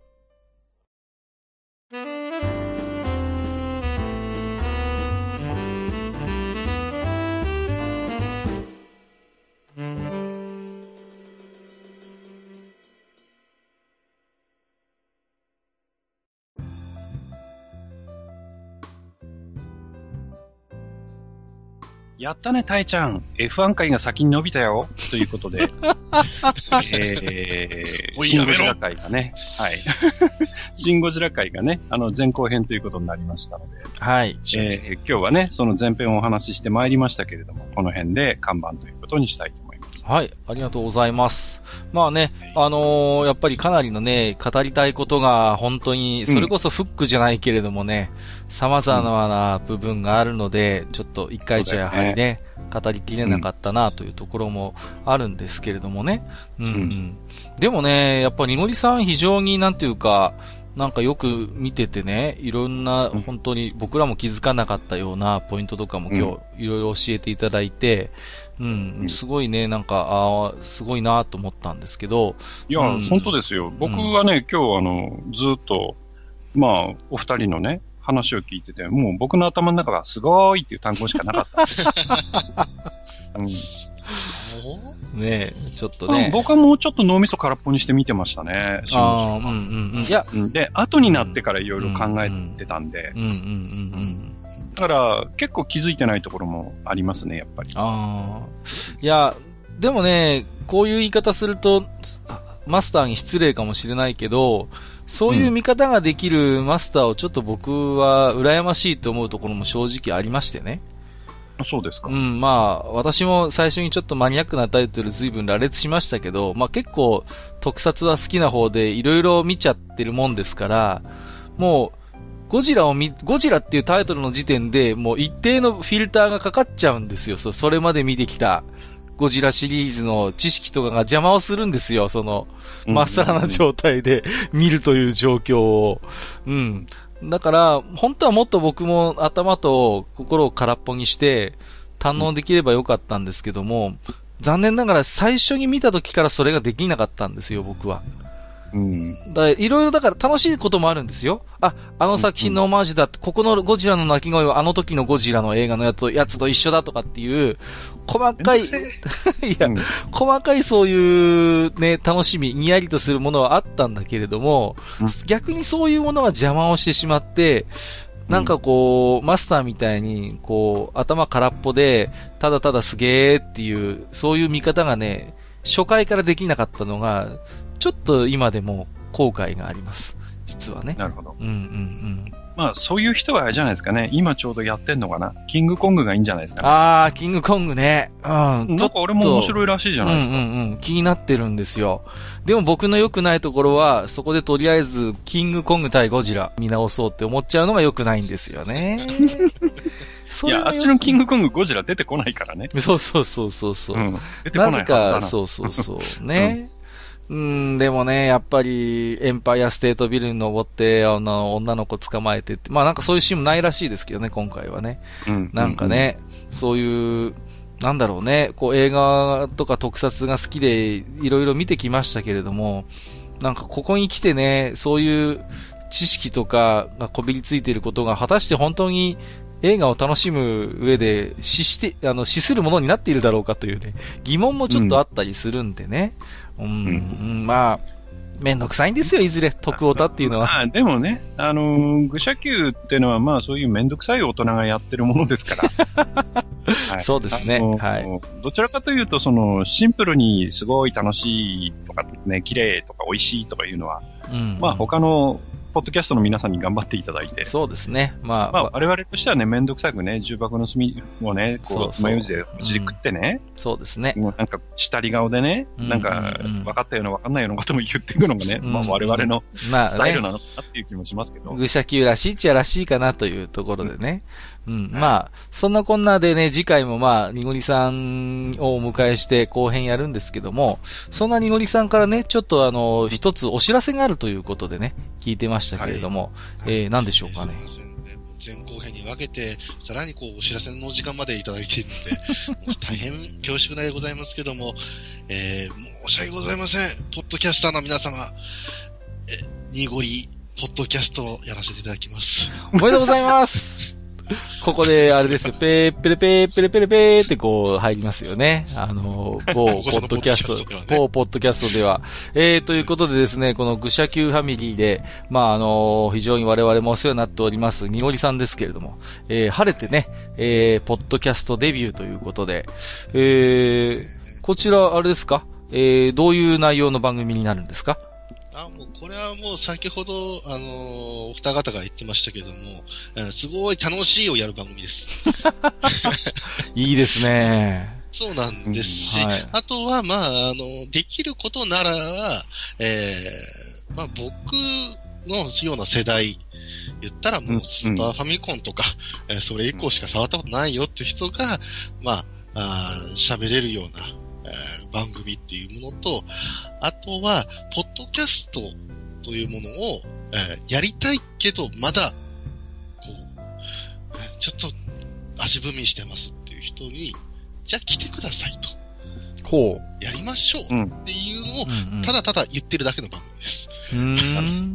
やったね、タイちゃん。エフワン 回が先に伸びたよ。ということで。えー、シンゴジラ回がね。はい。シンゴジラ回がね、あの、前後編ということになりましたので。 はい。 えー、今日はね、その前編をお話ししてまいりましたけれども、この辺で看板ということにしたいと思います。 はい。ありがとうございます。まあね、あのー、やっぱりかなりのね、語りたいことが本当に、それこそフックじゃないけれどもね、うん、様々な部分があるので、ちょっと一回じゃやはりね、ね語りきれなかったなというところもあるんですけれどもね。うんうん。うん、でもね、やっぱにごりさん非常になんていうか、なんかよく見ててね、いろんな本当に僕らも気づかなかったようなポイントとかも今日いろいろ教えていただいて、うん、うん、すごいね、なんか、ああ、すごいなと思ったんですけど。 いや、うん、本当ですよ。僕はね、うん、今日あの、ずっと、まあ、お二人のね、話を聞いてて、もう僕の頭の中がすごいっていう単語しかなかった。うんねえ、ちょっとね。 僕はもうちょっと脳みそ空っぽにして見てましたね。 ああ、うんうんうん。いや、 で、後になってからいろいろ考えてたんで。うんうんうんうん。だから、結構気づいてないところもありますね、やっぱり。 ああ。いや、でもね、こういう言い方すると、マスターに失礼かもしれないけど、そういう見方ができるマスターをちょっと僕は羨ましいと思うところも正直ありましてね。 そうですか。 うん、まあ、私も最初にちょっとマニアックなタイトル随分羅列しましたけど、まあ結構特撮は好きな方でいろいろ見ちゃってるもんですから、もう、ゴジラを見、ゴジラっていうタイトルの時点でもう一定のフィルターがかかっちゃうんですよ。そ、それまで見てきたゴジラシリーズの知識とかが邪魔をするんですよ。その、まっさらな状態で見るという状況を。うん。だから、本当はもっと僕も頭と心を空っぽにして堪能できればよかったんですけども、うん、残念ながら最初に見た時からそれができなかったんですよ、僕は。うん。だいろいろだから楽しいこともあるんですよ。あ、あの作品のオマージュだって、ここのゴジラの鳴き声はあの時のゴジラの映画のやつと、やつと一緒だとかっていう、細かい、いや、うん、細かいそういうね、楽しみ、にやりとするものはあったんだけれども、うん、逆にそういうものが邪魔をしてしまって、なんかこう、うん、マスターみたいに、こう、頭空っぽで、ただただすげーっていう、そういう見方がね、初回からできなかったのが、ちょっと今でも後悔があります。実はね。 なるほど。 うんうんうん。 まあそういう人はあれじゃないですかね。今ちょうどやってんのかな。キングコングがいいんじゃないですかね。 ああ、キングコングね。うん。 なんか俺も面白いらしいじゃないですか。 うんうんうん。気になってるんですよ。でも僕の良くないところは、そこでとりあえずキングコング対ゴジラ見直そうって思っちゃうのが良くないんですよね。 いや、あっちのキングコングゴジラ出てこないからね。 そうそうそうそうそう。うん、 出てこないはずだな。 なぜか、そうそうそうね。うんうーん、でもね、やっぱり、エンパイアステートビルに登って、あの、女の子捕まえてって、まあなんかそういうシーンもないらしいですけどね、今回はね。うん、なんかね、うん、そういう、なんだろうね、こう映画とか特撮が好きで、いろいろ見てきましたけれども、なんかここに来てね、そういう知識とかがこびりついていることが果たして本当に映画を楽しむ上で資して、あの、資するものになっているだろうかというね、疑問もちょっとあったりするんでね。うん、うんうん、まあ、めんどくさいんですよ、いずれ、徳オタっていうのは。 まあ、でもね、あのー、愚者級っていうのは、まあ、そういうめんどくさい大人がやってるものですから。 はい、そうですね、はい。 どちらかというと、その、シンプルにすごい楽しいとかね、綺麗とか美味しいとかいうのは、うん、まあ、他の、ポッドキャストの皆さんに頑張っていただいて。 そうですね。まあ、 まあ、我々としてはね、めんどくさくね、重箱の隅をね、こう、つまようじで口で食ってね、 うん。そうですね。 もうなんか、下り顔でね、うん、なんか、分かったような分かんないようなことも言っていくのがね、うん、まあ、我々のスタイルなのかなっていう気もしますけど。 まあね、愚者級らしいっちゃらしいかなというところでね。うん。うん、まあ、そんなこんなでね、次回もまあ、にごりさんをお迎えして後編やるんですけども、そんなにごりさんからね、ちょっとあの、一つお知らせがあるということでね、聞いてましたけれども、はい、えー、何でしょうかね。 前後編に分けて、さらにこう、お知らせの時間までいただいているので、もう大変恐縮でございますけども、えー、申し訳ございません。ポッドキャスターの皆様、え、にごり、ポッドキャストをやらせていただきます。 おめでとうございますここで、あれですよ、ペー、ペレペー、ペレペレペーってこう入りますよね。あの、某ポッドキャスト、某ポッドキャストでは。えー、ということでですね、この愚者級ファミリーで、まあ、あの、非常に我々もお世話になっております、にごりさんですけれども、えー、晴れてね、えー、ポッドキャストデビューということで、えー、こちら、あれですか？えー、どういう内容の番組になるんですか？ あ、もう、これはもう先ほど、あのー、お二方が言ってましたけども、えー、すごい楽しいをやる番組です。 いいですね。 そうなんですし、うんはい、あとは、まあ、あの、できることならば、えー、まあ、僕のような世代、言ったらもうスーパーファミコンとか、うん、えー、それ以降しか触ったことないよっていう人が、まあ、喋れるような、えー、番組っていうものと、あとは、ポッドキャストというものを、えー、やりたいけど、まだ、こう、えー、ちょっと足踏みしてますっていう人に、じゃあ来てくださいと。 ほう。やりましょうっていうのを、うん、ただただ言ってるだけの番組です。 うん、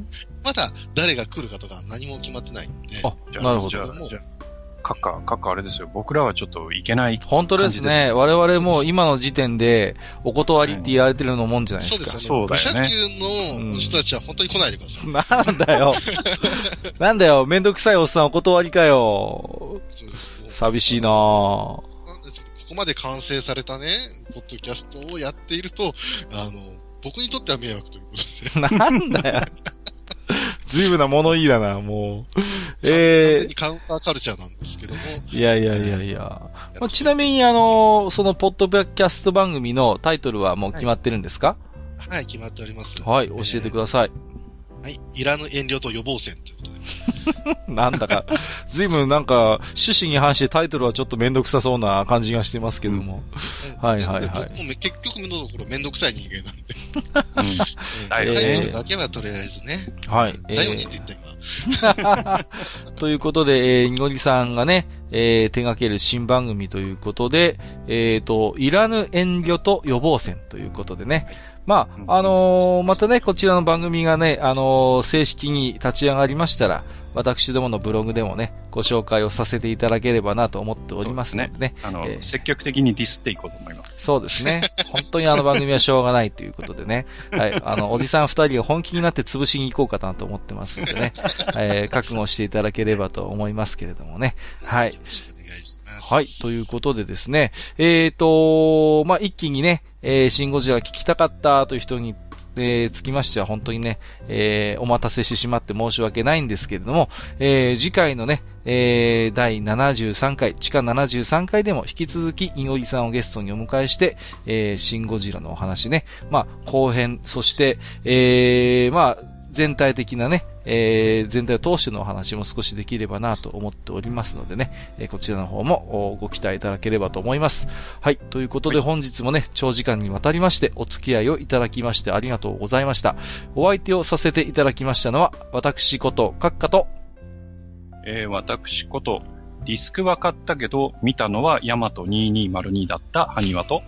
まだ誰が来るかとか何も決まってないんで。 あ、なるほど。 かっか、かっかあれですよ。僕らはちょっといけない。 本当ですね。我々も今の時点でお断りって言われてるのもんじゃないですか。 そうですよね。愚者級の人たちは本当に来ないでください。 うん、なんだよ。なんだよ。めんどくさいおっさんお断りかよ。そうです。寂しいなぁ。 なんですけど、ここまで完成されたね、ポッドキャストをやっていると、あの、僕にとっては迷惑ということで。なんだよ。ずいぶんな物言いだな、もう。えー、カウンターカルチャーなんですけども。 いやいやいやいや。まあ、ちなみに、あの、そのポッドキャスト番組のタイトルはもう決まってるんですか？ はい、はい、決まっております。 はい、教えてください。 はい、いらぬ遠慮と予防線ということで。 なんだか、ずいぶんなんか、趣旨に反してタイトルはちょっとめんどくさそうな感じがしてますけども。うん、はいはいはい。 僕も結局のところめんどくさい人間なんで。うん、タイトルだけはとりあえずね。 はい。 だよねって言った今。 ということで、えー、にごりさんがね、えー、手掛ける新番組ということで、えっと、いらぬ遠慮と予防線ということでね。はい、まあ、あのー、またね、こちらの番組がね、あのー、正式に立ち上がりましたら、私どものブログでもね、ご紹介をさせていただければなと思っておりますのでね。 ねあの、えー、積極的にディスっていこうと思います。 そうですね。本当にあの番組はしょうがないということでね。はい。あの、おじさん二人が本気になって潰しに行こうかなと思ってますのでね。えー、覚悟していただければと思いますけれどもね。はい。はい。ということでですね。えっと、まあ、一気にね、えー、シンゴジラ聞きたかったという人に、えー、つきましては本当にね、えー、お待たせしてしまって申し訳ないんですけれども、えー、次回のね、えー、だいななじゅうさんかい、地下ななじゅうさんかいでも引き続き、いごりさんをゲストにお迎えして、えー、シンゴジラのお話ね、まあ、後編、そして、えー、まあ、全体的なね、えー、全体を通してのお話も少しできればなと思っておりますのでね、えー、こちらの方もご期待いただければと思います。はい。ということで本日もね、長時間にわたりましてお付き合いをいただきましてありがとうございました。お相手をさせていただきましたのは、私ことカッカと、 えー、私こと、ディスクは買ったけど、見たのはヤマトにせんにひゃくにだったハニワと、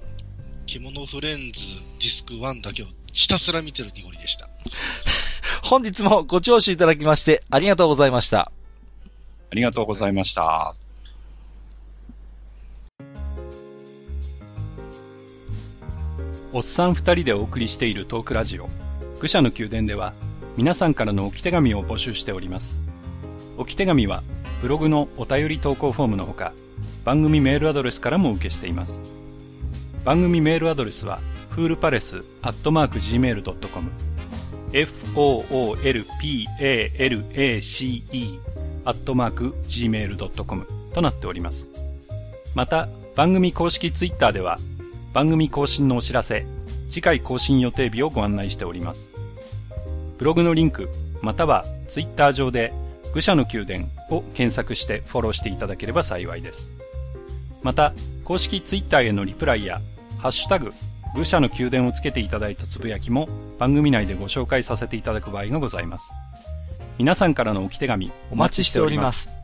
着物フレンズディスクワンだけをひたすら見てるニゴリでした。 本日もご聴取いただきましてありがとうございました。 ありがとうございました。 おっさん二人でお送りしているトークラジオ愚者の宮殿では、皆さんからの置き手紙を募集しております。置き手紙はブログのお便り投稿フォームのほか、番組メールアドレスからも受けしています。番組メールアドレスはフールパレスアットマーク ジーメールドットコム フォーオーエルピーエーエルエーシーイー アットマーク ジーメールドットコム となっております。また番組公式ツイッターでは番組更新のお知らせ、次回更新予定日をご案内しております。ブログのリンクまたはツイッター上で愚者の宮殿を検索してフォローしていただければ幸いです。また公式ツイッターへのリプライやハッシュタグ愚者の宮殿をつけていただいたつぶやきも番組内でご紹介させていただく場合がございます。皆さんからの置き手紙お待ちしております。